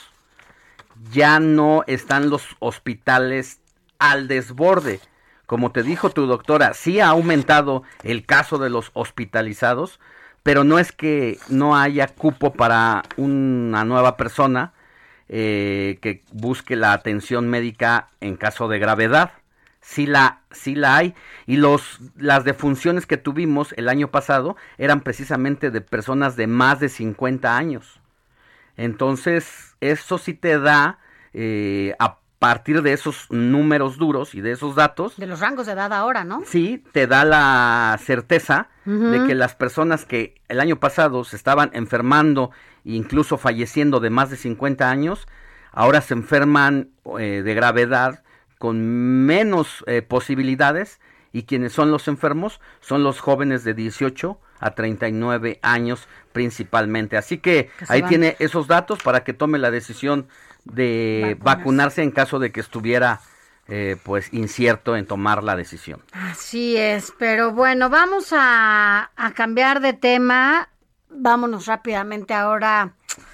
ya no están los hospitales al desborde. Como te dijo tu doctora, sí ha aumentado el caso de los hospitalizados, pero no es que no haya cupo para una nueva persona que busque la atención médica en caso de gravedad. Sí la hay, y las defunciones que tuvimos el año pasado eran precisamente de personas de más de 50 años. Entonces, eso sí te da, a partir de esos números duros y de esos datos... De los rangos de edad ahora, ¿no? Sí, te da la certeza de que las personas que el año pasado se estaban enfermando e incluso falleciendo de más de 50 años, ahora se enferman de gravedad con menos posibilidades, y quienes son los enfermos son los jóvenes de 18 a 39 años principalmente. Así que ahí tiene esos datos para que tome la decisión de vacunarse en caso de que estuviera pues incierto en tomar la decisión. Así es, pero bueno, vamos a cambiar de tema. Vámonos rápidamente ahora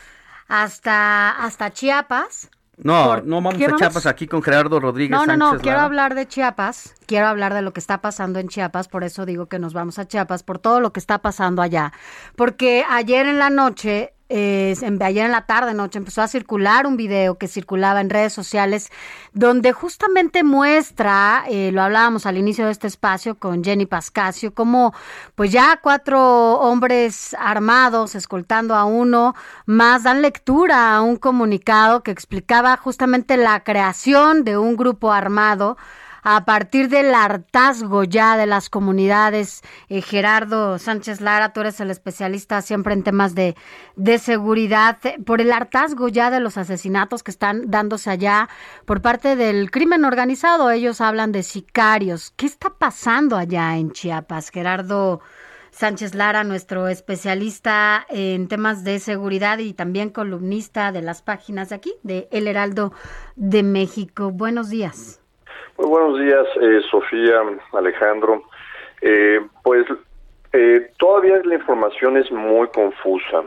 hasta Chiapas. No vamos a Chiapas aquí con Gerardo Rodríguez Sánchez. No, quiero hablar de Chiapas, quiero hablar de lo que está pasando en Chiapas, por eso digo que nos vamos a Chiapas, por todo lo que está pasando allá, porque ayer en la noche, ayer en la tarde-noche empezó a circular un video que circulaba en redes sociales donde justamente muestra, lo hablábamos al inicio de este espacio con Jenny Pascasio, como pues ya 4 hombres armados escoltando a uno más dan lectura a un comunicado que explicaba justamente la creación de un grupo armado a partir del hartazgo ya de las comunidades. Gerardo Sánchez Lara, tú eres el especialista siempre en temas de seguridad, por el hartazgo ya de los asesinatos que están dándose allá por parte del crimen organizado. Ellos hablan de sicarios. ¿Qué está pasando allá en Chiapas? Gerardo Sánchez Lara, nuestro especialista en temas de seguridad y también columnista de las páginas de aquí, de El Heraldo de México. Buenos días. Muy buenos días, Sofía, Alejandro. Todavía la información es muy confusa.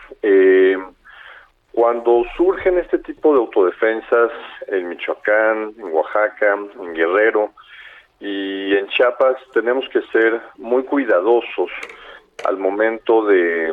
Cuando surgen este tipo de autodefensas en Michoacán, en Oaxaca, en Guerrero y en Chiapas, tenemos que ser muy cuidadosos al momento de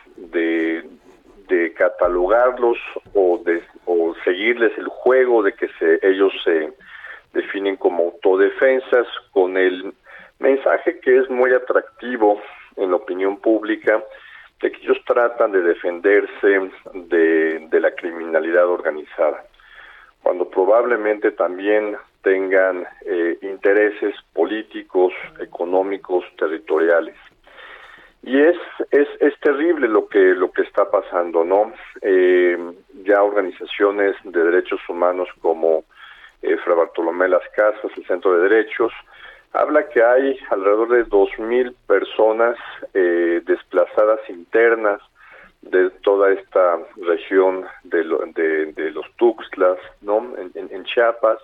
catalogarlos o seguirles el juego de que ellos se definen como autodefensas, con el mensaje que es muy atractivo en la opinión pública de que ellos tratan de defenderse de la criminalidad organizada, cuando probablemente también tengan intereses políticos, económicos, territoriales. Y es terrible lo que está pasando, ¿no? Ya organizaciones de derechos humanos como Fray Bartolomé Las Casas, el Centro de Derechos, habla que hay alrededor de 2,000 personas desplazadas internas de toda esta región de los Tuxtlas, ¿no? En Chiapas.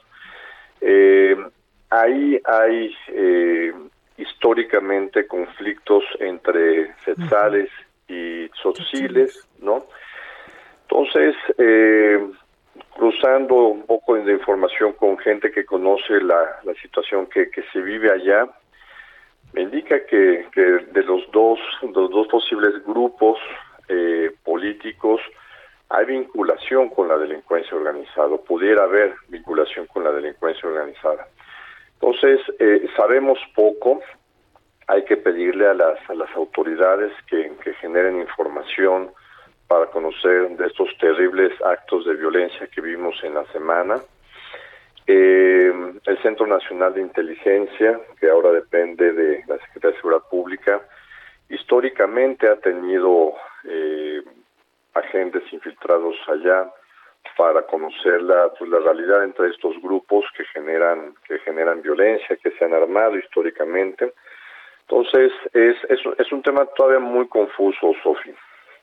Ahí hay históricamente conflictos entre quetzales y tzotziles, ¿no? Entonces, cruzando un poco de información con gente que conoce la situación que se vive allá, me indica que de los dos posibles grupos políticos hay vinculación con la delincuencia organizada, pudiera haber vinculación con la delincuencia organizada. Entonces, sabemos poco, hay que pedirle a las autoridades que generen información para conocer de estos terribles actos de violencia que vimos en la semana. El Centro Nacional de Inteligencia, que ahora depende de la Secretaría de Seguridad Pública, históricamente ha tenido agentes infiltrados allá para conocer la realidad entre estos grupos que generan violencia, que se han armado históricamente. Entonces, es un tema todavía muy confuso, Sofi.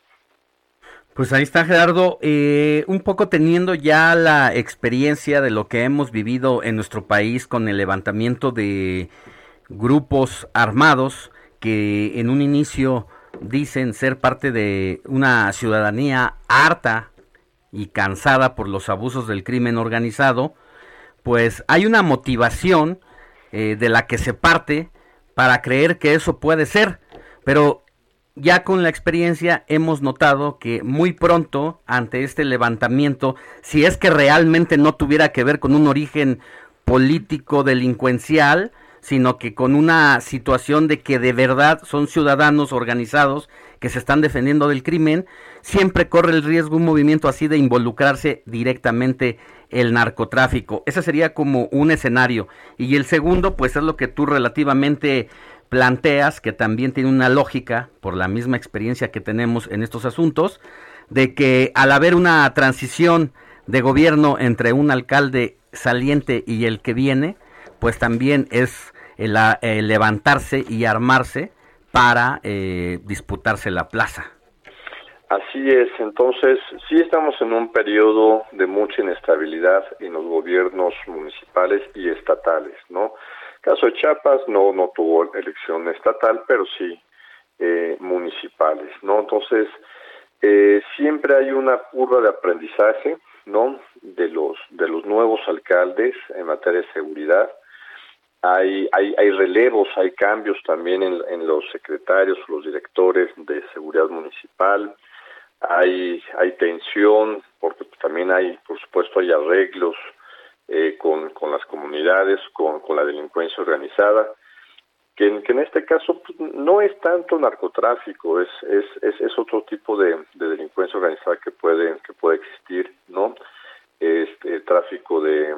Pues ahí está, Gerardo, un poco teniendo ya la experiencia de lo que hemos vivido en nuestro país con el levantamiento de grupos armados que en un inicio dicen ser parte de una ciudadanía harta y cansada por los abusos del crimen organizado, pues hay una motivación de la que se parte para creer que eso puede ser, pero ya con la experiencia hemos notado que muy pronto ante este levantamiento, si es que realmente no tuviera que ver con un origen político delincuencial, sino que con una situación de que de verdad son ciudadanos organizados que se están defendiendo del crimen, siempre corre el riesgo un movimiento así de involucrarse directamente el narcotráfico. Ese sería como un escenario. Y el segundo, pues es lo que tú relativamente planteas, que también tiene una lógica, por la misma experiencia que tenemos en estos asuntos, de que al haber una transición de gobierno entre un alcalde saliente y el que viene, pues también es el levantarse y armarse para disputarse la plaza. Así es, entonces sí estamos en un periodo de mucha inestabilidad en los gobiernos municipales y estatales, ¿no? El caso de Chiapas no tuvo elección estatal, pero sí municipales, ¿no? Entonces siempre hay una curva de aprendizaje, ¿no? De los nuevos alcaldes en materia de seguridad. Hay relevos, hay cambios también en los secretarios, los directores de seguridad municipal. Hay tensión, porque también por supuesto hay arreglos con las comunidades, con la delincuencia organizada, que en este caso pues, no es tanto narcotráfico, es otro tipo de delincuencia organizada que puede existir, ¿no? Tráfico de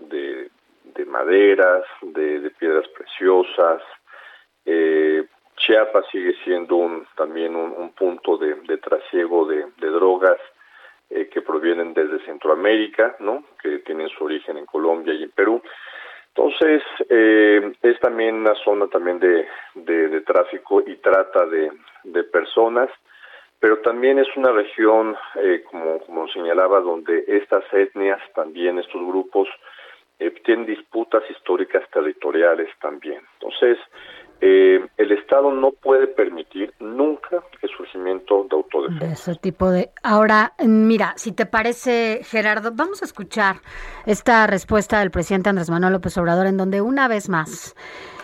maderas, de piedras preciosas. Chiapas sigue siendo también un punto de trasiego de drogas que provienen desde Centroamérica, ¿no? Que tienen su origen en Colombia y en Perú. Entonces, es también una zona también de tráfico y trata de personas, pero también es una región, como señalaba, donde estas etnias, también estos grupos, tienen disputas históricas territoriales también. Entonces, el Estado no puede permitir nunca el surgimiento de autodefensa. De ese tipo de... Ahora, mira, si te parece, Gerardo, vamos a escuchar esta respuesta del presidente Andrés Manuel López Obrador, en donde una vez más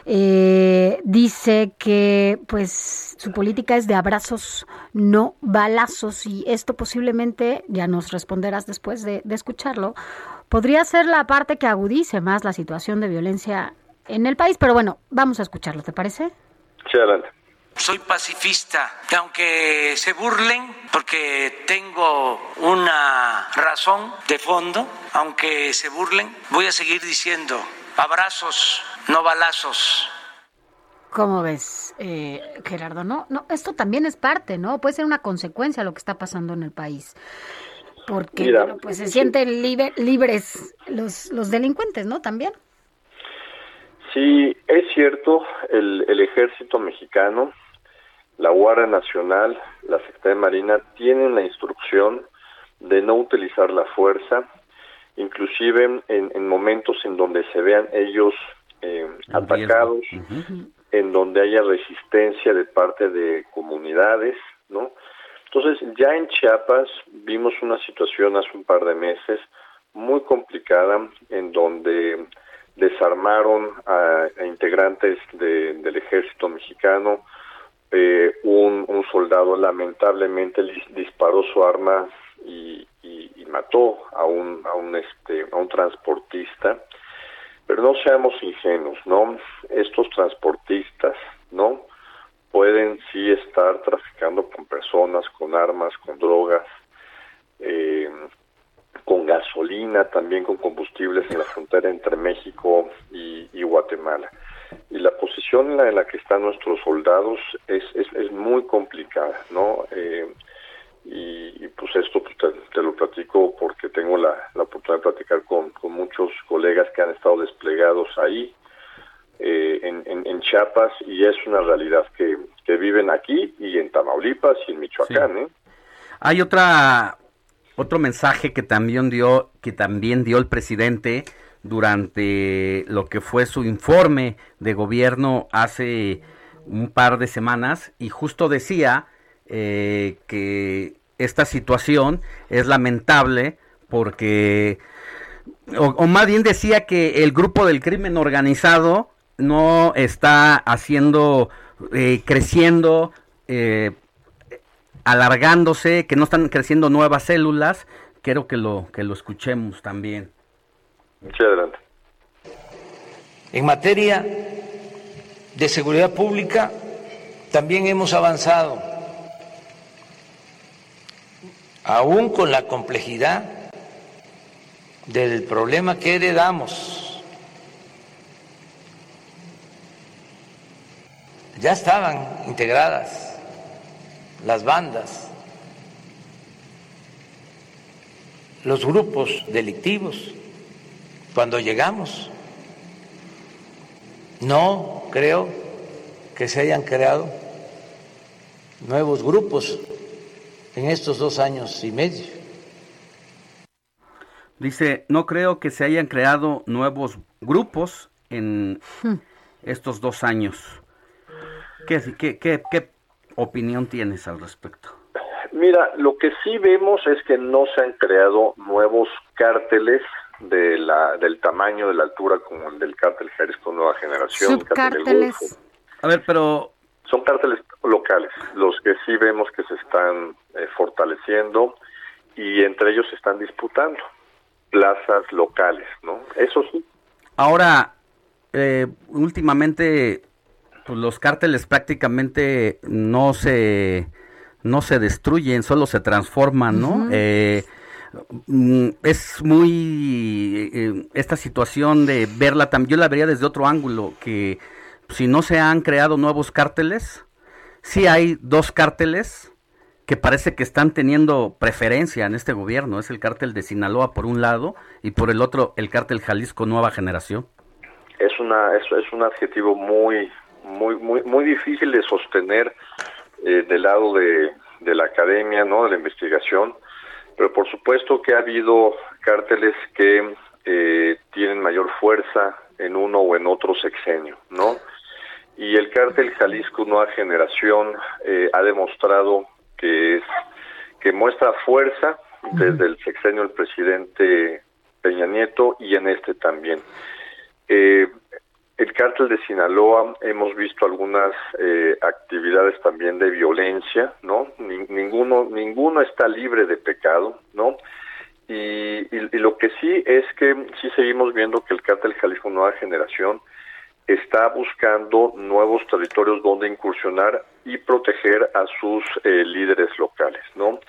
dice que pues su política es de abrazos, no balazos, y esto posiblemente, ya nos responderás después de escucharlo, podría ser la parte que agudice más la situación de violencia en el país, pero bueno, vamos a escucharlo, ¿te parece? Sí, adelante. Soy pacifista, aunque se burlen, porque tengo una razón de fondo, aunque se burlen, voy a seguir diciendo abrazos, no balazos. ¿Cómo ves, Gerardo? No, esto también es parte, ¿no? Puede ser una consecuencia de lo que está pasando en el país. Porque mira, bueno, pues se sienten libres los delincuentes, ¿no? También. Sí, es cierto, el ejército mexicano, la Guardia Nacional, la Secretaría de Marina tienen la instrucción de no utilizar la fuerza, inclusive en momentos en donde se vean ellos atacados, en donde haya resistencia de parte de comunidades, ¿no? Entonces, ya en Chiapas vimos una situación hace un par de meses muy complicada, en donde desarmaron a integrantes del ejército mexicano. Un soldado lamentablemente disparó su arma y mató a un transportista. Pero no seamos ingenuos, ¿no? Estos transportistas, ¿no?, pueden sí estar traficando con personas, con armas, con drogas, con gasolina, también con combustibles en la frontera entre México y Guatemala. Y la posición en la que están nuestros soldados es muy complicada, ¿no? Y pues esto pues, te lo platico porque tengo la oportunidad de platicar con muchos colegas que han estado desplegados ahí en Chiapas, y es una realidad que viven aquí y en Tamaulipas y en Michoacán. Sí. Hay otro mensaje que también dio el presidente durante lo que fue su informe de gobierno hace un par de semanas, y justo decía que esta situación es lamentable porque, o más bien decía que el grupo del crimen organizado no está haciendo, creciendo, alargándose, que no están creciendo nuevas células. Quiero que lo escuchemos también. Sí, adelante. En materia de seguridad pública también hemos avanzado, aún con la complejidad del problema que heredamos. Ya estaban integradas las bandas, los grupos delictivos cuando llegamos. No creo que se hayan creado nuevos grupos en estos 2 años y medio. Dice, no creo que se hayan creado nuevos grupos en estos 2 años. ¿Qué opinión tienes al respecto? Mira, lo que sí vemos es que no se han creado nuevos cárteles del tamaño, de la altura como el del cártel Jalisco Nueva Generación. Subcárteles. A ver, pero... Son cárteles locales, los que sí vemos que se están fortaleciendo, y entre ellos se están disputando plazas locales, ¿no? Eso sí. Ahora, últimamente, pues los cárteles prácticamente no se destruyen, solo se transforman, ¿no? Es muy esta situación de verla, yo la vería desde otro ángulo, que si no se han creado nuevos cárteles, sí hay 2 cárteles que parece que están teniendo preferencia en este gobierno. Es el cártel de Sinaloa por un lado, y por el otro el cártel Jalisco Nueva Generación. Es un adjetivo muy difícil de sostener del lado de la academia, ¿no?, de la investigación, pero por supuesto que ha habido cárteles que tienen mayor fuerza en uno o en otro sexenio, ¿no? Y el cártel Jalisco Nueva Generación ha demostrado que muestra fuerza desde el sexenio del presidente Peña Nieto, y en este también. El cártel de Sinaloa, hemos visto algunas actividades también de violencia, ¿no? Ninguno está libre de pecado, ¿no? Y lo que sí es que sí seguimos viendo que el cártel Jalisco Nueva Generación está buscando nuevos territorios donde incursionar y proteger a sus líderes locales, ¿no?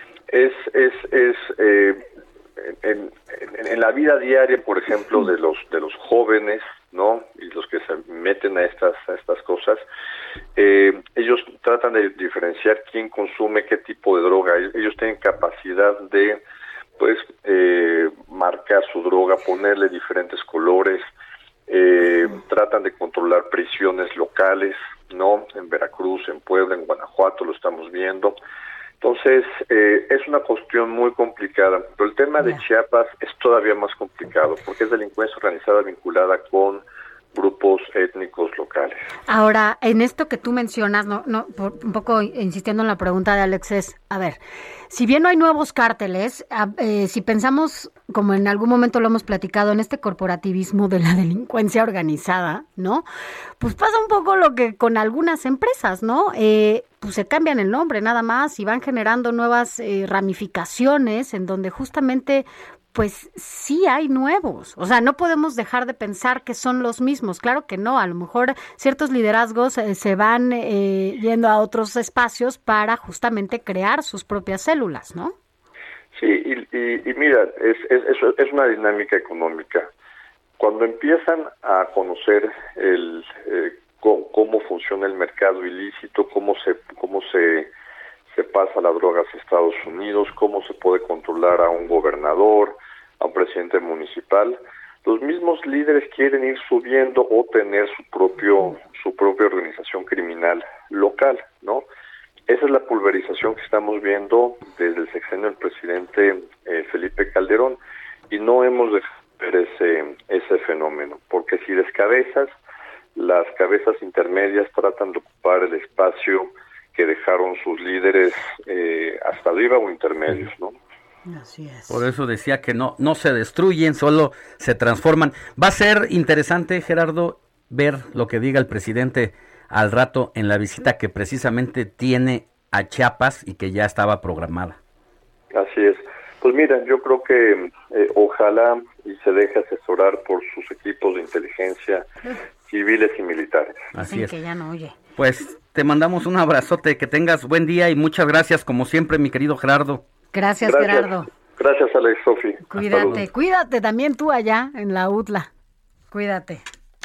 En la vida diaria, por ejemplo, de los jóvenes, ¿no?, y los que se meten a estas cosas, ellos tratan de diferenciar quién consume qué tipo de droga. Ellos tienen capacidad de, pues, marcar su droga, ponerle diferentes colores. Tratan de controlar prisiones locales, ¿no?, en Veracruz, en Puebla, en Guanajuato, lo estamos viendo. Entonces, es una cuestión muy complicada, pero el tema de Chiapas es todavía más complicado, porque es delincuencia organizada vinculada con grupos étnicos locales. Ahora, en esto que tú mencionas, un poco insistiendo en la pregunta de Alex, es, a ver, si bien no hay nuevos cárteles, si pensamos, como en algún momento lo hemos platicado, en este corporativismo de la delincuencia organizada, ¿no? Pues pasa un poco lo que con algunas empresas, ¿no? Pues se cambian el nombre nada más y van generando nuevas ramificaciones en donde justamente pues sí hay nuevos. O sea, no podemos dejar de pensar que son los mismos. Claro que no. A lo mejor ciertos liderazgos se van yendo a otros espacios para justamente crear sus propias células, ¿no? Sí, y mira, es una dinámica económica. Cuando empiezan a conocer cómo funciona el mercado ilícito, cómo se pasa la droga a Estados Unidos, cómo se puede controlar a un gobernador, a un presidente municipal, los mismos líderes quieren ir subiendo o tener su propia organización criminal local, ¿no? Esa es la pulverización que estamos viendo desde el sexenio del presidente Felipe Calderón, y no hemos de ver ese fenómeno, porque si descabezas, las cabezas intermedias tratan de ocupar el espacio que dejaron sus líderes hasta arriba o intermedios, ¿no? Así es. Por eso decía que no se destruyen, solo se transforman. Va a ser interesante, Gerardo, ver lo que diga el presidente al rato en la visita que precisamente tiene a Chiapas y que ya estaba programada. Así es. Pues mira, yo creo que ojalá y se deje asesorar por sus equipos de inteligencia civiles y militares. Así es. Que ya no oye. Pues te mandamos un abrazote, que tengas buen día y muchas gracias como siempre, mi querido Gerardo. Gracias, Gerardo. Gracias, Alex, Sofi. Cuídate también tú allá en la UTLA. Cuídate.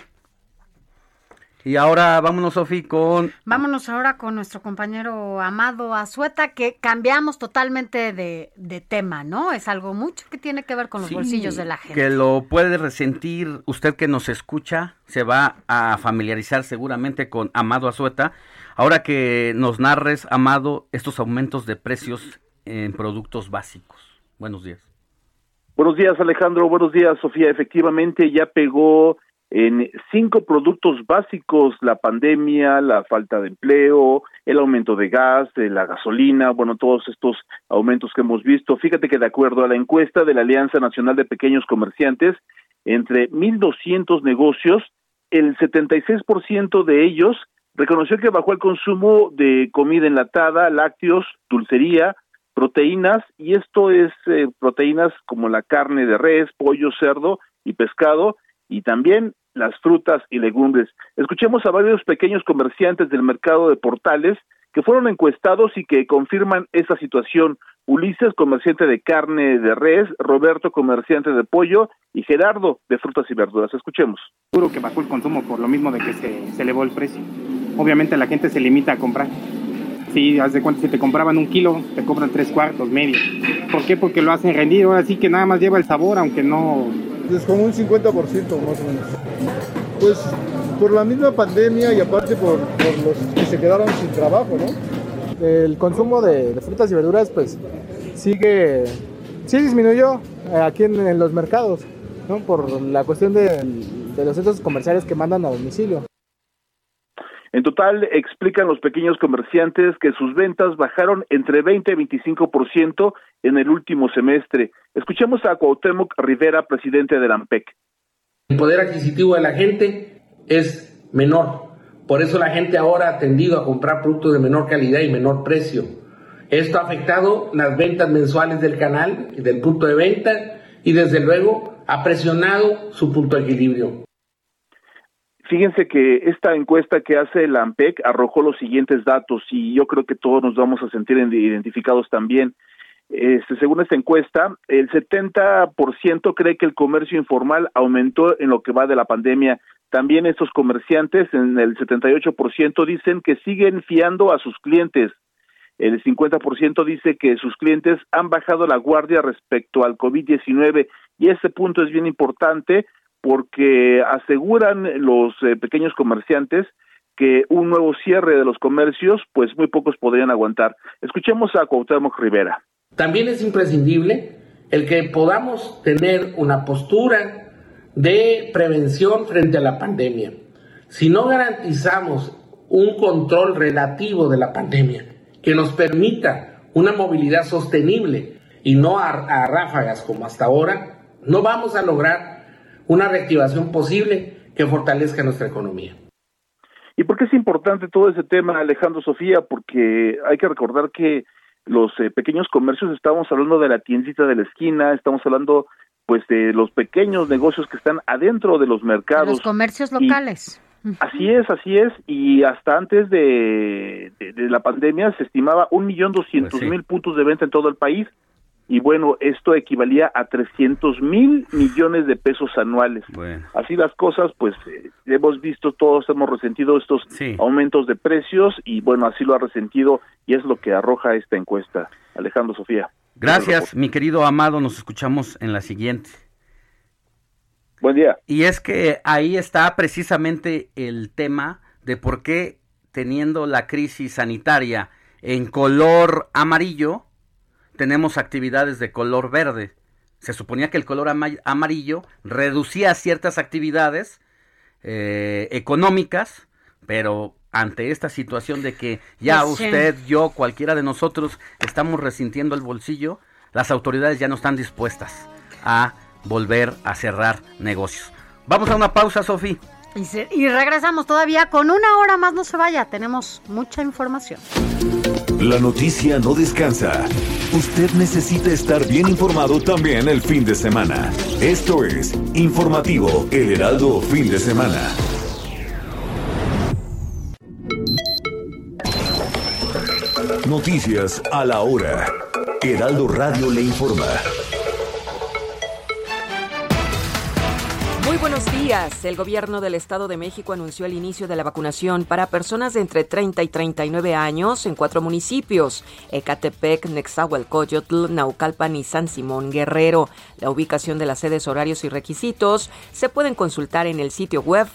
Y ahora vámonos, Sofi, Vámonos ahora con nuestro compañero Amado Azueta, que cambiamos totalmente de tema, ¿no? Es algo mucho que tiene que ver con los bolsillos de la gente. Que lo puede resentir usted que nos escucha, se va a familiarizar seguramente con Amado Azueta. Ahora que nos narres, Amado, estos aumentos de precios en productos básicos. Buenos días. Buenos días, Alejandro. Buenos días, Sofía. Efectivamente, ya pegó en 5 productos básicos la pandemia, la falta de empleo, el aumento de gas, de la gasolina, bueno, todos estos aumentos que hemos visto. Fíjate que de acuerdo a la encuesta de la Alianza Nacional de Pequeños Comerciantes, entre 1,200 negocios, el 76% de ellos reconoció que bajó el consumo de comida enlatada, lácteos, dulcería, proteínas, y esto es proteínas como la carne de res, pollo, cerdo y pescado, y también las frutas y legumbres. Escuchemos a varios pequeños comerciantes del mercado de Portales que fueron encuestados y que confirman esa situación. Ulises, comerciante de carne de res, Roberto, comerciante de pollo, y Gerardo, de frutas y verduras. Escuchemos. Seguro que bajó el consumo por lo mismo de que se elevó el precio. Obviamente la gente se limita a comprar. Sí, haz de cuenta, si te compraban 1 kilo, te compran 3/4, medio. ¿Por qué? Porque lo hacen rendido, así que nada más lleva el sabor, aunque no... Pues como un 50% más o menos. Pues por la misma pandemia y aparte por los que se quedaron sin trabajo, ¿no? El consumo de frutas y verduras pues sí disminuyó aquí en los mercados, ¿no? Por la cuestión de los centros comerciales que mandan a domicilio. En total, explican los pequeños comerciantes que sus ventas bajaron entre 20 y 25% en el último semestre. Escuchemos a Cuauhtémoc Rivera, presidente de la AMPEC. El poder adquisitivo de la gente es menor. Por eso la gente ahora ha tendido a comprar productos de menor calidad y menor precio. Esto ha afectado las ventas mensuales del canal, del punto de venta, y desde luego ha presionado su punto de equilibrio. Fíjense que esta encuesta que hace la AMPEC arrojó los siguientes datos y yo creo que todos nos vamos a sentir identificados también. Según esta encuesta, el 70% cree que el comercio informal aumentó en lo que va de la pandemia. También estos comerciantes, en el 78%, dicen que siguen fiando a sus clientes. El 50% dice que sus clientes han bajado la guardia respecto al COVID-19 y ese punto es bien importante porque aseguran los pequeños comerciantes que un nuevo cierre de los comercios, pues muy pocos podrían aguantar. Escuchemos a Cuauhtémoc Rivera. También es imprescindible el que podamos tener una postura de prevención frente a la pandemia. Si no garantizamos un control relativo de la pandemia que nos permita una movilidad sostenible y no a ráfagas como hasta ahora, no vamos a lograr una reactivación posible que fortalezca nuestra economía. ¿Y por qué es importante todo ese tema, Alejandro, Sofía? Porque hay que recordar que los pequeños comercios, estamos hablando de la tiendita de la esquina, estamos hablando pues de los pequeños negocios que están adentro de los mercados. Los comercios locales. Así es, y hasta antes de la pandemia se estimaba 1.200.000 puntos de venta en todo el país, y bueno, esto equivalía a 300,000 millones de pesos anuales. Bueno. Así las cosas, pues hemos visto, todos hemos resentido estos aumentos de precios, y bueno, así lo ha resentido, y es lo que arroja esta encuesta. Alejandro, Sofía. Gracias, mi querido Amado, nos escuchamos en la siguiente. Buen día. Y es que ahí está precisamente el tema de por qué, teniendo la crisis sanitaria en color amarillo, tenemos actividades de color verde. Se suponía que el color amarillo reducía ciertas actividades económicas, pero ante esta situación de que ya usted, yo, cualquiera de nosotros estamos resintiendo el bolsillo, las autoridades ya no están dispuestas a volver a cerrar negocios. Vamos a una pausa, Sofi. Y regresamos todavía con una hora más, no se vaya, tenemos mucha información. La noticia no descansa. Usted necesita estar bien informado también el fin de semana. Esto es Informativo El Heraldo Fin de Semana. Noticias a la hora. Heraldo Radio le informa. Muy buenos días. El gobierno del Estado de México anunció el inicio de la vacunación para personas de entre 30 y 39 años en 4 municipios: Ecatepec, Nezahualcóyotl, Naucalpan y San Simón Guerrero. La ubicación de las sedes, horarios y requisitos se pueden consultar en el sitio web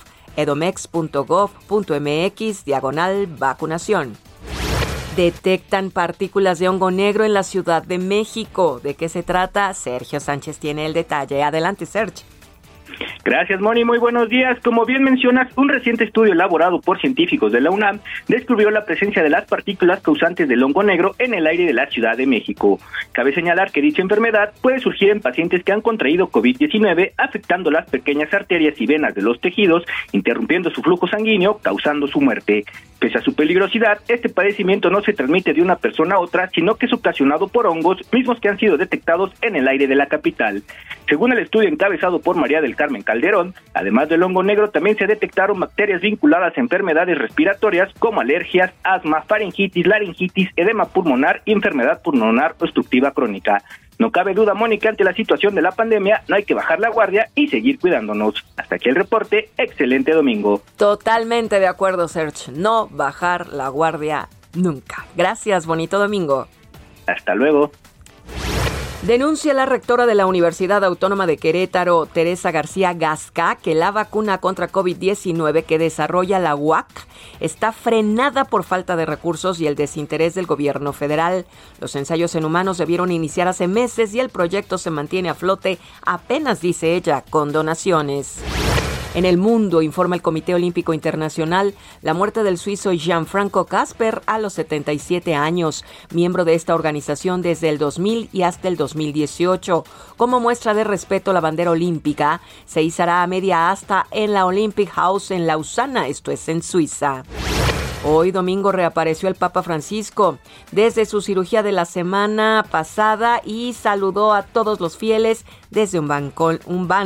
edomex.gov.mx/vacunación. Detectan partículas de hongo negro en la Ciudad de México. ¿De qué se trata? Sergio Sánchez tiene el detalle. Adelante, Sergio. Gracias, Moni. Muy buenos días. Como bien mencionas, un reciente estudio elaborado por científicos de la UNAM descubrió la presencia de las partículas causantes del hongo negro en el aire de la Ciudad de México. Cabe señalar que dicha enfermedad puede surgir en pacientes que han contraído COVID-19, afectando las pequeñas arterias y venas de los tejidos, interrumpiendo su flujo sanguíneo, causando su muerte. Pese a su peligrosidad, este padecimiento no se transmite de una persona a otra, sino que es ocasionado por hongos, mismos que han sido detectados en el aire de la capital. Según el estudio encabezado por María del Carmen Calderón, además del hongo negro, también se detectaron bacterias vinculadas a enfermedades respiratorias como alergias, asma, faringitis, laringitis, edema pulmonar y enfermedad pulmonar obstructiva crónica. No cabe duda, Mónica, ante la situación de la pandemia, no hay que bajar la guardia y seguir cuidándonos. Hasta aquí el reporte. Excelente domingo. Totalmente de acuerdo, Serge. No bajar la guardia nunca. Gracias, bonito domingo. Hasta luego. Denuncia la rectora de la Universidad Autónoma de Querétaro, Teresa García Gasca, que la vacuna contra COVID-19 que desarrolla la UAC está frenada por falta de recursos y el desinterés del gobierno federal. Los ensayos en humanos debieron iniciar hace meses y el proyecto se mantiene a flote, apenas, dice ella, con donaciones. En el mundo, informa el Comité Olímpico Internacional, la muerte del suizo Gianfranco Casper a los 77 años, miembro de esta organización desde el 2000 y hasta el 2018. Como muestra de respeto, la bandera olímpica se izará a media asta en la Olympic House en Lausana, esto es en Suiza. Hoy domingo reapareció el Papa Francisco desde su cirugía de la semana pasada y saludó a todos los fieles desde un balcón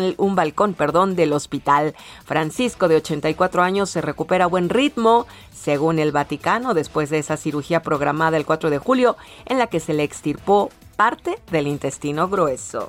del hospital. Francisco, de 84 años, se recupera a buen ritmo, según el Vaticano, después de esa cirugía programada el 4 de julio, en la que se le extirpó parte del intestino grueso.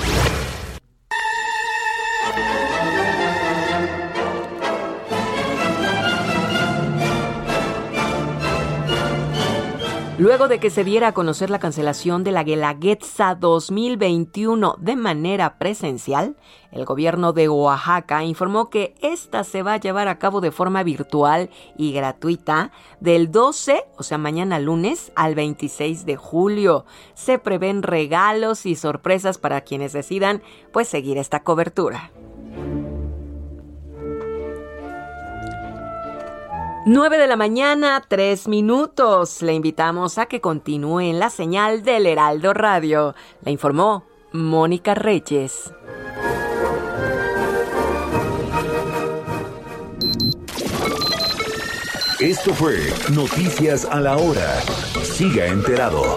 Luego de que se diera a conocer la cancelación de la Guelaguetza 2021 de manera presencial, el gobierno de Oaxaca informó que esta se va a llevar a cabo de forma virtual y gratuita del 12, o sea mañana lunes, al 26 de julio. Se prevén regalos y sorpresas para quienes decidan pues seguir esta cobertura. 9:03 a.m. Le invitamos a que continúe en la señal del Heraldo Radio. Le informó Mónica Reyes. Esto fue Noticias a la Hora. Siga enterado.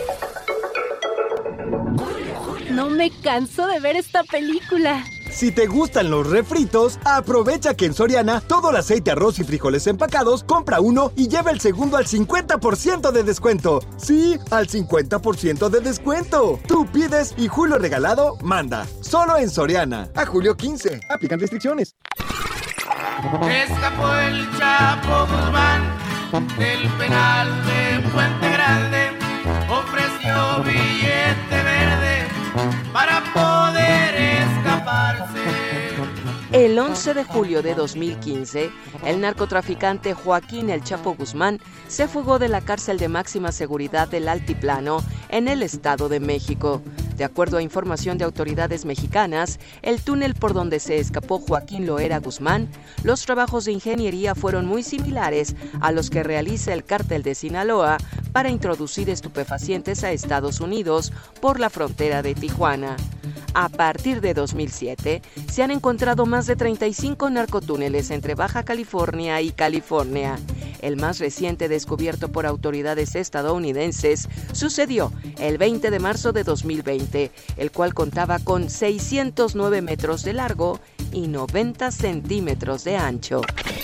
No me canso de ver esta película. Si te gustan los refritos, aprovecha que en Soriana todo el aceite, arroz y frijoles empacados, compra uno y lleva el segundo al 50% de descuento. Sí, al 50% de descuento. Tú pides y Julio Regalado manda. Solo en Soriana. A julio 15. Aplican restricciones. Escapó el Chapo Guzmán del penal de Puente Grande. Ofreció billete verde para poder escaparse. El 11 de julio de 2015, el narcotraficante Joaquín El Chapo Guzmán se fugó de la cárcel de máxima seguridad del Altiplano en el Estado de México. De acuerdo a información de autoridades mexicanas, el túnel por donde se escapó Joaquín Loera Guzmán, los trabajos de ingeniería fueron muy similares a los que realiza el cártel de Sinaloa para introducir estupefacientes a Estados Unidos por la frontera de Tijuana. A partir de 2007, se han encontrado más de 35 narcotúneles entre Baja California y California. El más reciente, descubierto por autoridades estadounidenses, sucedió el 20 de marzo de 2020, el cual contaba con 609 metros de largo y 90 centímetros de ancho.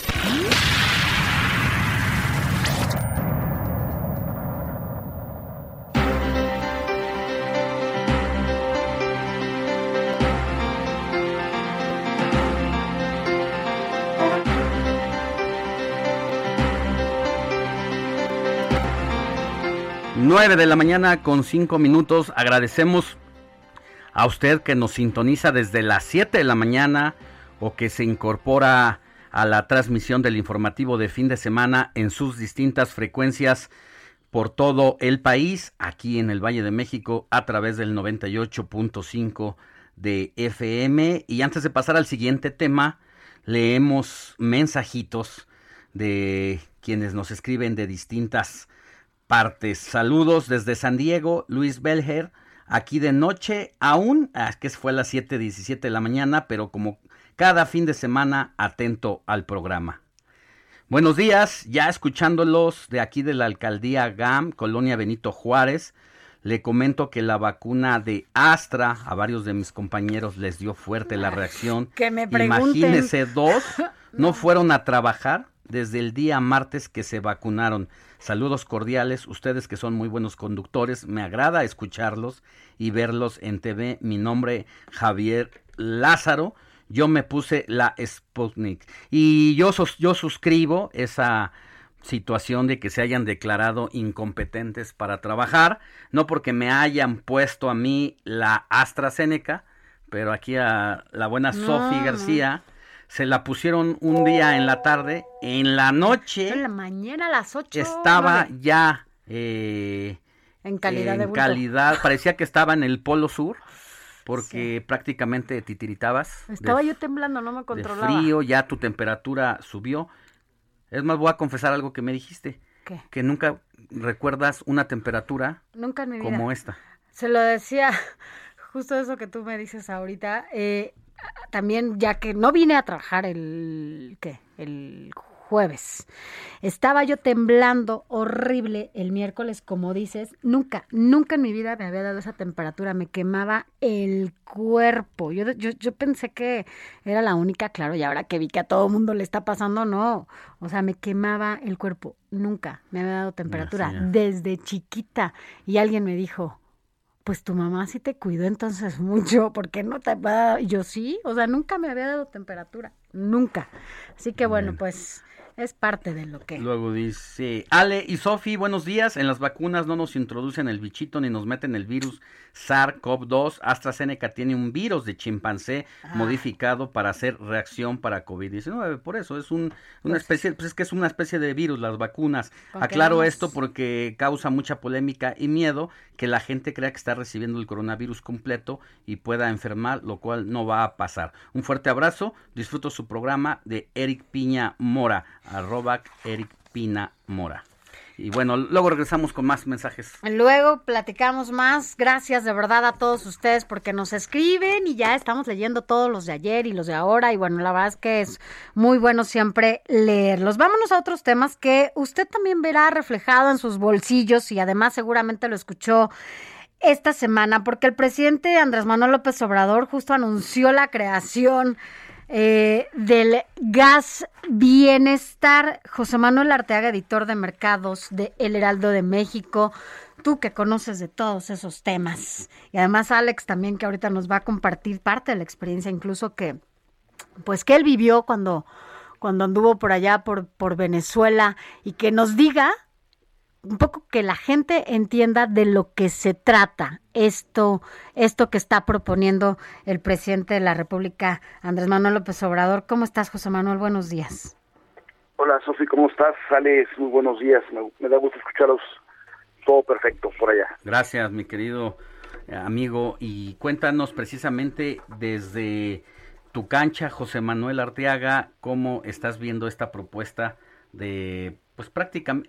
Nueve de la mañana con 5 minutos. Agradecemos a usted que nos sintoniza desde las 7 de la mañana o que se incorpora a la transmisión del informativo de fin de semana en sus distintas frecuencias por todo el país, aquí en el Valle de México a través del 98.5 de FM. Y antes de pasar al siguiente tema, leemos mensajitos de quienes nos escriben de distintas partes. Saludos desde San Diego, Luis Belger, aquí de noche aún, que fue a las 7:17 de la mañana, pero como cada fin de semana, atento al programa. Buenos días, ya escuchándolos de aquí de la alcaldía GAM, Colonia Benito Juárez. Le comento que la vacuna de Astra, a varios de mis compañeros les dio fuerte la reacción. Que me pregunten. Imagínense, 2 no fueron a trabajar desde el día martes que se vacunaron. Saludos cordiales, ustedes que son muy buenos conductores, me agrada escucharlos y verlos en TV. Mi nombre Javier Lázaro, yo me puse la Sputnik y yo suscribo esa situación de que se hayan declarado incompetentes para trabajar, no porque me hayan puesto a mí la AstraZeneca, pero aquí a la buena Sofi García se la pusieron un día en la tarde, en la noche. En la mañana a las 8. Estaba 9. Ya en calidad de bulto. Parecía que estaba en el Polo Sur, porque prácticamente titiritabas. Estaba yo temblando, no me controlaba. De frío, ya tu temperatura subió. Es más, voy a confesar algo que me dijiste. ¿Qué? Que nunca recuerdas una temperatura nunca en mi vida. Como esta. Se lo decía, justo eso que tú me dices ahorita, también ya que no vine a trabajar el jueves, estaba yo temblando horrible el miércoles, como dices, nunca en mi vida me había dado esa temperatura, me quemaba el cuerpo, yo pensé que era la única, claro, y ahora que vi que a todo mundo le está pasando, no, o sea, me quemaba el cuerpo, nunca me había dado temperatura, desde chiquita, y alguien me dijo, pues tu mamá sí te cuidó entonces mucho, ¿por qué no te va a dar? Y yo sí, o sea, nunca me había dado temperatura, nunca. Así que bueno, pues es parte de lo que... Luego dice, Ale y Sofi, buenos días, en las vacunas no nos introducen el bichito ni nos meten el virus SARS-CoV-2, AstraZeneca tiene un virus de chimpancé modificado para hacer reacción para COVID-19, por eso es una especie, pues es que es una especie de virus las vacunas. Aclaro esto porque causa mucha polémica y miedo que la gente crea que está recibiendo el coronavirus completo y pueda enfermar, lo cual no va a pasar. Un fuerte abrazo, disfruto su programa de Eric Piña Mora. @ericpinamora. Y bueno, luego regresamos con más mensajes. Luego platicamos más. Gracias de verdad a todos ustedes porque nos escriben y ya estamos leyendo todos los de ayer y los de ahora. Y bueno, la verdad es que es muy bueno siempre leerlos. Vámonos a otros temas que usted también verá reflejado en sus bolsillos y además seguramente lo escuchó esta semana porque el presidente Andrés Manuel López Obrador justo anunció la creación del Gas Bienestar. José Manuel Arteaga, editor de mercados de El Heraldo de México, tú que conoces de todos esos temas, y además Alex también, que ahorita nos va a compartir parte de la experiencia incluso que él vivió cuando anduvo por allá por Venezuela, y que nos diga un poco, que la gente entienda de lo que se trata esto que está proponiendo el presidente de la República, Andrés Manuel López Obrador. ¿Cómo estás, José Manuel? Buenos días. Hola, Sofi, ¿cómo estás? Alex, muy buenos días. Me da gusto escucharlos. Todo perfecto por allá. Gracias, mi querido amigo. Y cuéntanos precisamente desde tu cancha, José Manuel Arteaga, cómo estás viendo esta propuesta de, pues prácticamente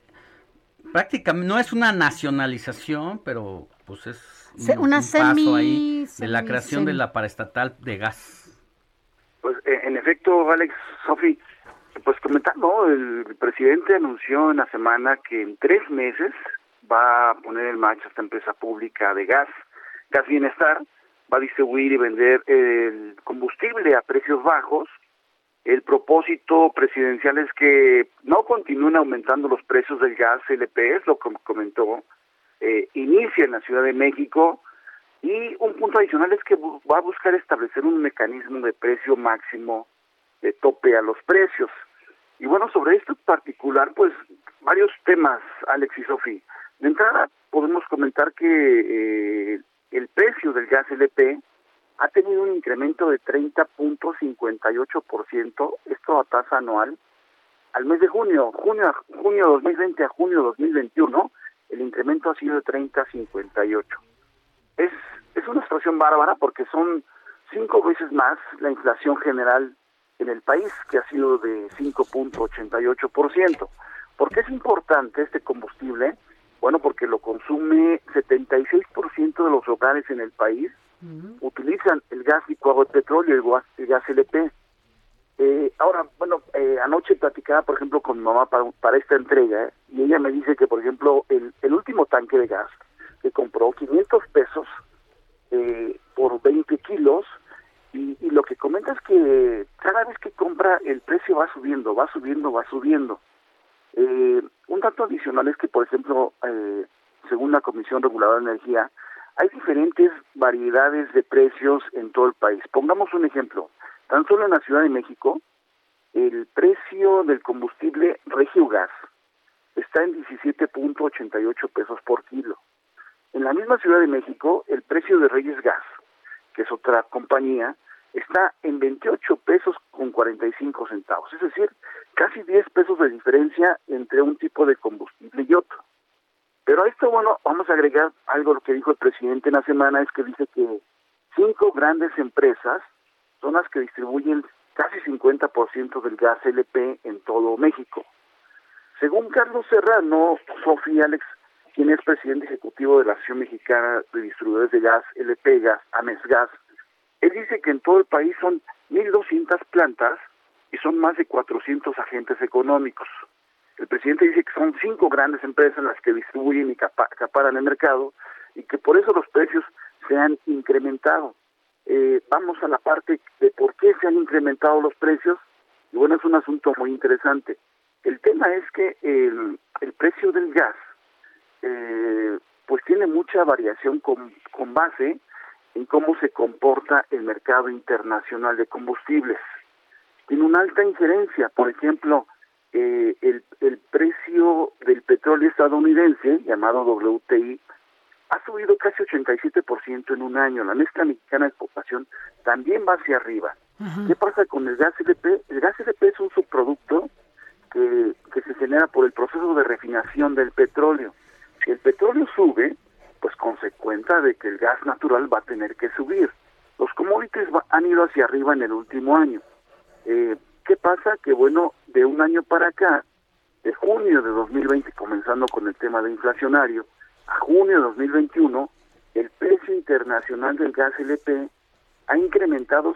no es una nacionalización, pero pues es un paso ahí de la creación de la paraestatal de gas. Pues en efecto, Alex, Sofi, pues comentar, ¿no? El presidente anunció en la semana que en 3 meses va a poner en marcha esta empresa pública de gas, Gas Bienestar, va a distribuir y vender el combustible a precios bajos. El propósito presidencial es que no continúen aumentando los precios del gas LP, es lo que comentó, inicia en la Ciudad de México, y un punto adicional es que va a buscar establecer un mecanismo de precio máximo de tope a los precios. Y bueno, sobre esto en particular, pues varios temas, Alex y Sofi. De entrada, podemos comentar que el precio del gas LP ha tenido un incremento de 30.58%, esto a tasa anual, al mes de junio 2020 a junio 2021, el incremento ha sido de 30.58. Es una situación bárbara porque son 5 veces más la inflación general en el país, que ha sido de 5.88%. ¿Por qué es importante este combustible? Bueno, porque lo consume 76% de los hogares en el país, utilizan el gas licuado de petróleo, el gas LP. Ahora, bueno, anoche platicaba, por ejemplo, con mi mamá para esta entrega, y ella me dice que, por ejemplo, el último tanque de gas que compró, 500 pesos por 20 kilos, y lo que comenta es que cada vez que compra el precio va subiendo. Un dato adicional es que, por ejemplo, según la Comisión Reguladora de Energía, hay diferentes variedades de precios en todo el país. Pongamos un ejemplo. Tan solo en la Ciudad de México, el precio del combustible Regiogas está en 17.88 pesos por kilo. En la misma Ciudad de México, el precio de Reyes Gas, que es otra compañía, está en 28 pesos con 45 centavos. Es decir, casi 10 pesos de diferencia entre un tipo de combustible y otro. Pero a esto, bueno, vamos a agregar algo que dijo el presidente en la semana, es que dice que 5 grandes empresas son las que distribuyen casi 50% del gas LP en todo México. Según Carlos Serrano, Sofía, Alex, quien es presidente ejecutivo de la Asociación Mexicana de Distribuidores de Gas LP Gas, AMESGAS, él dice que en todo el país son 1.200 plantas y son más de 400 agentes económicos. El presidente dice que son 5 grandes empresas las que distribuyen y acaparan el mercado, y que por eso los precios se han incrementado. Vamos a la parte de por qué se han incrementado los precios, y bueno, es un asunto muy interesante. El tema es que el precio del gas pues tiene mucha variación con base en cómo se comporta el mercado internacional de combustibles. Tiene una alta injerencia, por ejemplo, el precio del petróleo estadounidense, llamado WTI, ha subido casi 87% en un año. La mezcla mexicana de exportación también va hacia arriba. ¿Qué pasa con el gas LP? El gas LP es un subproducto que se genera por el proceso de refinación del petróleo. Si el petróleo sube, pues consecuencia de que el gas natural va a tener que subir. Los commodities han ido hacia arriba en el último año. ¿Qué pasa? Que bueno, de un año para acá, de junio de 2020, comenzando con el tema de inflacionario, a junio de 2021, el precio internacional del gas LP ha incrementado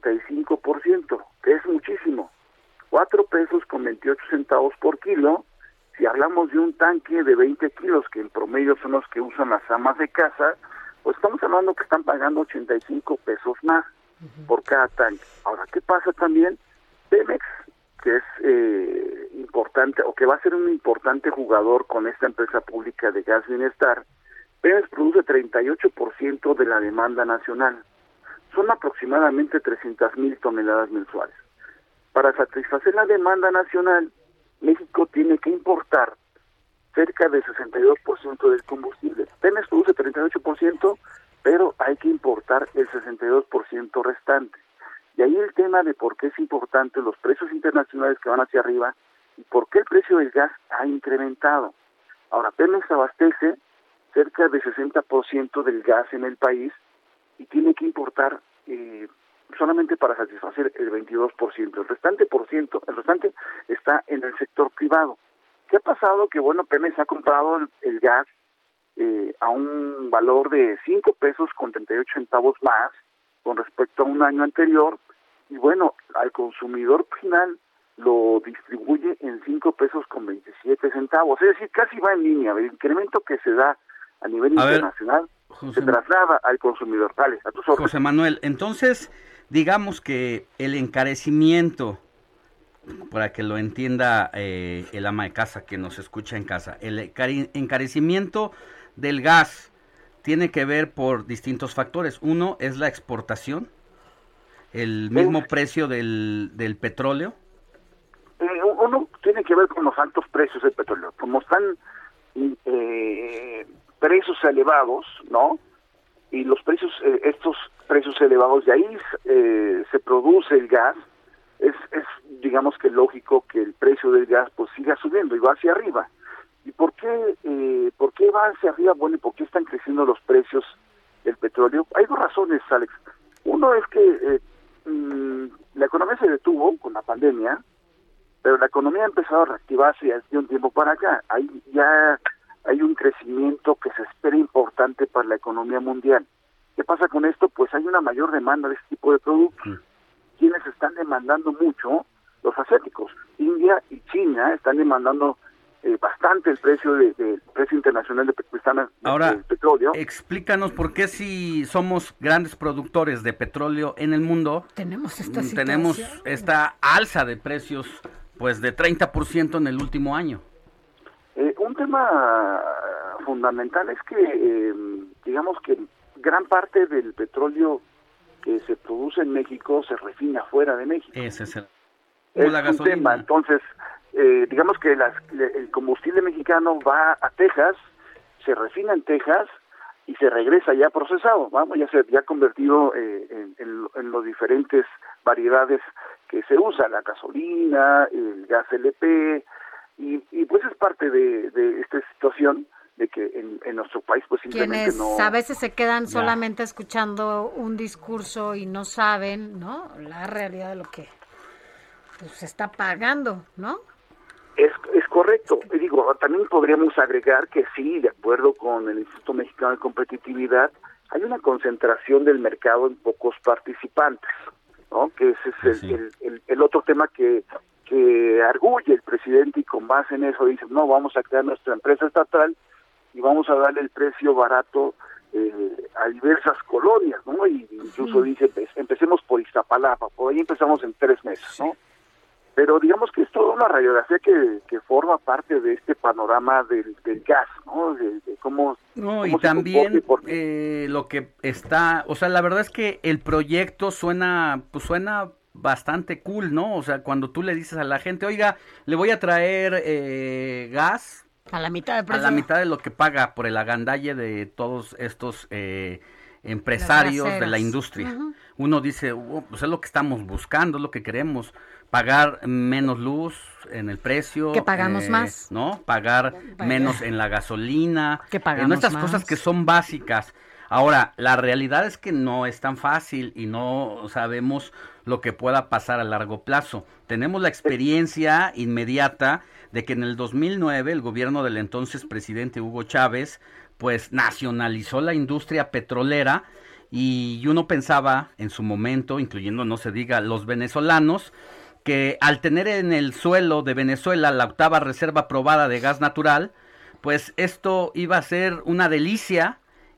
75%, que es muchísimo. 4 pesos con 28 centavos por kilo. Si hablamos de un tanque de 20 kilos, que en promedio son los que usan las amas de casa, pues estamos hablando que están pagando 85 pesos más por cada tanque. Ahora, ¿qué pasa también? Pemex, que es importante, o que va a ser un importante jugador con esta empresa pública de Gas Bienestar, Pemex produce 38% de la demanda nacional. Son aproximadamente 300,000 toneladas mensuales. Para satisfacer la demanda nacional, México tiene que importar cerca del 62% del combustible. Pemex produce 38%, pero hay que importar el 62% restante. Y ahí el tema de por qué es importante los precios internacionales que van hacia arriba y por qué el precio del gas ha incrementado. Ahora, Pemex abastece cerca del 60% del gas en el país y tiene que importar solamente para satisfacer el 22%. El restante está en el sector privado. ¿Qué ha pasado? Que bueno, Pemex ha comprado el gas a un valor de 5 pesos con 38 centavos más con respecto a un año anterior, y bueno, al consumidor final lo distribuye en 5 pesos con 27 centavos, es decir, casi va en línea. El incremento que se da a nivel internacional se traslada al consumidor. Dale, a tus órdenes. José Manuel, entonces, digamos que el encarecimiento, para que lo entienda el ama de casa que nos escucha en casa, el encarecimiento del gas tiene que ver por distintos factores. Uno es la exportación, el mismo precio del petróleo. Uno tiene que ver con los altos precios del petróleo. Como están precios elevados, ¿no? Y los precios, estos precios elevados, de ahí se produce el gas. Es digamos que lógico que el precio del gas pues siga subiendo y va hacia arriba. ¿Y por qué va hacia arriba? Bueno, ¿y por qué están creciendo los precios del petróleo? Hay dos razones, Alex. Uno es que la economía se detuvo con la pandemia, pero la economía ha empezado a reactivarse hace un tiempo para acá. Hay un crecimiento que se espera importante para la economía mundial. ¿Qué pasa con esto? Pues hay una mayor demanda de este tipo de productos. Quienes están demandando mucho, los asiáticos. India y China están demandando bastante el precio precio internacional de petróleo. Ahora, explícanos por qué si somos grandes productores de petróleo en el mundo, tenemos esta alza de precios pues de 30% en el último año. Un tema fundamental es que digamos que gran parte del petróleo que se produce en México se refina fuera de México. Ese es la gasolina. Tema. Entonces, digamos que el combustible mexicano va a Texas, se refina en Texas y se regresa ya procesado, ya convertido en las diferentes variedades que se usa, la gasolina, el gas LP, y pues es parte de esta situación de que en nuestro país pues simplemente quienes a veces se quedan solamente escuchando un discurso y no saben, ¿no?, la realidad de lo que pues, se está pagando, ¿no? Es correcto. Y digo, también podríamos agregar que sí, de acuerdo con el Instituto Mexicano de Competitividad, hay una concentración del mercado en pocos participantes, ¿no? Que ese es el otro tema que arguye el presidente, y con base en eso dice, no, vamos a crear nuestra empresa estatal y vamos a darle el precio barato a diversas colonias, ¿no? Y incluso dice, pues, empecemos por Iztapalapa, por ahí empezamos en 3 meses, ¿no? Pero digamos que es toda una radiografía que forma parte de este panorama del gas, ¿no? De cómo y también lo que está, o sea, la verdad es que el proyecto suena bastante cool, ¿no? O sea, cuando tú le dices a la gente, oiga, le voy a traer gas a la mitad de precio, a la mitad de lo que paga por el agandalle de todos estos empresarios de la industria. Uno dice, pues es lo que estamos buscando, es lo que queremos, pagar menos luz en el precio, que pagamos más, ¿no? Pagar menos en la gasolina, que pagamos en estas más. Cosas que son básicas. Ahora, la realidad es que no es tan fácil y no sabemos lo que pueda pasar a largo plazo. Tenemos la experiencia inmediata de que en el 2009 el gobierno del entonces presidente Hugo Chávez pues nacionalizó la industria petrolera y uno pensaba en su momento, incluyendo no se diga los venezolanos, que al tener en el suelo de Venezuela la 8ª reserva probada de gas natural, pues esto iba a ser una delicia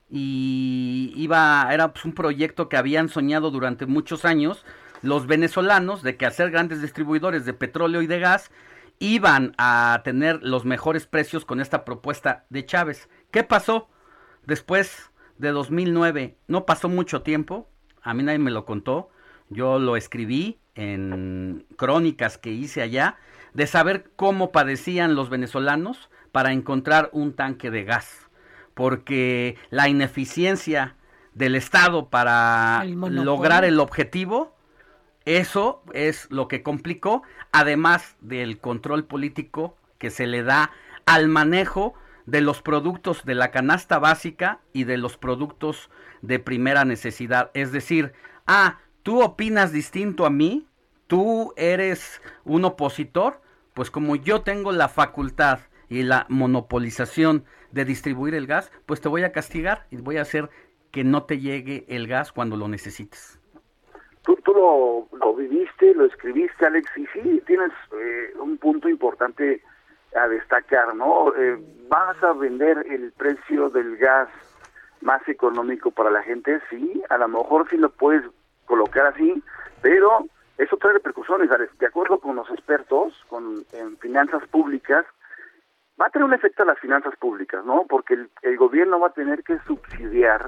y era pues un proyecto que habían soñado durante muchos años los venezolanos, de que al ser grandes distribuidores de petróleo y de gas iban a tener los mejores precios con esta propuesta de Chávez. ¿Qué pasó después de 2009? No pasó mucho tiempo, a mí nadie me lo contó, yo lo escribí en crónicas que hice allá, de saber cómo padecían los venezolanos para encontrar un tanque de gas, porque la ineficiencia del Estado para lograr el objetivo, eso es lo que complicó, además del control político que se le da al manejo de los productos de la canasta básica y de los productos de primera necesidad. Es decir, tú opinas distinto a mí, tú eres un opositor, pues como yo tengo la facultad y la monopolización de distribuir el gas, pues te voy a castigar y voy a hacer que no te llegue el gas cuando lo necesites. Tú lo viviste, lo escribiste, Alex, y sí, tienes un punto importante a destacar, ¿no? ¿Vas a vender el precio del gas más económico para la gente? Sí, a lo mejor sí lo puedes colocar así, pero eso trae repercusiones, Alex. De acuerdo con los expertos en finanzas públicas, va a tener un efecto a las finanzas públicas, ¿no? Porque el gobierno va a tener que subsidiar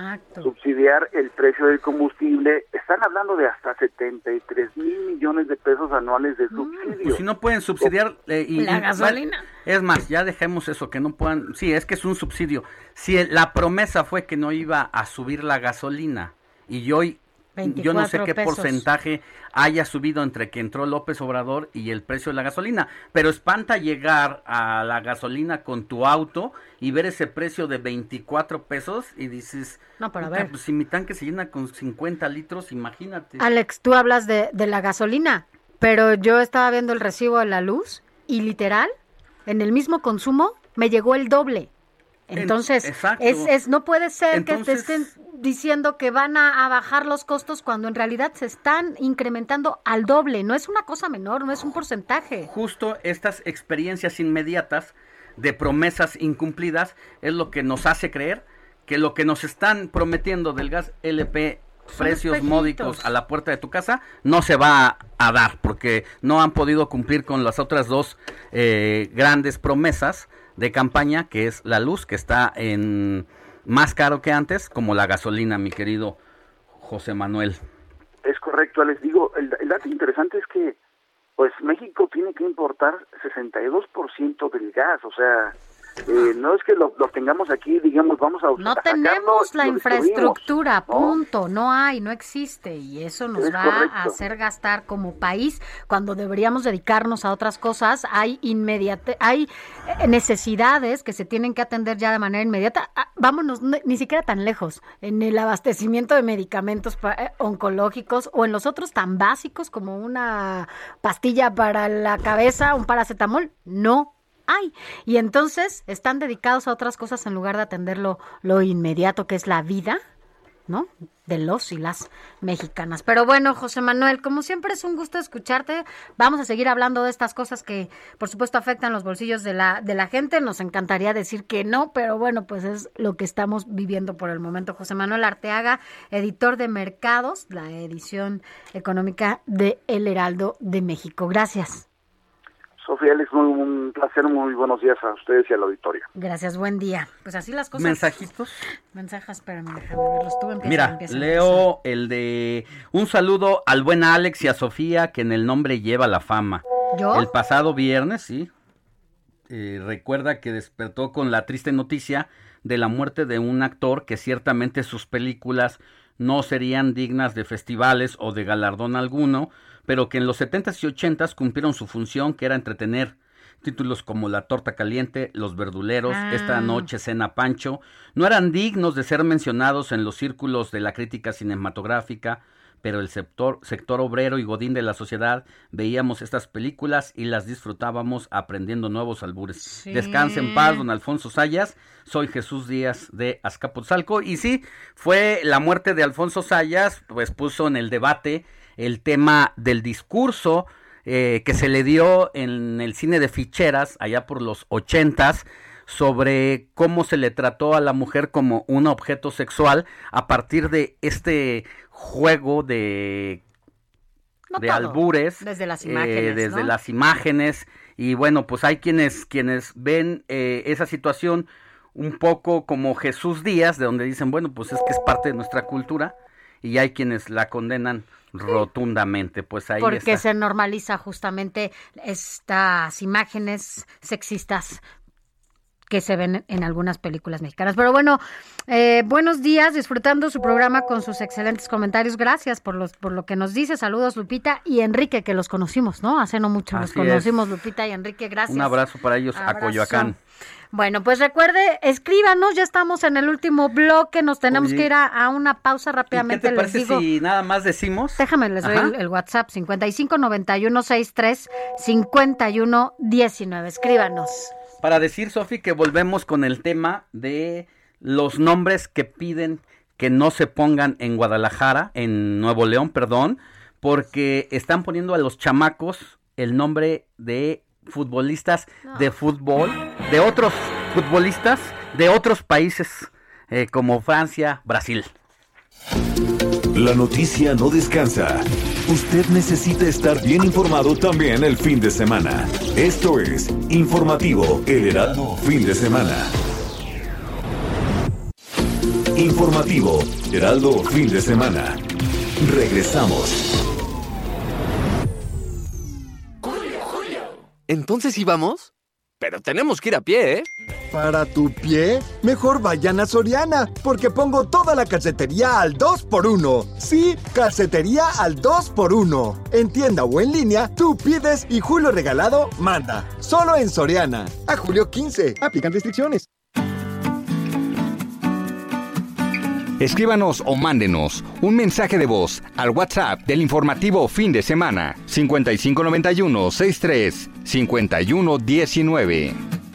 el precio del combustible. Están hablando de hasta 73 mil millones de pesos anuales de subsidio. Pues si no pueden subsidiar la gasolina. Es más, ya dejemos eso, que no puedan. Sí, es que es un subsidio. Si la promesa fue que no iba a subir la gasolina y hoy yo no sé qué porcentaje haya subido entre que entró López Obrador y el precio de la gasolina, pero espanta llegar a la gasolina con tu auto y ver ese precio de 24 pesos y dices, no, pero a ver, pues si mi tanque se llena con 50 litros, imagínate. Alex, tú hablas de la gasolina, pero yo estaba viendo el recibo de la luz y literal, en el mismo consumo, me llegó el doble. Entonces, no puede ser que te estén diciendo que van a bajar los costos cuando en realidad se están incrementando al doble. No es una cosa menor, no es un porcentaje. Justo estas experiencias inmediatas de promesas incumplidas es lo que nos hace creer que lo que nos están prometiendo del gas LP, precios módicos a la puerta de tu casa, no se va a dar, porque no han podido cumplir con las otras dos grandes promesas de campaña, que es la luz, que está en más caro que antes, como la gasolina, mi querido José Manuel. Es correcto, les digo, el dato interesante es que pues México tiene que importar 62% del gas, o sea, no es que lo tengamos aquí, digamos, vamos a no tenemos la infraestructura, punto, no hay, no existe, y eso nos va a hacer gastar como país cuando deberíamos dedicarnos a otras cosas. Hay necesidades que se tienen que atender ya de manera inmediata. Vámonos, ni siquiera tan lejos, en el abastecimiento de medicamentos oncológicos o en los otros tan básicos como una pastilla para la cabeza, un paracetamol, no hay. Y entonces están dedicados a otras cosas en lugar de atender lo inmediato, que es la vida, ¿no?, de los y las mexicanas. Pero bueno, José Manuel, como siempre es un gusto escucharte. Vamos a seguir hablando de estas cosas que, por supuesto, afectan los bolsillos de la gente. Nos encantaría decir que no, pero bueno, pues es lo que estamos viviendo por el momento. José Manuel Arteaga, editor de Mercados, la edición económica de El Heraldo de México. Gracias. Sofía, Alex, un placer, muy buenos días a ustedes y al auditorio. Gracias, buen día. Pues así las cosas. ¿Mensajitos? Mensajes, espérame, déjame verlos. Tú Mira, leo el de un saludo al buen Alex y a Sofía, que en el nombre lleva la fama. ¿Yo? El pasado viernes, sí, recuerda que despertó con la triste noticia de la muerte de un actor que ciertamente sus películas no serían dignas de festivales o de galardón alguno, pero que en los 70s y 80s cumplieron su función, que era entretener. Títulos como La torta caliente, Los verduleros, Esta noche cena Pancho, no eran dignos de ser mencionados en los círculos de la crítica cinematográfica, pero el sector obrero y godín de la sociedad veíamos estas películas y las disfrutábamos aprendiendo nuevos albures. Sí. Descanse en paz, don Alfonso Zayas. Soy Jesús Díaz de Azcapotzalco. Y sí, fue la muerte de Alfonso Zayas, pues puso en el debate el tema del discurso que se le dio en el cine de ficheras allá por los 80s, sobre cómo se le trató a la mujer como un objeto sexual a partir de este juego de albures, desde las imágenes, ¿no? Las imágenes. Y bueno, pues hay quienes ven esa situación un poco como Jesús Díaz, de donde dicen, bueno, pues es que es parte de nuestra cultura, y hay quienes la condenan rotundamente. Pues ahí porque está. Se normaliza justamente estas imágenes sexistas que se ven en algunas películas mexicanas. Pero bueno, buenos días, disfrutando su programa con sus excelentes comentarios. Gracias por lo que nos dice. Saludos, Lupita y Enrique, que los conocimos, ¿no? Hace no mucho los conocimos, Lupita y Enrique. Gracias. Un abrazo para ellos. A Coyoacán. Bueno, pues recuerde, escríbanos, ya estamos en el último bloque, nos tenemos que ir a una pausa rápidamente. ¿Qué te parece si nada más decimos? Déjame, les doy el WhatsApp, 5591635119. Escríbanos. Para decir, Sofi, que volvemos con el tema de los nombres que piden que no se pongan en Guadalajara, en Nuevo León, perdón, porque están poniendo a los chamacos el nombre de futbolistas de fútbol, de otros futbolistas de otros países como Francia, Brasil. La noticia no descansa. Usted necesita estar bien informado también el fin de semana. Esto es Informativo El Heraldo Fin de Semana. Informativo Heraldo Fin de Semana. Regresamos. ¿Entonces íbamos? Pero tenemos que ir a pie, ¿eh? Para tu pie, mejor vayan a Soriana, porque pongo toda la calcetería al 2x1. Sí, calcetería al 2x1. En tienda o en línea, tú pides y Julio Regalado manda. Solo en Soriana. A julio 15. Aplican restricciones. Escríbanos o mándenos un mensaje de voz al WhatsApp del informativo Fin de Semana 5591-63-5119.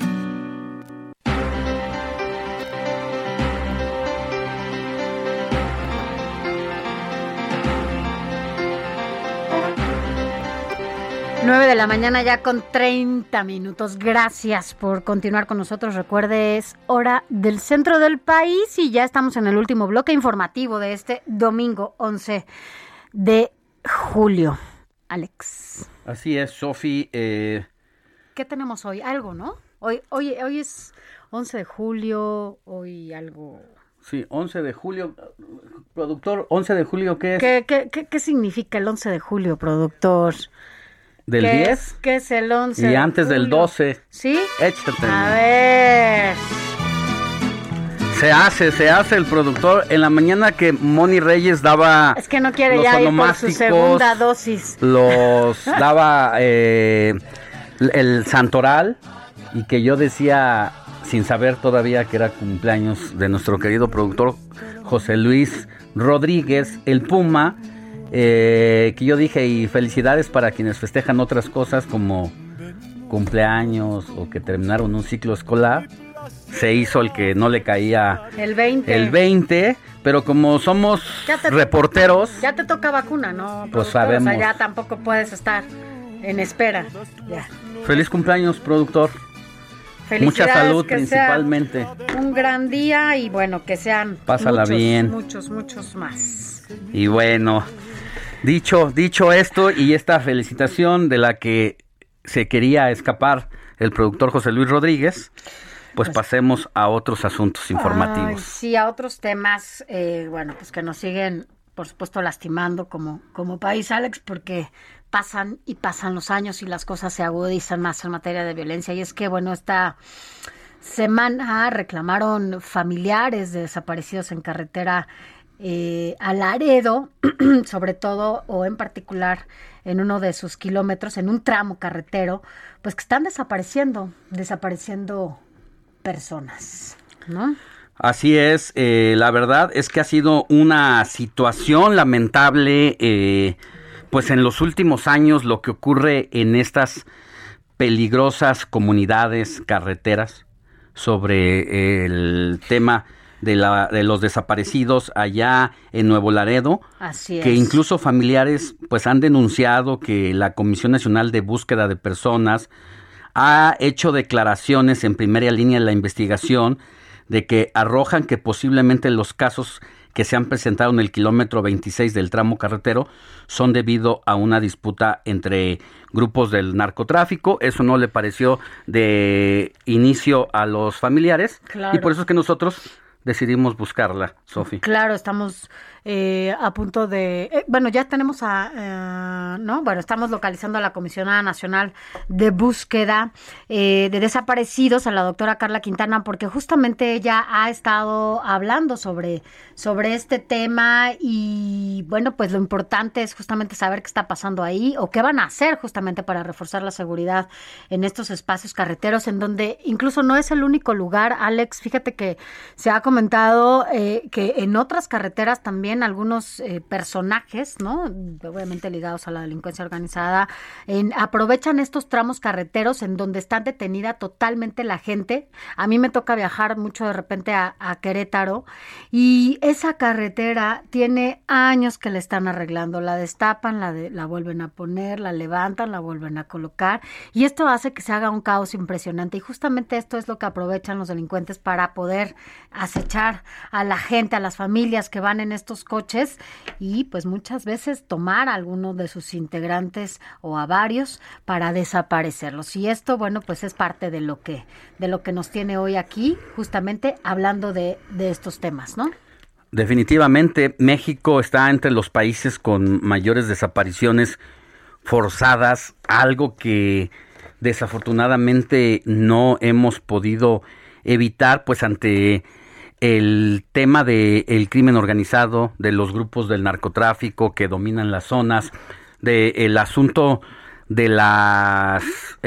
Nueve de la mañana ya con 30 minutos. Gracias por continuar con nosotros. Recuerde, es hora del centro del país y ya estamos en el último bloque informativo de este domingo 11 de julio. Alex. Así es, Sofi. ¿Qué tenemos hoy? Algo, ¿no? Hoy es 11 de julio, hoy algo... Sí, 11 de julio. Productor, 11 de julio, ¿qué es? ¿Qué significa el 11 de julio, productor? ¿Del 10? ¿Qué es el 11 y antes de julio? Del 12. ¿Sí? Échate. A ver. Se hace el productor. En la mañana que Moni Reyes daba... Es que no quiere ya ir por su segunda dosis. Los daba el santoral y que yo decía, sin saber todavía que era cumpleaños de nuestro querido productor José Luis Rodríguez, el Puma, que yo dije, y felicidades para quienes festejan otras cosas como cumpleaños o que terminaron un ciclo escolar. Se hizo el que no le caía el 20, pero como somos reporteros... Ya te toca vacuna, ¿no? Pues sabemos. O sea, ya tampoco puedes estar en espera. Ya. Feliz cumpleaños, productor. Mucha salud, principalmente. Un gran día y bueno, que sean muchos más. Y bueno, dicho esto y esta felicitación de la que se quería escapar el productor José Luis Rodríguez, pues pasemos a otros asuntos informativos. Sí, a otros temas, bueno, pues que nos siguen, por supuesto, lastimando como país, Alex, porque pasan los años y las cosas se agudizan más en materia de violencia. Y es que, bueno, esta semana reclamaron familiares de desaparecidos en carretera a Laredo, sobre todo o en particular en uno de sus kilómetros, en un tramo carretero, pues que están desapareciendo personas, ¿no? Así es, la verdad es que ha sido una situación lamentable, pues en los últimos años lo que ocurre en estas peligrosas comunidades carreteras sobre el tema de los desaparecidos allá en Nuevo Laredo. Así es. Que incluso familiares pues han denunciado que la Comisión Nacional de Búsqueda de Personas ha hecho declaraciones en primera línea de la investigación de que arrojan que posiblemente los casos que se han presentado en el kilómetro 26 del tramo carretero son debido a una disputa entre grupos del narcotráfico. Eso no le pareció de inicio a los familiares. Claro. Y por eso es que nosotros decidimos buscarla, Sofi. Claro, estamos a punto de... bueno, ya tenemos estamos localizando a la Comisionada Nacional de Búsqueda de Desaparecidos, a la doctora Carla Quintana, porque justamente ella ha estado hablando sobre este tema y, bueno, pues lo importante es justamente saber qué está pasando ahí o qué van a hacer justamente para reforzar la seguridad en estos espacios carreteros, en donde incluso no es el único lugar, Alex. Fíjate que se ha comentado que en otras carreteras también algunos personajes, ¿no?, obviamente ligados a la delincuencia organizada, aprovechan estos tramos carreteros en donde está detenida totalmente la gente. A mí me toca viajar mucho de repente a Querétaro y esa carretera tiene años que la están arreglando, la destapan, la vuelven a poner, la levantan, la vuelven a colocar y esto hace que se haga un caos impresionante y justamente esto es lo que aprovechan los delincuentes para poder acechar a la gente, a las familias que van en estos coches y pues muchas veces tomar a alguno de sus integrantes o a varios para desaparecerlos. Y esto, bueno, pues es parte de lo que nos tiene hoy aquí, justamente hablando de estos temas, ¿no? Definitivamente, México está entre los países con mayores desapariciones forzadas, algo que desafortunadamente no hemos podido evitar, pues ante el tema del crimen organizado, de los grupos del narcotráfico que dominan las zonas, del asunto de las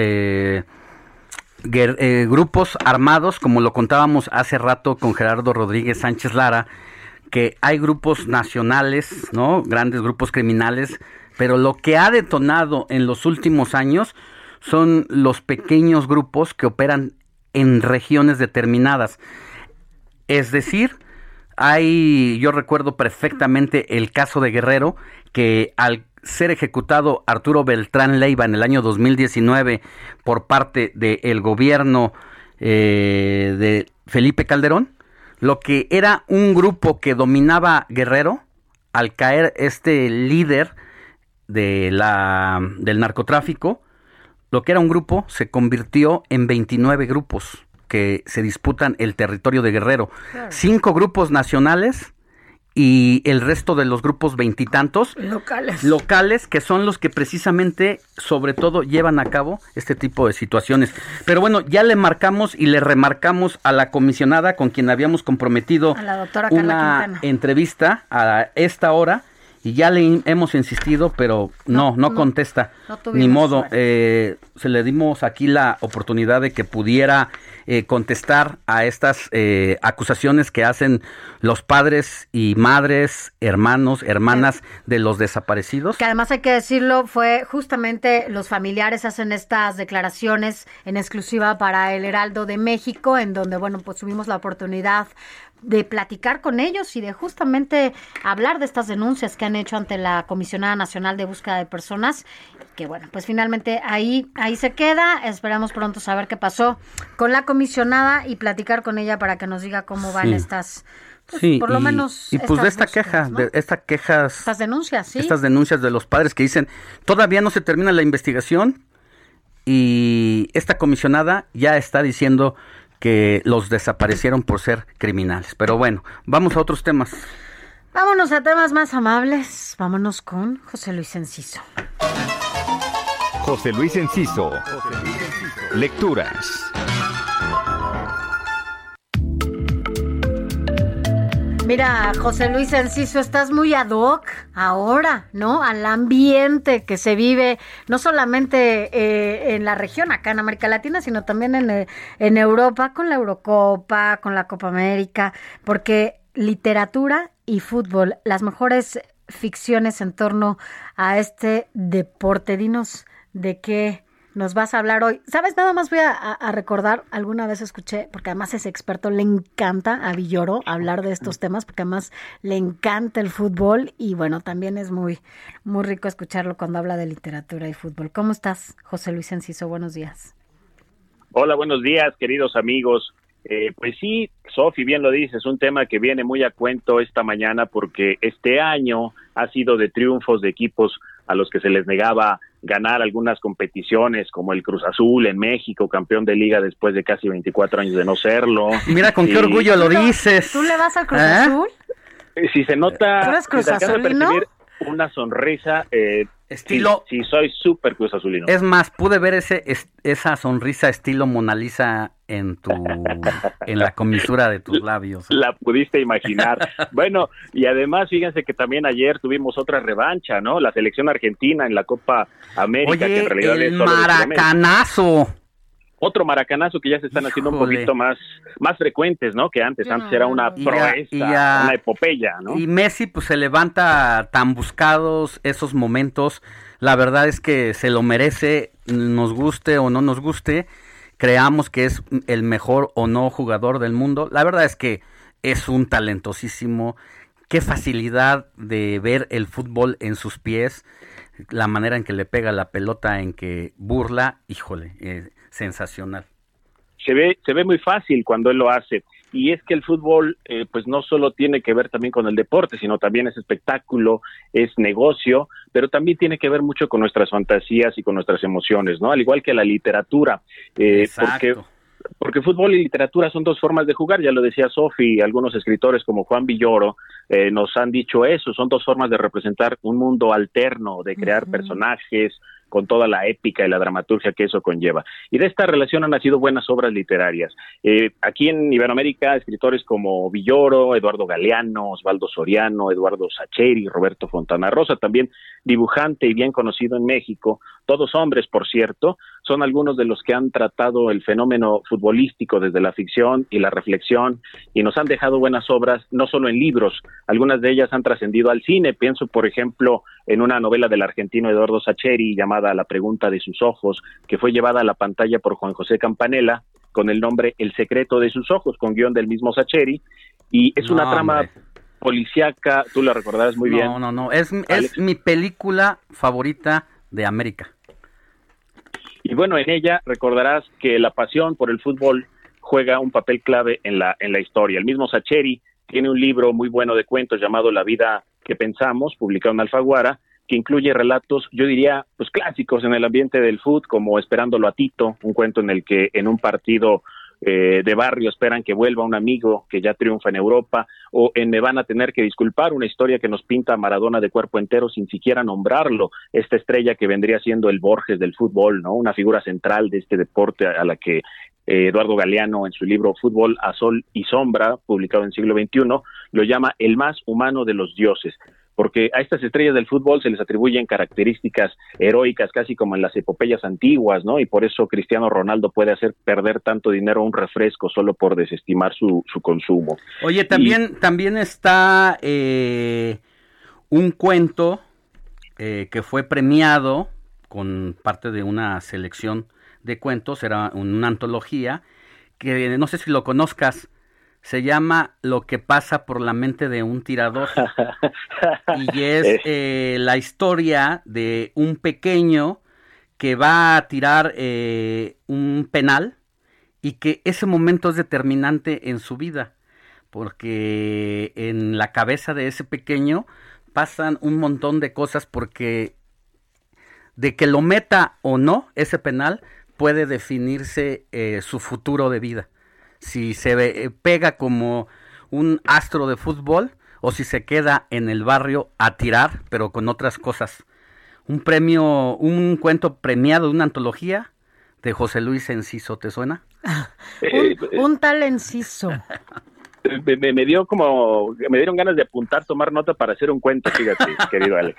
grupos armados, como lo contábamos hace rato con Gerardo Rodríguez Sánchez Lara, que hay grupos nacionales, ¿no?, grandes grupos criminales, pero lo que ha detonado en los últimos años son los pequeños grupos que operan en regiones determinadas. Es decir, yo recuerdo perfectamente el caso de Guerrero, que al ser ejecutado Arturo Beltrán Leiva en el año 2019 por parte del gobierno de Felipe Calderón, lo que era un grupo que dominaba Guerrero, al caer este líder del narcotráfico, lo que era un grupo se convirtió en 29 grupos que se disputan el territorio de Guerrero. Claro. 5 grupos nacionales y el resto de los grupos veintitantos locales, que son los que precisamente, sobre todo, llevan a cabo este tipo de situaciones. Pero bueno, ya le marcamos y le remarcamos a la comisionada con quien habíamos comprometido a la doctora Carla Quintana entrevista a esta hora. Y ya le hemos insistido, pero no contesta, ni modo. Se le dimos aquí la oportunidad de que pudiera contestar a estas acusaciones que hacen los padres y madres, hermanos, hermanas de los desaparecidos. Que además hay que decirlo, fue justamente los familiares hacen estas declaraciones en exclusiva para el Heraldo de México, en donde, bueno, pues tuvimos la oportunidad de platicar con ellos y de justamente hablar de estas denuncias que han hecho ante la Comisionada Nacional de Búsqueda de Personas, que bueno, pues finalmente ahí se queda. Esperamos pronto saber qué pasó con la comisionada y platicar con ella para que nos diga cómo van estas, pues, por lo menos y pues de esta búsquedas, queja, ¿no? Estas denuncias, sí. Estas denuncias de los padres que dicen, todavía no se termina la investigación y esta comisionada ya está diciendo que los desaparecieron por ser criminales. Pero bueno, vamos a otros temas. Vámonos a temas más amables. Vámonos con José Luis Enciso. José Luis Enciso. Lecturas. Mira, José Luis Enciso, estás muy ad hoc ahora, ¿no? Al ambiente que se vive, no solamente en la región, acá en América Latina, sino también en Europa, con la Eurocopa, con la Copa América, porque literatura y fútbol, las mejores ficciones en torno a este deporte. Dinos de qué nos vas a hablar hoy. ¿Sabes? Nada más voy a recordar, alguna vez escuché, porque además es experto, le encanta a Villoro hablar de estos temas, porque además le encanta el fútbol y bueno, también es muy, muy rico escucharlo cuando habla de literatura y fútbol. ¿Cómo estás, José Luis Enciso? Buenos días. Hola, buenos días, queridos amigos. Pues sí, Sofi, bien lo dices, es un tema que viene muy a cuento esta mañana porque este año ha sido de triunfos de equipos a los que se les negaba ganar algunas competiciones, como el Cruz Azul en México, campeón de liga después de casi 24 años de no serlo. Mira con qué orgullo lo dices. ¿Tú le vas al Cruz Azul? Si se nota, ¿Tú eres Cruz Azulino? Una sonrisa, estilo. Sí, soy súper Cruz Azulino. Es más, pude ver esa sonrisa estilo Mona Lisa en la comisura de tus labios. La pudiste imaginar. Bueno, y además fíjense que también ayer tuvimos otra revancha, ¿no? La selección argentina en la Copa América. Oye, que en realidad el maracanazo. Otro maracanazo que ya se están haciendo un poquito más frecuentes, ¿no? Que antes era una proeza, una epopeya, ¿no? Y Messi pues se levanta tan buscados esos momentos. La verdad es que se lo merece, nos guste o no nos guste, creamos que es el mejor o no jugador del mundo. La verdad es que es un talentosísimo. Qué facilidad de ver el fútbol en sus pies, la manera en que le pega la pelota, en que burla, híjole, sensacional. Se ve muy fácil cuando él lo hace, y es que el fútbol pues no solo tiene que ver también con el deporte, sino también es espectáculo, es negocio, pero también tiene que ver mucho con nuestras fantasías y con nuestras emociones, ¿no? Al igual que la literatura, porque fútbol y literatura son dos formas de jugar, ya lo decía Sofi, algunos escritores como Juan Villoro nos han dicho eso, son dos formas de representar un mundo alterno, de crear personajes con toda la épica y la dramaturgia que eso conlleva. Y de esta relación han nacido buenas obras literarias. Aquí en Iberoamérica, escritores como Villoro, Eduardo Galeano, Osvaldo Soriano, Eduardo Sacheri, Roberto Fontana Rosa, también dibujante y bien conocido en México, todos hombres, por cierto, son algunos de los que han tratado el fenómeno futbolístico desde la ficción y la reflexión, y nos han dejado buenas obras, no solo en libros, algunas de ellas han trascendido al cine. Pienso, por ejemplo, en una novela del argentino Eduardo Sacheri llamada La pregunta de sus ojos, que fue llevada a la pantalla por Juan José Campanella con el nombre El secreto de sus ojos, con guión del mismo Sacheri, y es una trama policíaca, tú la recordarás muy bien. No, es mi película favorita de América. Y bueno, en ella recordarás que la pasión por el fútbol juega un papel clave en la historia. El mismo Sacheri tiene un libro muy bueno de cuentos llamado La vida que pensamos, publicado en Alfaguara, que incluye relatos, yo diría, pues clásicos en el ambiente del fútbol, como Esperándolo a Tito, un cuento en el que en un partido de barrio esperan que vuelva un amigo que ya triunfa en Europa, o en Me van a tener que disculpar, una historia que nos pinta a Maradona de cuerpo entero sin siquiera nombrarlo, esta estrella que vendría siendo el Borges del fútbol, ¿no? Una figura central de este deporte a la que Eduardo Galeano en su libro Fútbol a Sol y Sombra, publicado en siglo XXI, lo llama el más humano de los dioses, porque a estas estrellas del fútbol se les atribuyen características heroicas, casi como en las epopeyas antiguas, ¿no? Y por eso Cristiano Ronaldo puede hacer perder tanto dinero a un refresco solo por desestimar su consumo. Oye, también está un cuento que fue premiado con parte de una selección de cuentos, era una antología, que no sé si lo conozcas, se llama Lo que pasa por la mente de un tirador, y es la historia de un pequeño que va a tirar un penal, y que ese momento es determinante en su vida, porque en la cabeza de ese pequeño pasan un montón de cosas, porque de que lo meta o no ese penal puede definirse su futuro de vida. Si se pega como un astro de fútbol o si se queda en el barrio a tirar, pero con otras cosas. Un cuento premiado de una antología de José Luis Enciso, ¿te suena? un tal Enciso. me dieron ganas de apuntar, tomar nota para hacer un cuento, fíjate, querido Alex.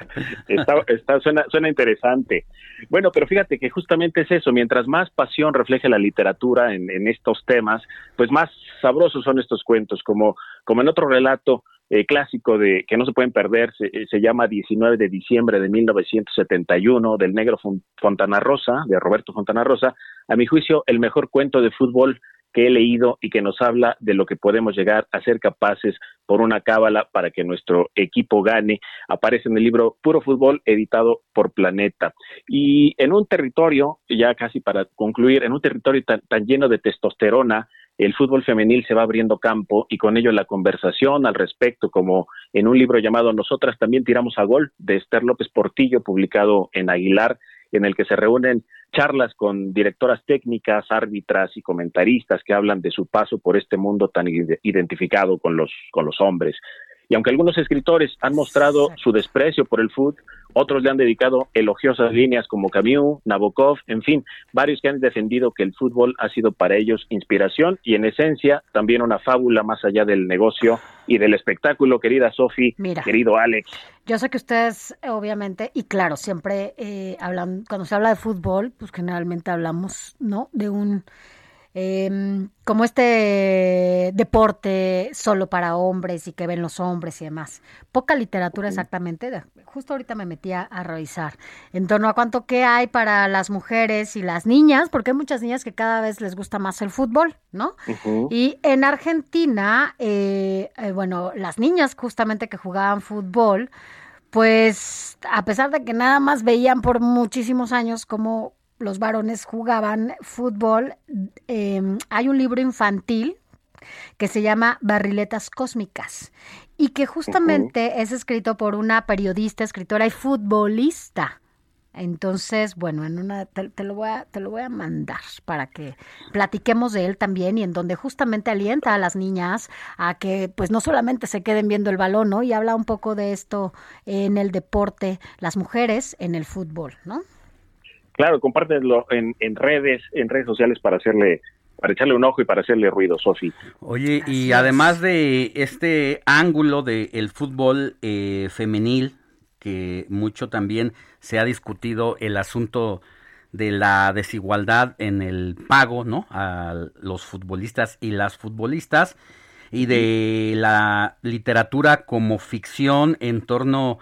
Suena interesante. Bueno, pero fíjate que justamente es eso, mientras más pasión refleje la literatura en estos temas, pues más sabrosos son estos cuentos, como en otro relato clásico de que no se pueden perder, se llama 19 de diciembre de 1971, del negro Fontana Rosa, de Roberto Fontana Rosa, a mi juicio el mejor cuento de fútbol que he leído y que nos habla de lo que podemos llegar a ser capaces por una cábala para que nuestro equipo gane. Aparece en el libro Puro Fútbol, editado por Planeta. Y en un territorio, ya casi para concluir, en un territorio tan lleno de testosterona, el fútbol femenil se va abriendo campo y con ello la conversación al respecto, como en un libro llamado Nosotras también tiramos a gol, de Esther López Portillo, publicado en Aguilar, en el que se reúnen charlas con directoras técnicas, árbitras y comentaristas que hablan de su paso por este mundo tan identificado con los hombres. Y aunque algunos escritores han mostrado su desprecio por el fútbol, otros le han dedicado elogiosas líneas como Camus, Nabokov, en fin, varios que han defendido que el fútbol ha sido para ellos inspiración y en esencia también una fábula más allá del negocio y del espectáculo, querida Sofi, querido Alex. Yo sé que ustedes, obviamente, y claro, siempre hablan, cuando se habla de fútbol, pues generalmente hablamos, ¿no?, de un como este deporte solo para hombres y que ven los hombres y demás. Poca literatura exactamente. Justo ahorita me metí a revisar en torno a cuánto que hay para las mujeres y las niñas, porque hay muchas niñas que cada vez les gusta más el fútbol, ¿no? Uh-huh. Y en Argentina, bueno, las niñas justamente que jugaban fútbol, pues a pesar de que nada más veían por muchísimos años cómo los varones jugaban fútbol, hay un libro infantil que se llama Barriletas Cósmicas y que justamente es escrito por una periodista, escritora y futbolista. Entonces, bueno, en una te lo voy a mandar para que platiquemos de él también y en donde justamente alienta a las niñas a que pues no solamente se queden viendo el balón, ¿no? Y habla un poco de esto en el deporte, las mujeres en el fútbol, ¿no? Claro, compártelo en redes sociales para echarle un ojo y para hacerle ruido, Sofi. Oye, y además de este ángulo del fútbol femenil, que mucho también se ha discutido el asunto de la desigualdad en el pago, ¿no?, a los futbolistas y las futbolistas, y de la literatura como ficción en torno,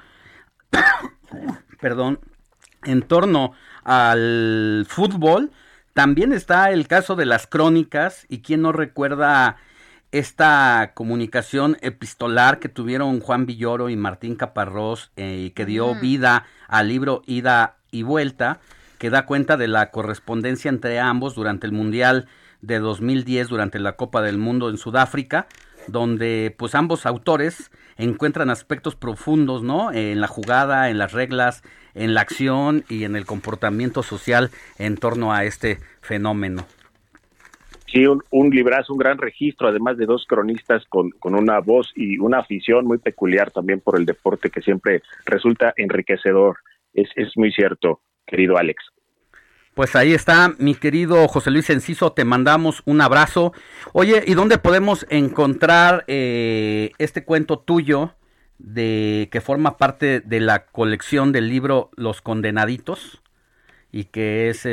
en torno al fútbol, también está el caso de las crónicas, y quién no recuerda esta comunicación epistolar que tuvieron Juan Villoro y Martín Caparrós, que dio vida al libro Ida y Vuelta, que da cuenta de la correspondencia entre ambos durante el Mundial de 2010, durante la Copa del Mundo en Sudáfrica, donde pues ambos autores encuentran aspectos profundos, ¿no?, en la jugada, en las reglas, en la acción y en el comportamiento social en torno a este fenómeno. Sí, un librazo, un gran registro, además de dos cronistas con una voz y una afición muy peculiar también por el deporte que siempre resulta enriquecedor. Es muy cierto, querido Alex. Pues ahí está, mi querido José Luis Enciso, te mandamos un abrazo. Oye, ¿y dónde podemos encontrar este cuento tuyo que forma parte de la colección del libro Los Condenaditos? Y que es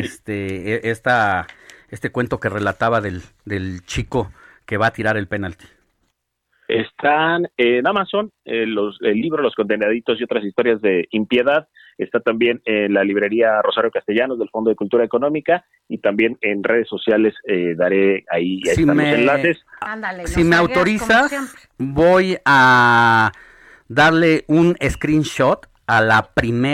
este cuento que relataba del chico que va a tirar el penalti. Están en Amazon el libro Los Condenaditos y otras historias de impiedad. Está también en la librería Rosario Castellanos del Fondo de Cultura Económica y también en redes sociales daré ahí están los enlaces. Ándale, si me autorizas, voy a darle un screenshot a la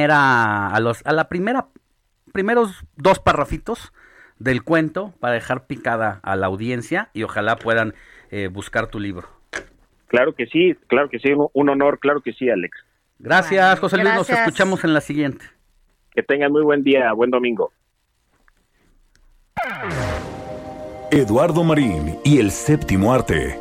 primeros dos parrafitos del cuento para dejar picada a la audiencia y ojalá puedan buscar tu libro. Claro que sí, un honor, claro que sí, Alex. Gracias, José Luis, nos escuchamos en la siguiente. Que tengan muy buen día, buen domingo. Eduardo Marín y el Séptimo Arte.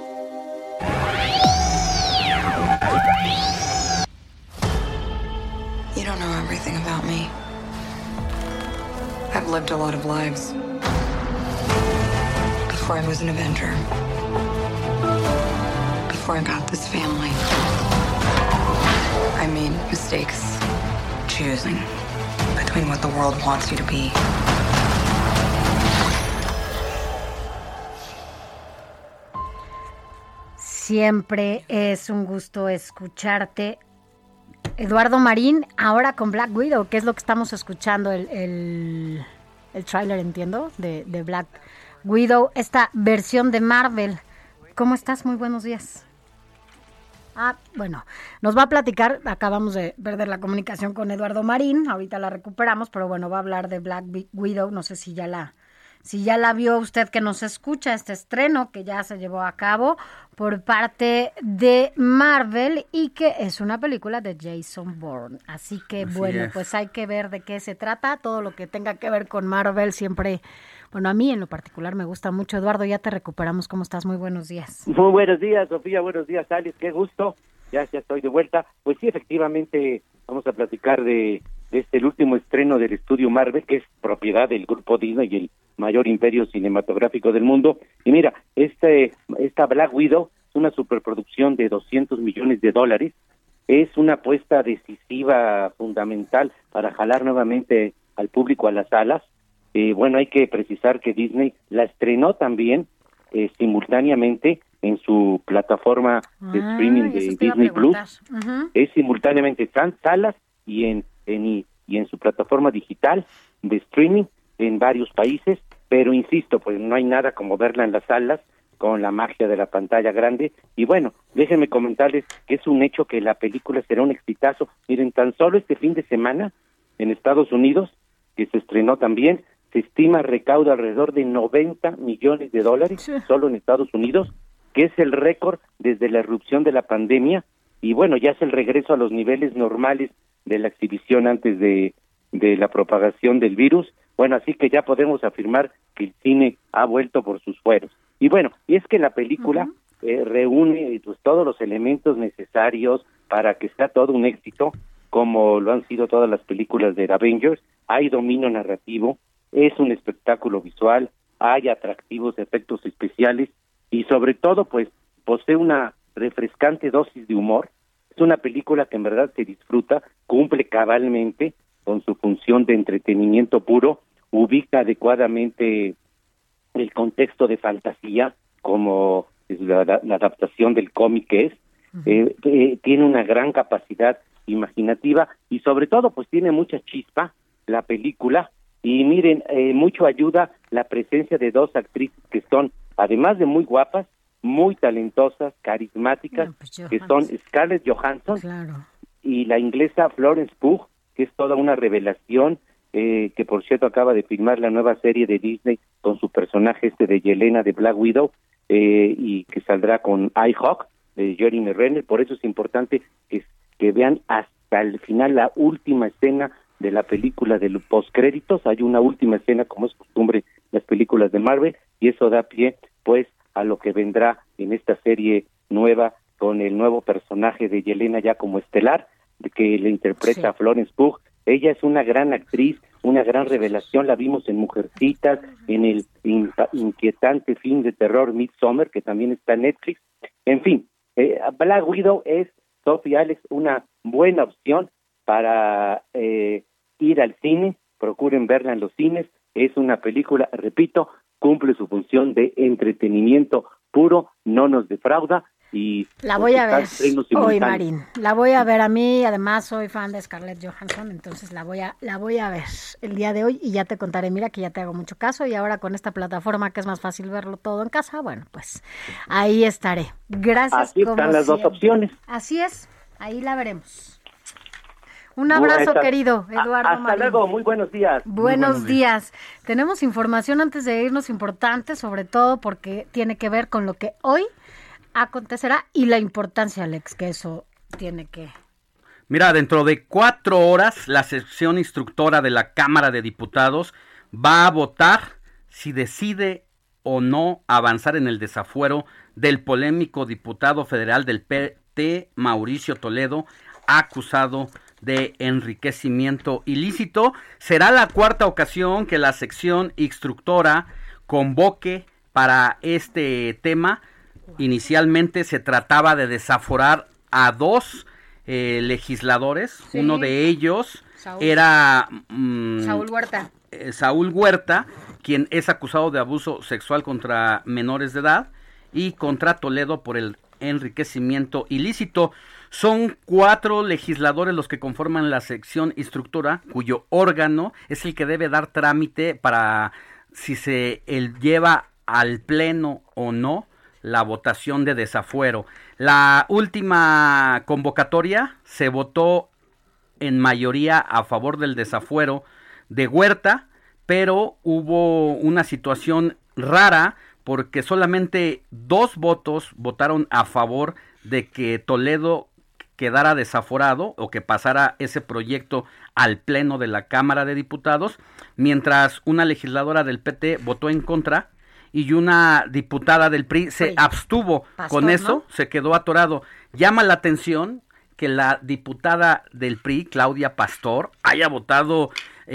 You don't know everything about me. I've lived a lot of lives before I was an Avenger. before I got this family. I made mistakes choosing between what the world wants you to be. Siempre es un gusto escucharte. Eduardo Marín, ahora con Black Widow, que es lo que estamos escuchando, el tráiler, entiendo, de Black Widow, esta versión de Marvel. ¿Cómo estás? Muy buenos días. Bueno, nos va a platicar, acabamos de perder la comunicación con Eduardo Marín, ahorita la recuperamos, pero bueno, va a hablar de Black Widow, no sé si ya la vio usted que nos escucha, este estreno que ya se llevó a cabo por parte de Marvel y que es una película de Jason Bourne. Así que pues hay que ver de qué se trata, todo lo que tenga que ver con Marvel siempre, bueno, a mí en lo particular me gusta mucho. Eduardo, ya te recuperamos, ¿cómo estás? Muy buenos días. Muy buenos días, Sofía, buenos días, Alex, qué gusto, ya estoy de vuelta. Pues sí, efectivamente, vamos a platicar de el último estreno del estudio Marvel, que es propiedad del grupo Disney y el mayor imperio cinematográfico del mundo. Y mira, esta Black Widow es una superproducción de $200 millones. Es una apuesta decisiva, fundamental, para jalar nuevamente al público a las salas. Bueno, hay que precisar que Disney la estrenó también simultáneamente en su plataforma de streaming de Disney Plus. Uh-huh. Es simultáneamente en salas y en su plataforma digital de streaming en varios países, pero insisto, pues no hay nada como verla en las salas con la magia de la pantalla grande. Y bueno, déjenme comentarles que es un hecho que la película será un exitazo. Miren, tan solo este fin de semana en Estados Unidos, que se estrenó también, se estima recauda alrededor de $90 millones, solo en Estados Unidos, que es el récord desde la irrupción de la pandemia, y bueno, ya es el regreso a los niveles normales de la exhibición antes de la propagación del virus. Bueno, así que ya podemos afirmar que el cine ha vuelto por sus fueros. Y bueno, y es que la película reúne pues todos los elementos necesarios para que sea todo un éxito, como lo han sido todas las películas de Avengers. Hay dominio narrativo, es un espectáculo visual, hay atractivos efectos especiales y sobre todo pues posee una refrescante dosis de humor. Es una película que en verdad se disfruta, cumple cabalmente con su función de entretenimiento puro, ubica adecuadamente el contexto de fantasía, como es la adaptación del cómic que es, tiene una gran capacidad imaginativa y sobre todo pues tiene mucha chispa la película. Y miren, mucho ayuda la presencia de dos actrices que son, además de muy guapas, muy talentosas, carismáticas, que son Scarlett Johansson y la inglesa Florence Pugh, que es toda una revelación, que por cierto acaba de filmar la nueva serie de Disney con su personaje de Yelena de Black Widow, y que saldrá con iHawk de Jeremy Renner. Por eso es importante que vean hasta el final la última escena de la película de los postcréditos. Hay una última escena, como es costumbre en las películas de Marvel, y eso da pie pues a lo que vendrá en esta serie nueva con el nuevo personaje de Yelena ya como estelar, que le interpreta a Florence Pugh. Ella es una gran actriz, una gran revelación, la vimos en Mujercitas, en el inquietante film de terror Midsommar, que también está en Netflix. En fin, Black Widow es, Sofía, Alex, una buena opción para ir al cine. Procuren verla en los cines. Es una película, repito, cumple su función de entretenimiento puro, no nos defrauda. Y la voy a ver hoy, Marín. La voy a ver. A mí, además, soy fan de Scarlett Johansson, entonces la voy a ver el día de hoy y ya te contaré. Mira que ya te hago mucho caso y ahora con esta plataforma que es más fácil verlo todo en casa, bueno, pues ahí estaré. Gracias. Así están las dos opciones. Así es, ahí la veremos. Un abrazo, querido Eduardo Hasta Marín. Luego, muy buenos días. Buenos días. Tenemos información antes de irnos importante, sobre todo porque tiene que ver con lo que hoy acontecerá y la importancia, Alex, que eso tiene que... Mira, dentro de 4 horas, la sección instructora de la Cámara de Diputados va a votar si decide o no avanzar en el desafuero del polémico diputado federal del PT, Mauricio Toledo, acusado de enriquecimiento ilícito. Será la 4ª ocasión que la sección instructora convoque para este tema. Inicialmente se trataba de desaforar a 2 legisladores, sí. Uno de ellos era Saúl Huerta, quien es acusado de abuso sexual contra menores de edad, y contra Toledo por el enriquecimiento ilícito. Son 4 legisladores los que conforman la sección instructora, cuyo órgano es el que debe dar trámite para si se lleva al pleno o no la votación de desafuero. La última convocatoria se votó en mayoría a favor del desafuero de Huerta, pero hubo una situación rara porque solamente 2 votos votaron a favor de que Toledo quedara desaforado o que pasara ese proyecto al pleno de la Cámara de Diputados, mientras una legisladora del PT votó en contra y una diputada del PRI se abstuvo. Pastor, con eso, ¿no? Se quedó atorado. Llama la atención que la diputada del PRI, Claudia Pastor, haya votado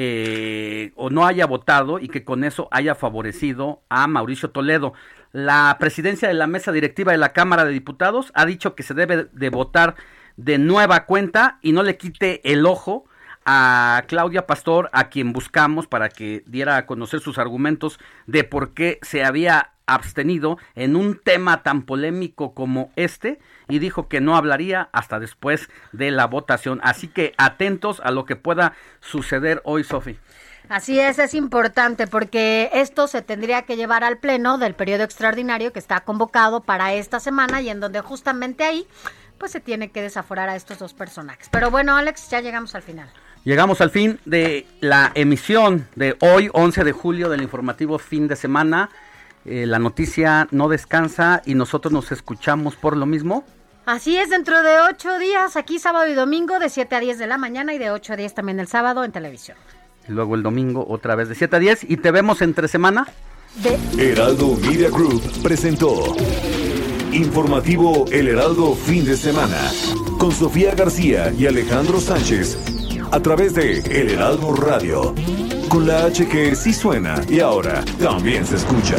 o no haya votado y que con eso haya favorecido a Mauricio Toledo. La presidencia de la mesa directiva de la Cámara de Diputados ha dicho que se debe de votar de nueva cuenta y no le quite el ojo a Claudia Pastor, a quien buscamos para que diera a conocer sus argumentos de por qué se había abstenido en un tema tan polémico como este, y dijo que no hablaría hasta después de la votación. Así que atentos a lo que pueda suceder hoy, Sofi. Así es importante porque esto se tendría que llevar al pleno del periodo extraordinario que está convocado para esta semana y en donde justamente ahí pues se tiene que desaforar a estos 2 personajes. Pero bueno, Alex, ya llegamos al final. Llegamos al fin de la emisión de hoy, 11 de julio, del informativo fin de semana. La noticia no descansa y nosotros nos escuchamos por lo mismo. Así es, dentro de 8 días, aquí sábado y domingo, de 7 a 10 de la mañana y de 8 a 10 también el sábado en televisión. Y luego el domingo otra vez de 7 a 10 y te vemos entre semana. Heraldo Media Group presentó Informativo El Heraldo Fin de Semana con Sofía García y Alejandro Sánchez a través de El Heraldo Radio, con la H que sí suena y ahora también se escucha.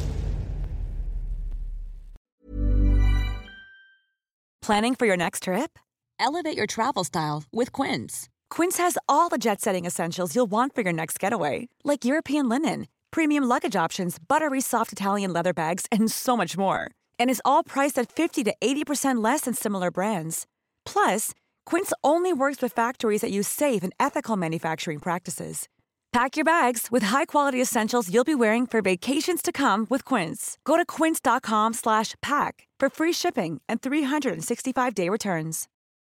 Planning for your next trip? Elevate your travel style with Quince. Quince has all the jet-setting essentials you'll want for your next getaway, like European linen, premium luggage options, buttery soft Italian leather bags, and so much more. And is all priced at 50 to 80% less than similar brands. Plus, Quince only works with factories that use safe and ethical manufacturing practices. Pack your bags with high-quality essentials you'll be wearing for vacations to come with Quince. Go to quince.com/pack for free shipping and 365-day returns.